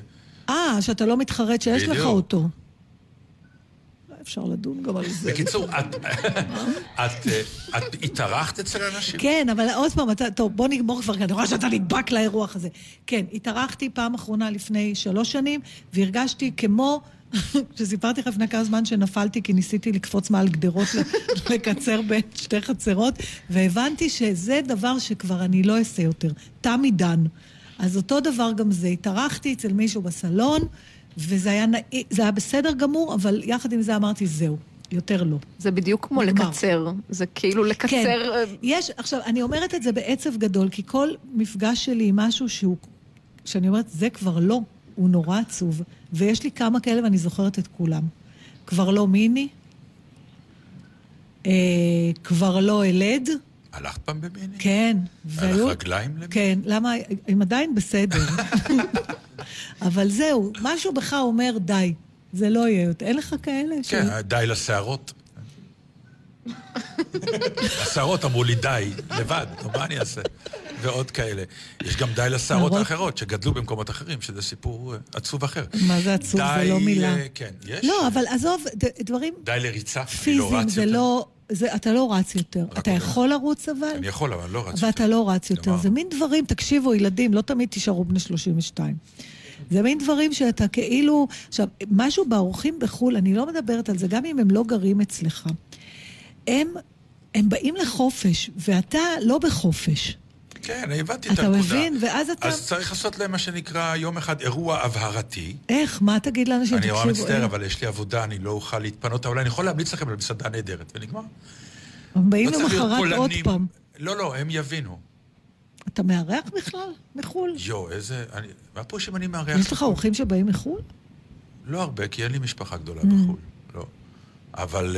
אה, שאתה לא מתחרט שיש בדיוק. לך אותו. אפשר לדון גם על זה. בקיצור, את, את, את התארחת אצל אנשים? כן, אבל עוד פעם, אתה, טוב, בוא נגמור כבר, כי אני רואה שאתה נדבק לאירוח הזה. כן, התארחתי פעם אחרונה לפני שלוש שנים, והרגשתי כמו, שסיפרתי לך לפני כמה זמן שנפלתי, כי ניסיתי לקפוץ מעל גדרות לקצר בין שתי חצרות, והבנתי שזה דבר שכבר אני לא אעשה יותר. תם עידן. אז אותו דבר גם זה. התארחתי אצל מישהו בסלון, וזה היה, זה היה בסדר גמור, אבל יחד עם זה אמרתי, זהו, יותר לא. זה בדיוק כמו נגמר. לקצר. זה כאילו לקצר... כן, יש, עכשיו, אני אומרת את זה בעצב גדול, כי כל מפגש שלי עם משהו שהוא, שאני אומרת, זה כבר לא, הוא נורא עצוב, ויש לי כמה כאלה ואני זוכרת את כולם. כבר לא מיני, אה, כבר לא אלד. הלכת פעם במיני? כן. הלך רגליים למיני? כן, למה? הם עדיין בסדר. אבל זהו, משהו בך אומר די, זה לא יהיה, אין לך כאלה? כן, די לשערות. השערות אמרו לי די, לבד, מה אני אעשה? ועוד כאלה. יש גם די לשערות האחרות, שגדלו במקומות אחרים, שזה סיפור עצוב אחר. מה זה עצוב? זה לא מילה. כן, יש. לא, אבל עזוב, דברים... די לריצה, פיזיים, זה לא... זה, אתה לא רץ יותר. אתה יכול לרוץ אבל? אני יכול, אבל לא רץ יותר. ואתה לא רץ יותר. זה מין דברים, תקשיבו, ילדים, לא תמיד תישארו בני שלושים ושתיים. זה מין דברים שאתה כאילו... עכשיו, משהו באורחים בחול, אני לא מדברת על זה, גם אם הם לא גרים אצלך. הם, הם באים לחופש, ואתה לא בחופש. כן, אני הבנתי את אתה הנקודה. מבין? ואז אתה... אז צריך לעשות להם מה שנקרא יום אחד אירוע הבהרתי. איך? מה תגיד לאנשים? אני רואה מצטער, אבל יש לי עבודה, אני לא אוכל להתפנות, אבל אני יכול להמליץ לכם על מסעדה נהדרת, ונגמר. הם באים למחרת עוד פעם. לא, לא, הם יבינו. אתה מארח בכלל? מחול? יו, איזה... מה פה שאם אני מארח? יש לך אורחים שבאים מחול? לא הרבה, כי אין לי משפחה גדולה בחול. לא. אבל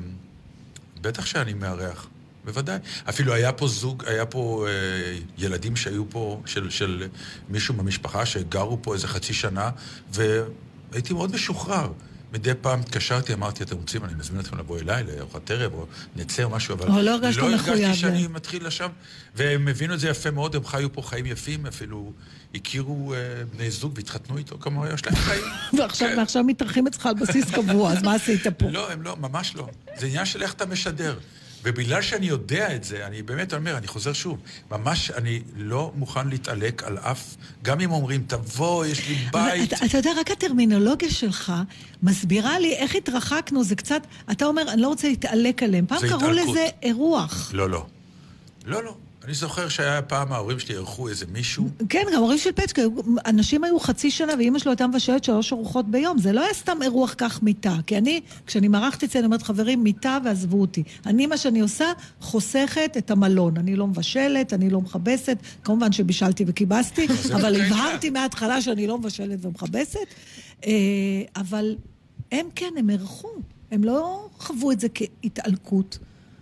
בטח שאני מארח. בוודאי. אפילו היה פה זוג, היה פה אה, ילדים שהיו פה, של, של מישהו במשפחה שגרו פה איזה חצי שנה, והייתי מאוד משוחרר. מדי פעם התקשרתי, אמרתי, אתם רוצים, אני מזמין אתכם לבוא אליי, לארוחת ערב, או נצא או משהו, אבל או לא הרגשת לא מחויב. הרגשתי שאני מתחיל לשם, והם הבינו את זה יפה מאוד, הם חיו פה חיים יפים, אפילו הכירו אה, בני זוג והתחתנו איתו, כמו יש להם חיים. ועכשיו, כן. ועכשיו מתארחים אצלך על בסיס קבוע, אז מה עשית פה? לא, הם לא, ממש לא. זה עניין של איך אתה משדר. ובגלל שאני יודע את זה, אני באמת אומר, אני חוזר שוב, ממש אני לא מוכן להתעלק על אף, גם אם אומרים, תבוא, יש לי בית. אתה, אתה יודע, רק הטרמינולוגיה שלך מסבירה לי איך התרחקנו, זה קצת, אתה אומר, אני לא רוצה להתעלק עליהם. פעם קראו לזה אירוח. לא, לא. לא, לא. אני זוכר שהיה פעם ההורים שלי ערכו איזה מישהו. כן, גם ההורים של פצ'קה, אנשים היו חצי שנה, ואמא שלו הייתה מבשלת שלוש ארוחות ביום. זה לא היה סתם אירוח כך מיטה. כי אני, כשאני מרחת את זה, אני אומרת, חברים, מיטה ועזבו אותי. אני, מה שאני עושה, חוסכת את המלון. אני לא מבשלת, אני לא מחבסת. כמובן שבישלתי וקיבסתי, אבל הבהרתי מההתחלה שאני לא מבשלת ומחבסת. אבל הם כן, הם ערכו. הם לא חוו את זה כהתעלקות.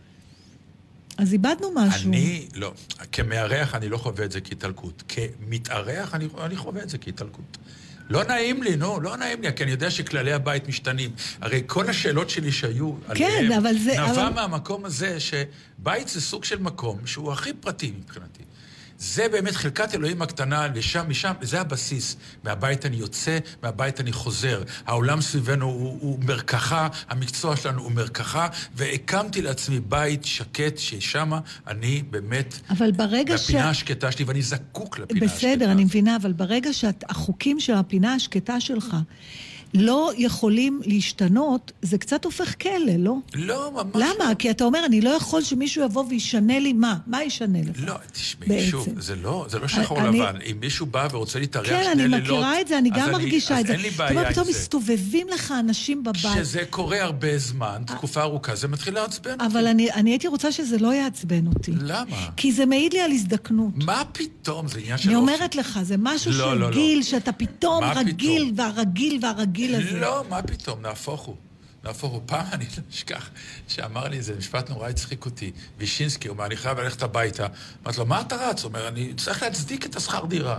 אז איבדנו משהו. אני, לא. כמארח אני לא חווה את זה כהתעלקות. כמתארח אני, אני חווה את זה כהתעלקות. לא נעים לי, נו, לא נעים לי, כי אני יודע שכללי הבית משתנים. הרי כל השאלות שלי שהיו כן, עליהם, אבל זה, נבע אבל... מהמקום הזה שבית זה סוג של מקום שהוא הכי פרטי מבחינתי. זה באמת חלקת אלוהים הקטנה לשם, משם, זה הבסיס. מהבית אני יוצא, מהבית אני חוזר. העולם סביבנו הוא, הוא מרקחה, המקצוע שלנו הוא מרקחה, והקמתי לעצמי בית שקט ששם אני באמת... אבל ברגע ש... לפינה השקטה שלי, ואני זקוק לפינה השקטה. בסדר, אני מבינה, אבל ברגע שהחוקים של הפינה השקטה שלך לא יכולים להשתנות, זה קצת הופך כלא, לא? לא, ממש למה? לא. כי אתה אומר, אני לא יכול שמישהו יבוא וישנה לי מה? מה ישנה לך? לא, תשמעי, שוב, זה לא, זה לא שחור אני... לבן. אם מישהו בא ורוצה להתארח כן, שני לילות... כן, אני מכירה את זה, אני גם מרגישה את זה. אז אין לי בעיה עם זה. פתאום מסתובבים לך אנשים בבית. שזה קורה הרבה זמן, תקופה ארוכה, זה מתחיל לעצבן אותי. אבל אני, אני הייתי רוצה שזה לא יעצבן אותי. למה? כי זה מעיד לי על הזדקנות. מה פתאום? זה עניין של אני אופי. אומרת לך, זה משהו לא, של לא, גיל, לא. שאתה פתאום רגיל פתאום? והרגיל והרגיל הזה. לא, מה פתאום? נהפוך הוא. נהפוך הוא. פעם אני לא אשכח שאמר לי איזה משפט נורא הצחיק אותי, וישינסקי, הוא אומר, אני חייב ללכת הביתה. אמרתי לו, מה אתה רץ? הוא אומר, אני צריך להצדיק את השכר דירה.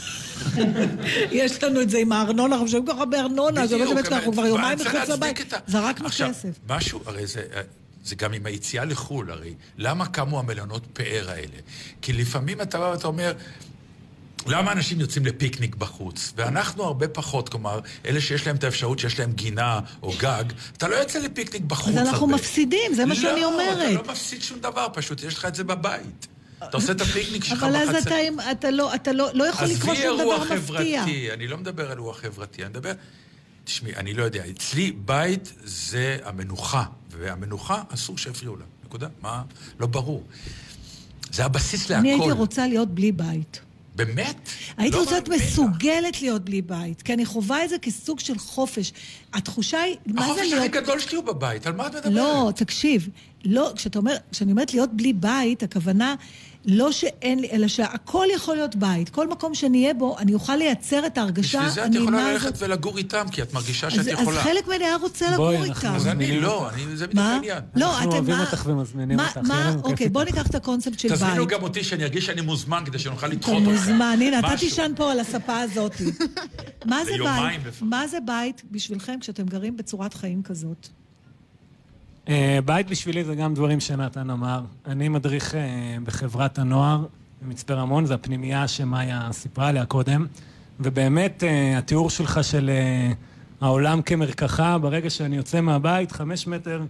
יש לנו את זה עם הארנונה, אנחנו חושבים ככה בארנונה, זה לא באמת אנחנו כבר יומיים מחוץ לבית, זרקנו כסף. משהו, הרי זה... זה גם עם היציאה לחול, הרי. למה קמו המלונות פאר האלה? כי לפעמים אתה בא ואתה אומר, למה אנשים יוצאים לפיקניק בחוץ? ואנחנו הרבה פחות, כלומר, אלה שיש להם את האפשרות, שיש להם גינה או גג, אתה לא יוצא לפיקניק בחוץ הרבה. אז אנחנו מפסידים, זה מה שאני אומרת. לא, אתה לא מפסיד שום דבר, פשוט יש לך את זה בבית. אתה עושה את הפיקניק שלך אבל בחצר. אז אתה, אתה, לא, אתה לא, לא יכול לקרוא שום דבר מפתיע. חברתי, אני לא מדבר על רוח חברתי, אני מדבר... תשמעי, אני לא יודע, אצלי בית זה המנוחה, והמנוחה אסור שיפריעו לה. נקודה? מה? לא ברור. זה הבסיס להכל. אני הייתי רוצה להיות בלי בית. באמת? הייתי לא רוצה להיות מסוגלת להיות בלי בית, כי אני חווה את זה כסוג של חופש. התחושה היא... החופש הכי גדול שלי הוא בבית, על מה את מדברת? לא, תקשיב. לא, כשאתה אומר, כשאני אומרת להיות בלי בית, הכוונה לא שאין לי, אלא שהכל יכול להיות בית. כל מקום שנהיה בו, אני אוכל לייצר את ההרגשה. בשביל זה את יכולה ללכת ולגור איתם, כי את מרגישה שאת יכולה. אז חלק מני היה רוצה לגור איתם. אז אני לא, זה בדיוק העניין. לא, אנחנו אוהבים אותך ומזמינים אותך. אוקיי, בוא ניקח את הקונספט של בית. תזמינו גם אותי שאני ארגיש שאני מוזמן, כדי שנוכל לדחות אותך. אותך. מוזמן, הנה, אתה תישן פה על הספה הזאת. מה זה בית? מה זה בית בשבילכם כשאתם גרים בצורת חיים כזאת? בית בשבילי זה גם דברים שנתן אמר. אני מדריך בחברת הנוער במצפה רמון, זה הפנימייה שמאיה סיפרה עליה קודם, ובאמת התיאור שלך של העולם כמרקחה, ברגע שאני יוצא מהבית, חמש מטר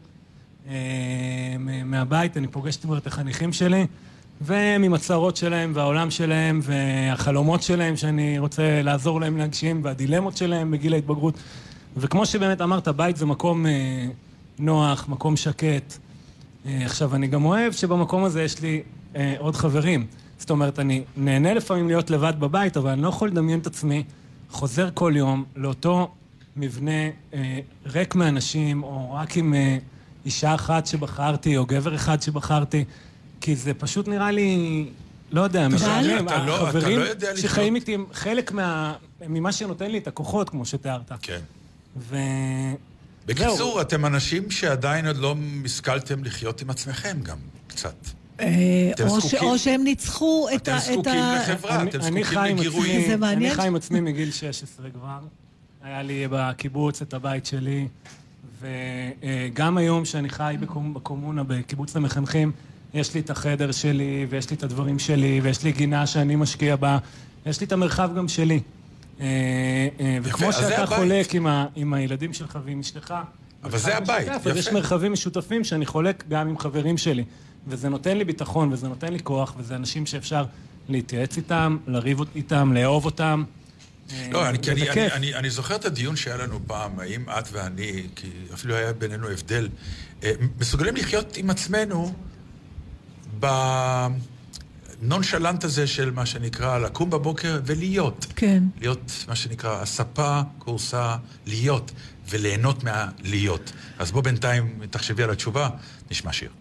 מהבית, אני פוגש את החניכים שלי, והם עם הצרות שלהם והעולם שלהם והחלומות שלהם שאני רוצה לעזור להם להגשים, והדילמות שלהם בגיל ההתבגרות. וכמו שבאמת אמרת, בית זה מקום נוח, מקום שקט. עכשיו, אני גם אוהב שבמקום הזה יש לי אה, עוד חברים. זאת אומרת, אני נהנה לפעמים להיות לבד בבית, אבל אני לא יכול לדמיין את עצמי, חוזר כל יום לאותו מבנה אה, ריק מאנשים, או רק עם אה, אישה אחת שבחרתי, או גבר אחד שבחרתי, כי זה פשוט נראה לי, לא יודע, משעמם. החברים שחיים איתי הם חלק מה, ממה שנותן לי את הכוחות, כמו שתיארת. כן. ו... בקיצור, אתם אנשים שעדיין עוד לא משכלתם לחיות עם עצמכם גם קצת. או שהם ניצחו את ה... אתם זקוקים לחברה, אתם זקוקים לגירויים. זה מעניין. אני חי עם עצמי מגיל שש עשרה כבר. היה לי בקיבוץ את הבית שלי, וגם היום שאני חי בקומונה, בקיבוץ למחנכים, יש לי את החדר שלי, ויש לי את הדברים שלי, ויש לי גינה שאני משקיע בה, יש לי את המרחב גם שלי. וכמו שאתה חולק עם הילדים שלך ועם אשתך, אבל זה הבית, יפה. אז יש מרחבים משותפים שאני חולק גם עם חברים שלי, וזה נותן לי ביטחון, וזה נותן לי כוח, וזה אנשים שאפשר להתייעץ איתם, לריב איתם, לאהוב אותם. לא, אני זוכר את הדיון שהיה לנו פעם, האם את ואני, כי אפילו היה בינינו הבדל, מסוגלים לחיות עם עצמנו ב... נונשלנט הזה של מה שנקרא לקום בבוקר ולהיות. כן. להיות מה שנקרא הספה, קורסה, להיות, וליהנות מהלהיות. אז בוא בינתיים תחשבי על התשובה, נשמע שיר.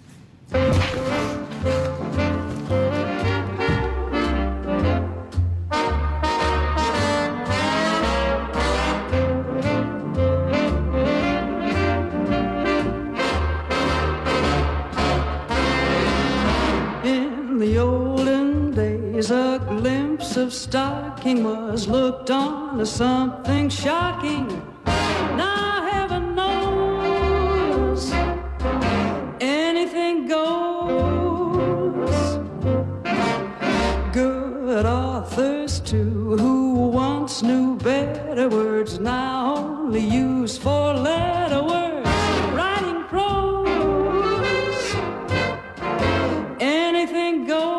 A glimpse of stocking was looked on as something shocking. Now heaven knows anything goes. Good authors too, who once knew better words, now only use four-letter words. Writing prose, anything goes.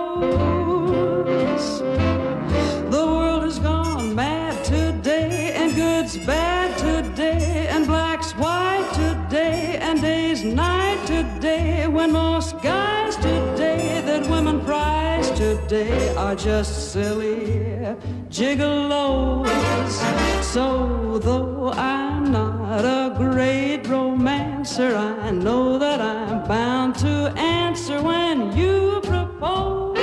Bad today and black's white today and day's night today, when most guys today that women prize today are just silly gigolos. So though I'm not a great romancer, I know that I'm bound to answer when you propose.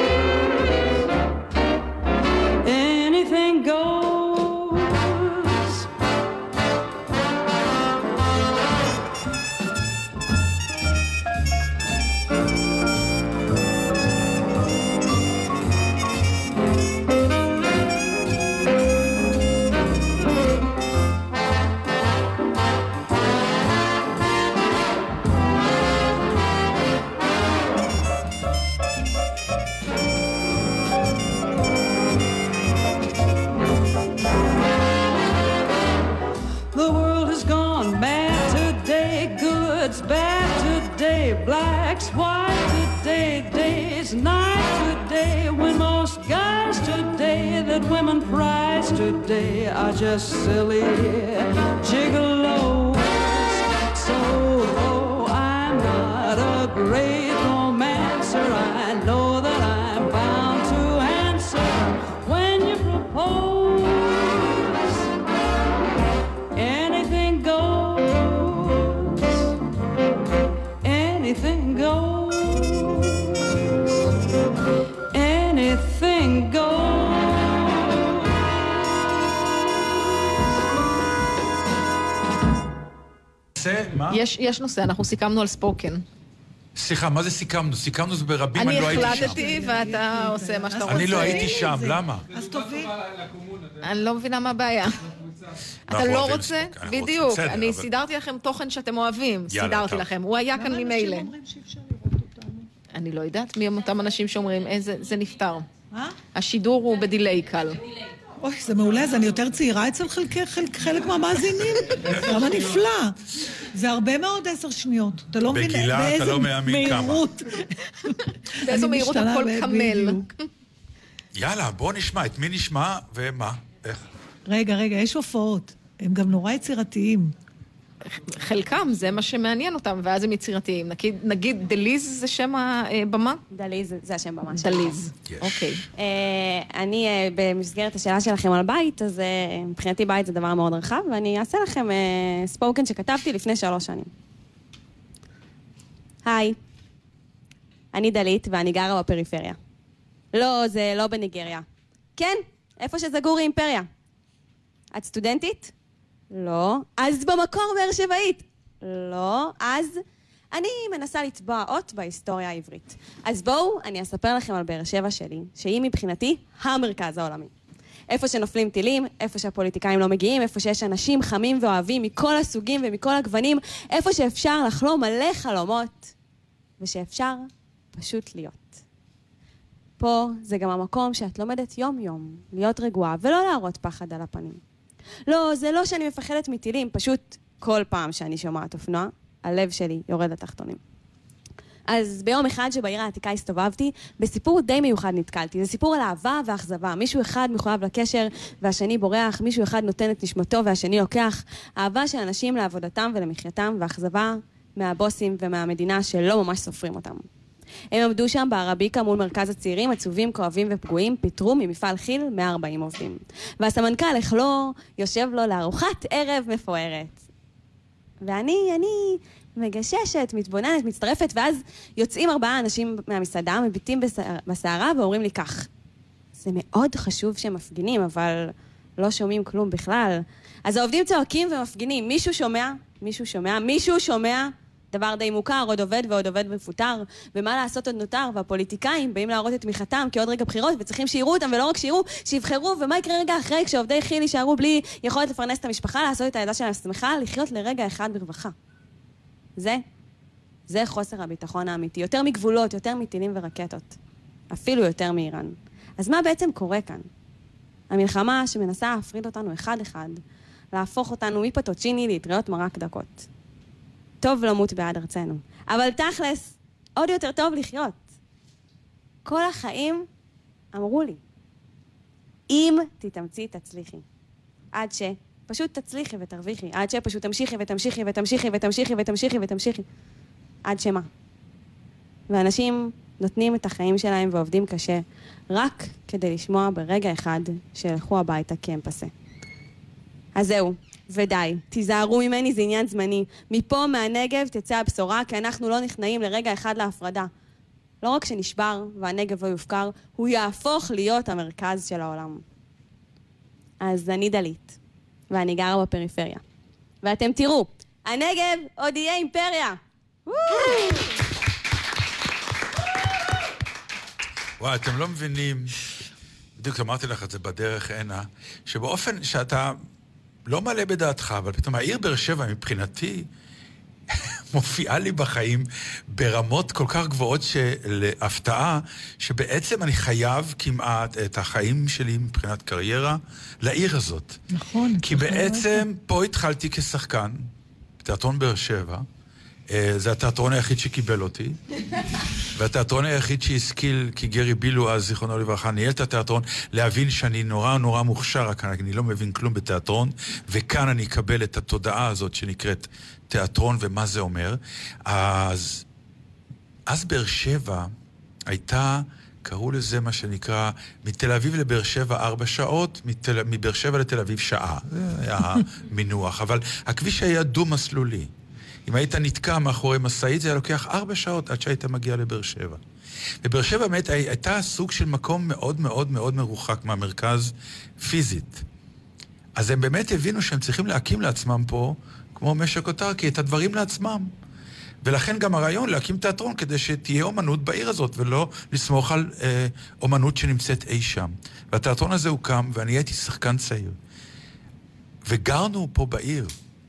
Anything goes. The world has gone bad today, goods bad today, blacks white today, days night today, when most guys today that women prize today are just silly gigolos. So oh, I'm not a great romancer, I know that I'm bound to answer when you propose. Anything goes, anything goes, anything goes. יש, יש נושא, אנחנו סיכמנו על ספוקן. סליחה, מה זה סיכמנו? סיכמנו זה ברבים, אני לא הייתי שם. אני החלטתי ואתה עושה מה שאתה רוצה. אני לא הייתי שם, למה? אז תוביל. אני לא מבינה מה הבעיה. אתה לא רוצה? בדיוק. אני סידרתי לכם תוכן שאתם אוהבים. סידרתי לכם. הוא היה כאן ממילא. אני לא יודעת מי הם אותם אנשים שאומרים, זה נפטר. השידור הוא בדיליי קל. אוי, זה מעולה, אז אני יותר צעירה אצל חלק, חלק, חלק מהמאזינים. למה נפלא? זה הרבה מאוד עשר שניות. אתה לא מבין בגילה אתה לא מאמין כמה. באיזו מהירות הכל קמל. יאללה, בוא נשמע. את מי נשמע ומה? איך? רגע, רגע, יש הופעות. הם גם נורא יצירתיים. חלקם, זה מה שמעניין אותם, ואז הם יצירתיים. נגיד, נגיד דליז זה שם הבמה? דליז זה השם במה. דליז, אוקיי. אני, במסגרת השאלה שלכם על בית, אז מבחינתי בית זה דבר מאוד רחב, ואני אעשה לכם ספוקן שכתבתי לפני שלוש שנים. היי, אני דלית, ואני גרה בפריפריה. לא, זה לא בניגריה. כן, איפה שזגורי אימפריה. את סטודנטית? לא. אז במקור באר שבעית? לא. אז אני מנסה לטבוע אות בהיסטוריה העברית. אז בואו, אני אספר לכם על באר שבע שלי, שהיא מבחינתי המרכז העולמי. איפה שנופלים טילים, איפה שהפוליטיקאים לא מגיעים, איפה שיש אנשים חמים ואוהבים מכל הסוגים ומכל הגוונים, איפה שאפשר לחלום מלא חלומות, ושאפשר פשוט להיות. פה זה גם המקום שאת לומדת יום-יום, להיות רגועה ולא להראות פחד על הפנים. לא, זה לא שאני מפחדת מטילים, פשוט כל פעם שאני שומעת אופנוע, הלב שלי יורד לתחתונים. אז ביום אחד שבעיר העתיקה הסתובבתי, בסיפור די מיוחד נתקלתי. זה סיפור על אהבה ואכזבה. מישהו אחד מחויב לקשר והשני בורח, מישהו אחד נותן את נשמתו והשני לוקח. אהבה של אנשים לעבודתם ולמחייתם, ואכזבה מהבוסים ומהמדינה שלא ממש סופרים אותם. הם עמדו שם בערביקה מול מרכז הצעירים, עצובים, כואבים ופגועים, פיטרו ממפעל חיל מאה וארבעים עובדים. והסמנכ"ל החלו, יושב לו לארוחת ערב מפוארת. ואני, אני מגששת, מתבוננת, מצטרפת, ואז יוצאים ארבעה אנשים מהמסעדה, מביטים בסערה ואומרים לי כך: זה מאוד חשוב שהם מפגינים, אבל לא שומעים כלום בכלל. אז העובדים צועקים ומפגינים. מישהו שומע? מישהו שומע? מישהו שומע? דבר די מוכר, עוד עובד ועוד עובד מפוטר, ומה לעשות עוד נותר, והפוליטיקאים באים להראות את תמיכתם, כי עוד רגע בחירות, וצריכים שיראו אותם, ולא רק שיראו, שיבחרו, ומה יקרה רגע אחרי, כשעובדי חיל יישארו בלי יכולת לפרנס את המשפחה, לעשות את העדה שלהם שמחה, לחיות לרגע אחד ברווחה. זה, זה חוסר הביטחון האמיתי, יותר מגבולות, יותר מטילים ורקטות, אפילו יותר מאיראן. אז מה בעצם קורה כאן? המלחמה שמנסה להפריד אותנו אחד-אחד, להפוך אותנו מפטוצ'יני להתראות מרק דקות. טוב למות בעד ארצנו. אבל תכלס, עוד יותר טוב לחיות. כל החיים אמרו לי, אם תתאמצי, תצליחי. עד ש... פשוט תצליחי ותרוויחי. עד שפשוט תמשיכי ותמשיכי ותמשיכי ותמשיכי ותמשיכי ותמשיכי. עד שמה? ואנשים נותנים את החיים שלהם ועובדים קשה, רק כדי לשמוע ברגע אחד שילכו הביתה כי הם פסה. אז זהו. ודי, תיזהרו ממני, זה עניין זמני. מפה, מהנגב, תצא הבשורה, כי אנחנו לא נכנעים לרגע אחד להפרדה. לא רק שנשבר והנגב לא יופקר, הוא יהפוך להיות המרכז של העולם. אז אני דלית, ואני גרה בפריפריה. ואתם תראו, הנגב עוד יהיה אימפריה. וואי, אתם לא מבינים, בדיוק אמרתי לך את זה בדרך הנה, שבאופן שאתה... לא מלא בדעתך, אבל פתאום העיר באר שבע מבחינתי מופיעה לי בחיים ברמות כל כך גבוהות של הפתעה, שבעצם אני חייב כמעט את החיים שלי מבחינת קריירה לעיר הזאת. נכון. כי בעצם פה התחלתי כשחקן, בתיאטרון באר שבע, זה התיאטרון היחיד שקיבל אותי, והתיאטרון היחיד שהשכיל, כי גרי בילו אז, זיכרונו לברכה, ניהל את התיאטרון, להבין שאני נורא נורא מוכשר, רק אני לא מבין כלום בתיאטרון, וכאן אני אקבל את התודעה הזאת שנקראת תיאטרון ומה זה אומר. אז, אז באר שבע הייתה, קראו לזה מה שנקרא, מתל אביב לבאר שבע ארבע שעות, מתל, מבאר שבע לתל אביב שעה. זה היה המינוח, אבל הכביש היה דו-מסלולי. אם היית נתקע מאחורי מסעית, זה היה לוקח ארבע שעות עד שהיית מגיע לבאר שבע. ובאר שבע באמת הייתה סוג של מקום מאוד מאוד מאוד מרוחק מהמרכז פיזית. אז הם באמת הבינו שהם צריכים להקים לעצמם פה, כמו משק אוטרקי, את הדברים לעצמם. ולכן גם הרעיון להקים תיאטרון כדי שתהיה אומנות בעיר הזאת, ולא לסמוך על אה, אומנות שנמצאת אי שם. והתיאטרון הזה הוקם, ואני הייתי שחקן צעיר. וגרנו פה בעיר.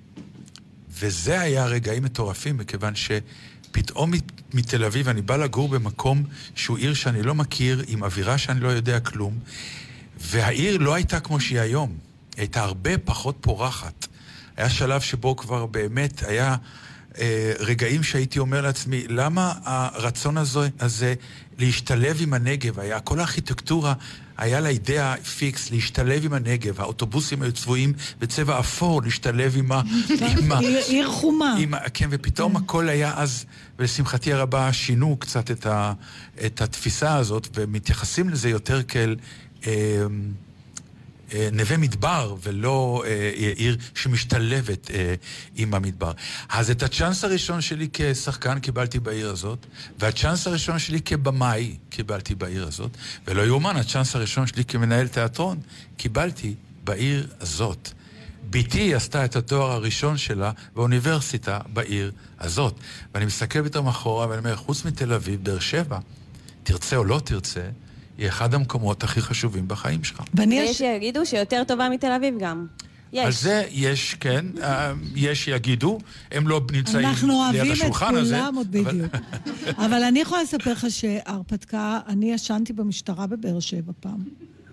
וזה היה רגעים מטורפים, מכיוון שפתאום מתל אביב אני בא לגור במקום שהוא עיר שאני לא מכיר, עם אווירה שאני לא יודע כלום, והעיר לא הייתה כמו שהיא היום, היא הייתה הרבה פחות פורחת. היה שלב שבו כבר באמת היה אה, רגעים שהייתי אומר לעצמי, למה הרצון הזה, הזה להשתלב עם הנגב, היה כל הארכיטקטורה, היה לה אידאה פיקס להשתלב עם הנגב, האוטובוסים היו צבועים בצבע אפור, להשתלב עם ה... עיר חומה. כן, ופתאום הכל היה אז, ולשמחתי הרבה, שינו קצת את, ה, את התפיסה הזאת, ומתייחסים לזה יותר כאל אה, אה, נווה מדבר, ולא אה, עיר שמשתלבת אה, עם המדבר. אז את הצ'אנס הראשון שלי כשחקן קיבלתי בעיר הזאת, והצ'אנס הראשון שלי כבמאי קיבלתי בעיר הזאת, ולא יאומן, הצ'אנס הראשון שלי כמנהל תיאטרון קיבלתי בעיר הזאת. ביתי עשתה את התואר הראשון שלה באוניברסיטה בעיר הזאת. ואני מסתכל פתאום אחורה ואני אומר, חוץ מתל אביב, באר שבע, תרצה או לא תרצה, היא אחד המקומות הכי חשובים בחיים שלך. ויש שיגידו שיותר טובה מתל אביב גם. יש. על זה יש, כן, יש שיגידו, הם לא נמצאים ליד השולחן הזה. אנחנו אוהבים את כולם עוד בדיוק. אבל אני יכולה לספר לך שהרפתקה, אני ישנתי במשטרה בבאר שבע פעם.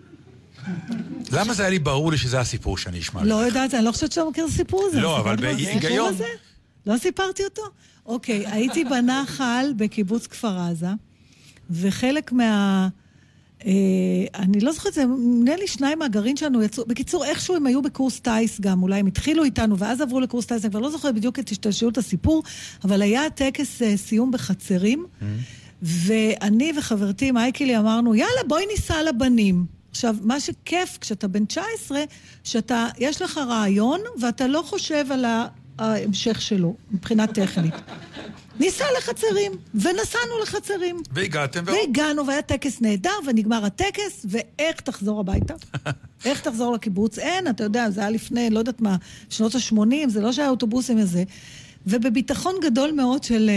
למה זה היה לי ברור לי שזה הסיפור שאני אשמע? לא יודעת, אני לא חושבת שאתה מכיר סיפור הזה. לא, אבל בהיגיון. לא סיפרתי אותו? אוקיי, הייתי בנחל בקיבוץ כפר עזה, וחלק מה... אני לא זוכרת, נראה לי שניים מהגרעין שלנו יצאו, בקיצור, איכשהו הם היו בקורס טייס גם, אולי הם התחילו איתנו, ואז עברו לקורס טייס, אני כבר לא זוכרת בדיוק את השתלשלות הסיפור, אבל היה טקס סיום בחצרים, ואני וחברתי מייקלי אמרנו, יאללה, בואי ניסע לבנים. עכשיו, מה שכיף כשאתה בן תשע עשרה, שאתה, יש לך רעיון, ואתה לא חושב על ההמשך שלו, מבחינה טכנית. ניסע לחצרים, ונסענו לחצרים. והגעתם ועוד. והגענו, והיה טקס נהדר, ונגמר הטקס, ואיך תחזור הביתה? איך תחזור לקיבוץ? אין, אתה יודע, זה היה לפני, לא יודעת מה, שנות ה-שמונים, זה לא שהיה אוטובוסים הזה. ובביטחון גדול מאוד של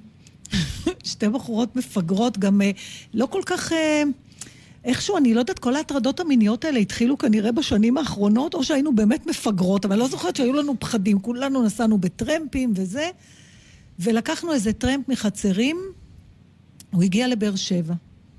שתי בחורות מפגרות, גם לא כל כך... איכשהו, אני לא יודעת, כל ההטרדות המיניות האלה התחילו כנראה בשנים האחרונות, או שהיינו באמת מפגרות, אבל אני לא זוכרת שהיו לנו פחדים, כולנו נסענו בטרמפים וזה, ולקחנו איזה טרמפ מחצרים, הוא הגיע לבאר שבע.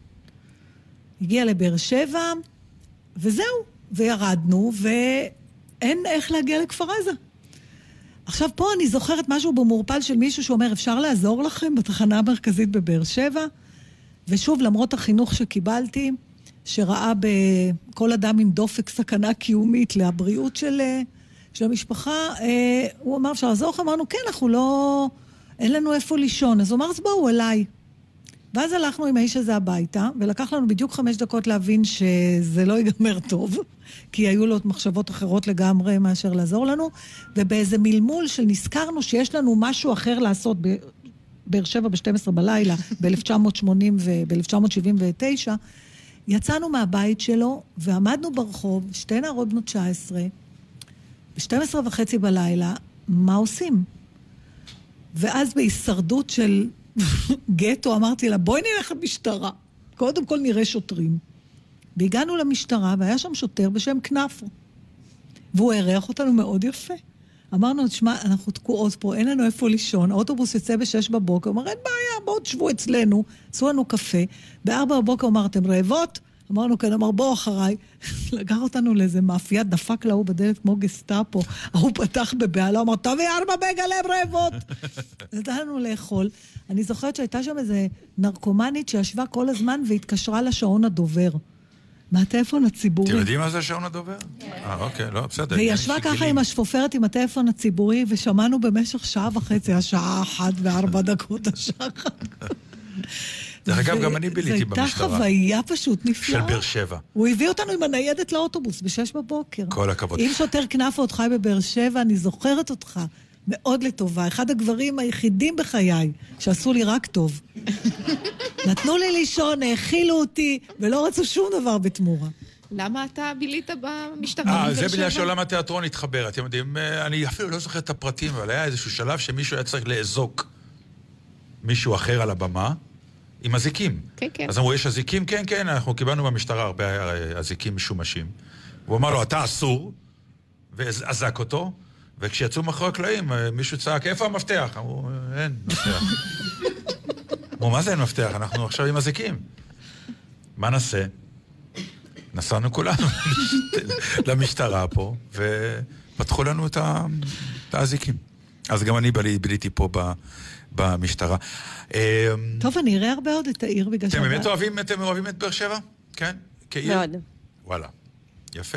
הגיע לבאר שבע, וזהו, וירדנו, ואין איך להגיע לכפר עזה. עכשיו פה אני זוכרת משהו במורפל של מישהו שאומר, אפשר לעזור לכם בתחנה המרכזית בבאר שבע? ושוב, למרות החינוך שקיבלתי, שראה בכל אדם עם דופק סכנה קיומית לבריאות של, של המשפחה, הוא אמר, אפשר לעזור לכם? אמרנו, כן, אנחנו לא... אין לנו איפה לישון. אז הוא אמר, אז בואו אליי. ואז הלכנו עם האיש הזה הביתה, ולקח לנו בדיוק חמש דקות להבין שזה לא ייגמר טוב, כי היו לו מחשבות אחרות לגמרי מאשר לעזור לנו, ובאיזה מלמול של נזכרנו שיש לנו משהו אחר לעשות בבאר שבע ב-שתים עשרה בלילה, ב-אלף תשע מאות שמונים וב-אלף תשע מאות שבעים ותשע, יצאנו מהבית שלו, ועמדנו ברחוב, שתי נערות בנות תשע עשרה, ב-שתים עשרה וחצי בלילה, מה עושים? ואז בהישרדות של גטו אמרתי לה, בואי נלך למשטרה. קודם כל נראה שוטרים. והגענו למשטרה, והיה שם שוטר בשם כנפו. והוא הערך אותנו מאוד יפה. אמרנו, תשמע, אנחנו תקועות פה, אין לנו איפה לישון, האוטובוס יצא בשש בבוקר, אמר, אין בעיה, בואו תשבו אצלנו, עשו לנו קפה, בארבע בבוקר אמרתם, רעבות? אמרנו, כן, אמר, בואו אחריי, לגר אותנו לאיזה מאפייה, דפק לה הוא בדלת כמו גסטאפו, הוא פתח בבעלה, אמר, תביא ארבע בגלב רעבות. נתן לנו לאכול. אני זוכרת שהייתה שם איזה נרקומנית שישבה כל הזמן והתקשרה לשעון הדובר. מהטלפון הציבורי. אתם יודעים מה זה השעון הדובר? אה, אוקיי, לא, בסדר. והיא ישבה ככה עם השפופרת עם הטלפון הציבורי, ושמענו במשך שעה וחצי, השעה אחת וארבע דקות, השעה אחת. דרך אגב, גם אני ביליתי במשטרה. זו הייתה חוויה פשוט נפלאה. של באר שבע. הוא הביא אותנו עם הניידת לאוטובוס בשש בבוקר. כל הכבוד. אם שוטר כנף עוד חי בבאר שבע, אני זוכרת אותך מאוד לטובה. אחד הגברים היחידים בחיי שעשו לי רק טוב. נתנו לי לישון, האכילו אותי, ולא רצו שום דבר בתמורה. למה אתה בילית במשטרה? אה, זה בגלל שעולם התיאטרון התחבר. אתם יודעים, אני אפילו לא זוכר את הפרטים, אבל היה איזשהו שלב שמישהו היה צריך לאזוק מישהו אחר על הבמה, עם הזיקים. כן, כן. אז אמרו, יש הזיקים? כן, כן, אנחנו קיבלנו במשטרה הרבה הזיקים משומשים. הוא אמר לו, אתה אסור, ועזק אותו, וכשיצאו מאחורי הקלעים, מישהו צעק, איפה המפתח? אמרו, אין מפתח. אמרו, מה זה אין מפתח? אנחנו עכשיו עם הזיקים. מה נעשה? נסענו כולנו למשטרה פה, ופתחו לנו את הזיקים. אז גם אני ביליתי פה במשטרה. טוב, אני אראה הרבה עוד את העיר בגלל אתם באמת אוהבים, אתם אוהבים את באר שבע? כן? כעיר? מאוד. וואלה, יפה.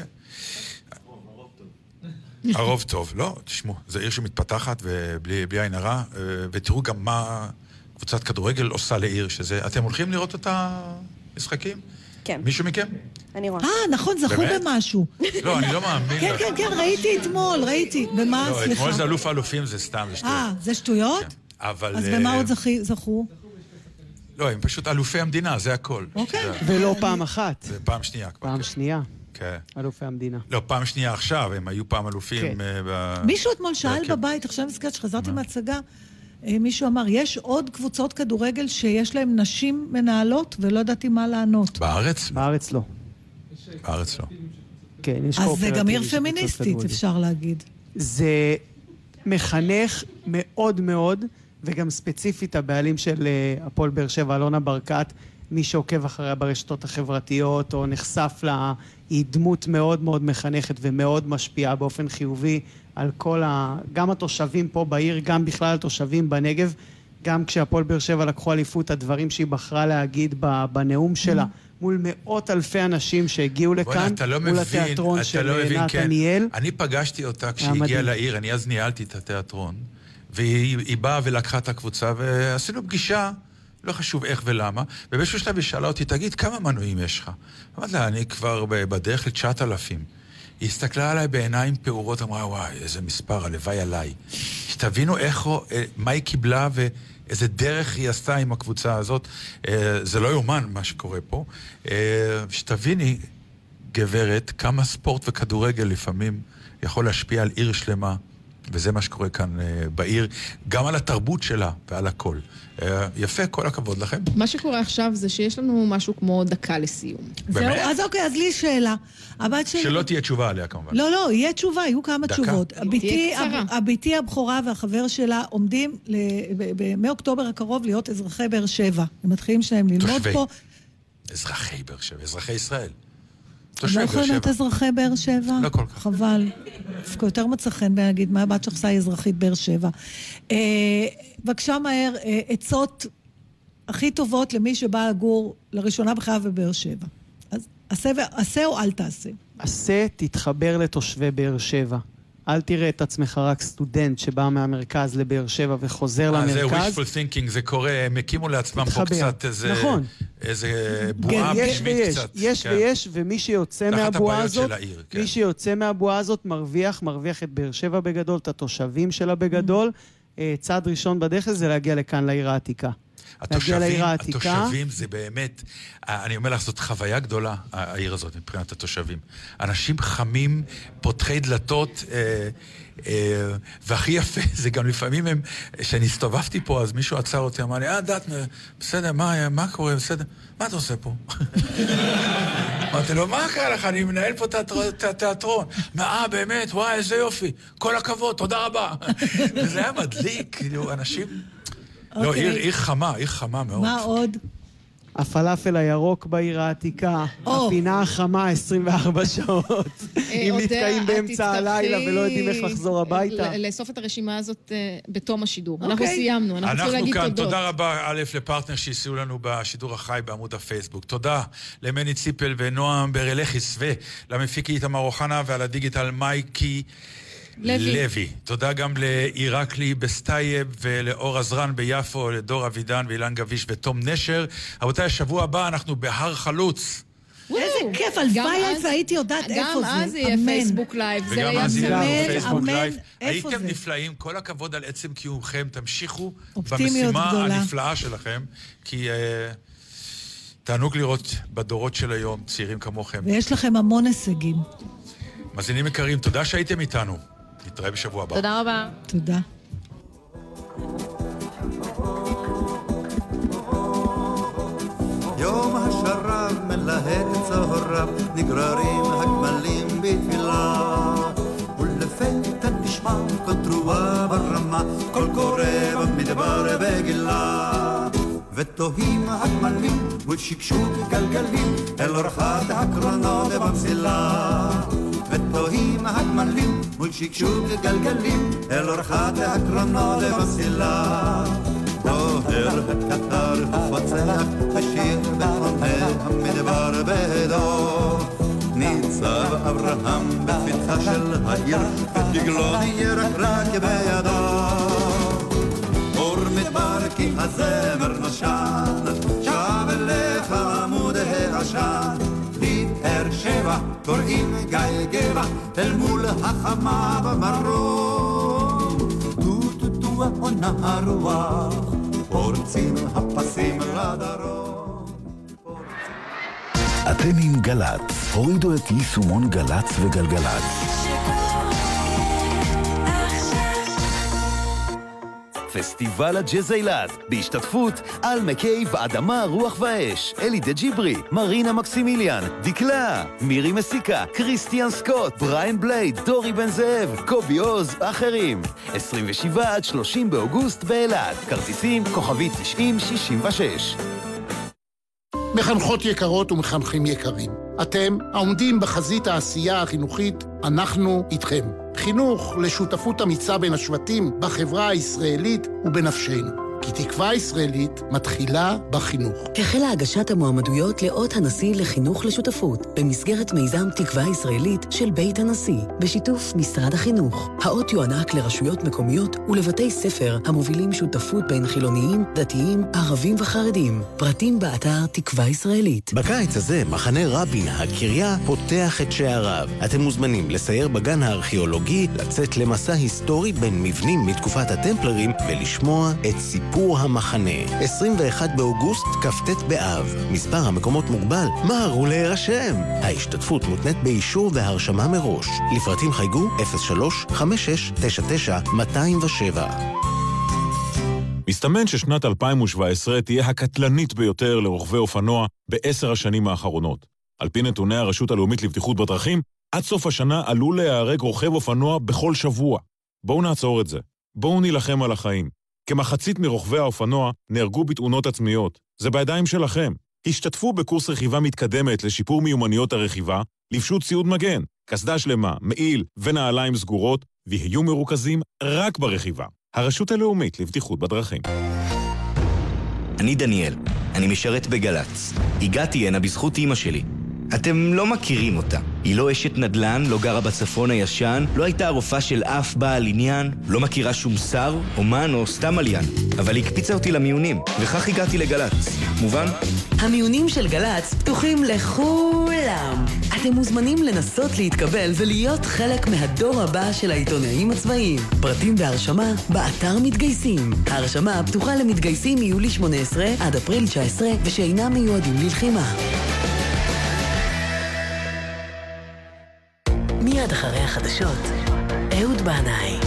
הרוב טוב. לא, תשמעו, זו עיר שמתפתחת ובלי עין הרע, ותראו גם מה קבוצת כדורגל עושה לעיר שזה. אתם הולכים לראות את המשחקים? כן. מישהו מכם? אני רואה. אה, נכון, זכו במשהו. לא, אני לא מאמין. כן, כן, כן, ראיתי אתמול, ראיתי. במה, סליחה? לא, אתמול זה אלוף האלופים, זה סתם, זה שטויות. אה, זה שטויות? אבל... אז במה עוד זכו? לא, הם פשוט אלופי המדינה, זה הכל. אוקיי. ולא פעם אחת. זה פעם שנייה כבר. פעם שנייה. כן. אלופי המדינה. לא, פעם שנייה עכשיו, הם היו פעם אלופים... מישהו אתמול שאל בבית, עכשיו מסגרת שחזרתי מהצגה, מישהו אמר, יש עוד קבוצות כדורגל שיש להם נשים מנהלות, ולא ידעתי מה לענות. בארץ? בארץ לא. בארץ לא. כן, יש אז זה גם עיר פמיניסטית, אפשר להגיד. זה מחנך מאוד מאוד, וגם ספציפית הבעלים של הפועל באר שבע, אלונה ברקת, מי שעוקב אחריה ברשתות החברתיות, או נחשף לה, היא דמות מאוד מאוד מחנכת ומאוד משפיעה באופן חיובי על כל ה... גם התושבים פה בעיר, גם בכלל התושבים בנגב, גם כשהפועל באר שבע לקחו אליפות, הדברים שהיא בחרה להגיד בנאום שלה, מול מאות אלפי אנשים שהגיעו לכאן, מול התיאטרון של נתן ניאל. אני פגשתי אותה כשהיא הגיעה לעיר, אני אז ניהלתי את התיאטרון, והיא באה ולקחה את הקבוצה, ועשינו פגישה, לא חשוב איך ולמה, ובאיזשהו שלב היא שאלה אותי, תגיד, כמה מנויים יש לך? אמרתי לה, אני כבר בדרך לתשעת אלפים. היא הסתכלה עליי בעיניים פעורות, אמרה, וואי, איזה מספר, הלוואי עליי. שתבינו איך, מה היא קיבלה ואיזה דרך היא עשתה עם הקבוצה הזאת. זה לא יומן מה שקורה פה. שתביני, גברת, כמה ספורט וכדורגל לפעמים יכול להשפיע על עיר שלמה, וזה מה שקורה כאן בעיר, גם על התרבות שלה ועל הכל. יפה, כל הכבוד לכם. מה שקורה עכשיו זה שיש לנו משהו כמו דקה לסיום. באמת? זהו, אז אוקיי, אז לי שאלה. שלא תהיה תשובה עליה כמובן. לא, לא, יהיה תשובה, יהיו כמה תשובות. הביתי הבכורה והחבר שלה עומדים מאוקטובר הקרוב להיות אזרחי באר שבע. הם מתחילים שלהם ללמוד פה. אזרחי באר שבע, אזרחי ישראל. לא יכולים להיות אזרחי באר שבע? לא כל כך. חבל. דווקא יותר מצא חן להגיד, מה הבת שלך היא אזרחית באר שבע. בבקשה מהר, עצות הכי טובות למי שבא לגור לראשונה בחייו בבאר שבע. אז עשה או אל תעשה? עשה, תתחבר לתושבי באר שבע. אל תראה את עצמך רק סטודנט שבא מהמרכז לבאר שבע וחוזר למרכז. זה wishful thinking, זה קורה, הם הקימו לעצמם פה קצת איזה... נכון. איזה בועה בשמית קצת. יש ויש, ומי שיוצא מהבועה הזאת, מי שיוצא מהבועה הזאת מרוויח, מרוויח את באר שבע בגדול, את התושבים שלה בגדול. צעד ראשון בדרך זה להגיע לכאן לעיר העתיקה. התושבים, התושבים זה באמת, אני אומר לך, זאת חוויה גדולה, העיר הזאת, מבחינת התושבים. אנשים חמים, פותחי דלתות, אה, אה, והכי יפה, זה גם לפעמים הם, כשאני הסתובבתי פה, אז מישהו עצר אותי, אמר לי, אה, דעת, בסדר, מה, מה קורה, בסדר? מה אתה עושה פה? אמרתי לו, מה קרה לך? אני מנהל פה את התיאטרון. מה, באמת, וואי, איזה יופי. כל הכבוד, תודה רבה. וזה היה מדליק, כאילו, אנשים... לא, עיר חמה, עיר חמה מאוד. מה עוד? הפלאפל הירוק בעיר העתיקה, הפינה החמה עשרים וארבע שעות. אם נתקעים באמצע הלילה ולא יודעים איך לחזור הביתה. לאסוף את הרשימה הזאת בתום השידור. אנחנו סיימנו, אנחנו צריכים להגיד אנחנו תודות. כאן, תודה רבה, א', לפרטנר שהסיעו לנו בשידור החי בעמוד הפייסבוק. תודה למני ציפל ונועם ברלכיס, ולמפיקי איתמר אוחנה ועל הדיגיטל מייקי לוי. לוי. תודה גם לאירקלי בסטייב ולאור עזרן ביפו, לדור אבידן ואילן גביש ותום נשר. רבותיי, השבוע הבא אנחנו בהר חלוץ. איזה כיף, הלוואי והייתי יודעת איפה זה. גם אז יהיה פייסבוק לייב. וגם אז יהיה פייסבוק לייב. הייתם נפלאים, כל הכבוד על עצם קיומכם. תמשיכו במשימה הנפלאה שלכם, כי תענוג לראות בדורות של היום צעירים כמוכם. ויש לכם המון הישגים. מאזינים יקרים, תודה שהייתם איתנו. נתראה בשבוע הבא. תודה רבה. תודה. יום השרב מלהק צהרב, נגררים הגמלים בתפילה, ולפתע נשמע כל תרועה ברמה, כל קורא במדבר בגילה, ותוהים הגמלים מול שקשוק גלגלים, אל אורחת הקרונות במסילה, ותוהים הגמלים מול שקשוק גלגלים, אל אורחת הקרונות במסילה. דוהר הקטר ופוצח השיר בחומה המדבר בהדו, ניצב אברהם בפתחה של העיר ודגלו ירקרק בידו, אור מדבר כי הזמר נושן, שב אליך עמוד העשן, באר שבע קוראים גיא גבע אל מול החמה במרום, טוטוטו עונה הרוח פורצים הפסים לדרום. אתם עם גלץ, הורידו את יישומון גלץ וגלגלץ. פסטיבל הג'אז אילת, בהשתתפות על מקי ואדמה רוח ואש, אלי דה ג'יברי, מרינה מקסימיליאן, דקלה, מירי מסיקה, קריסטיאן סקוט, בריין בלייד, דורי בן זאב, קובי עוז ואחרים. עשרים ושבעה עד שלושים באוגוסט באילת, כרטיסים כוכבי תשעים שישים ושש. מחנכות יקרות ומחנכים יקרים, אתם העומדים בחזית העשייה החינוכית, אנחנו איתכם. חינוך לשותפות אמיצה בין השבטים בחברה הישראלית ובנפשנו. כי תקווה ישראלית מתחילה בחינוך. החלה הגשת המועמדויות לאות הנשיא לחינוך לשותפות, במסגרת מיזם תקווה ישראלית של בית הנשיא, בשיתוף משרד החינוך. האות יוענק לרשויות מקומיות ולבתי ספר המובילים שותפות בין חילוניים, דתיים, ערבים וחרדים. פרטים באתר תקווה ישראלית. בקיץ הזה, מחנה רבין, הקריה, פותח את שעריו. אתם מוזמנים לסייר בגן הארכיאולוגי, לצאת למסע היסטורי בין מבנים מתקופת הטמפלרים ולשמוע את סיפור סיפור המחנה. עשרים ואחד באוגוסט, כ"ט באב. מספר המקומות מוגבל, מהרו להירשם. ההשתתפות מותנית באישור והרשמה מראש. לפרטים חייגו אפס שלוש חמש שש תשע תשע מאתיים ושבע. מסתמן ששנת אלפיים שבע עשרה תהיה הקטלנית ביותר לרוכבי אופנוע בעשר השנים האחרונות. על פי נתוני הרשות הלאומית לבטיחות בדרכים, עד סוף השנה עלול להיהרג רוכב אופנוע בכל שבוע. בואו נעצור את זה. בואו נילחם על החיים. כמחצית מרוכבי האופנוע נהרגו בתאונות עצמיות. זה בידיים שלכם. השתתפו בקורס רכיבה מתקדמת לשיפור מיומנויות הרכיבה, לבשו ציוד מגן, קסדה שלמה, מעיל ונעליים סגורות, ויהיו מרוכזים רק ברכיבה. הרשות הלאומית לבטיחות בדרכים. אני דניאל, אני משרת בגלץ. הגעתי הנה בזכות אמא שלי. אתם לא מכירים אותה. היא לא אשת נדל"ן, לא גרה בצפון הישן, לא הייתה הרופאה של אף בעל עניין, לא מכירה שום שר, אומן או סתם עליין. אבל היא הקפיצה אותי למיונים, וכך הגעתי לגלץ. מובן? המיונים של גלץ פתוחים לכולם. אתם מוזמנים לנסות להתקבל ולהיות חלק מהדור הבא של העיתונאים הצבאיים. פרטים והרשמה באתר מתגייסים. ההרשמה פתוחה למתגייסים מיולי שמונה עשרה עד אפריל תשע עשרה ושאינם מיועדים ללחימה. מיד אחרי החדשות, אהוד בנאי.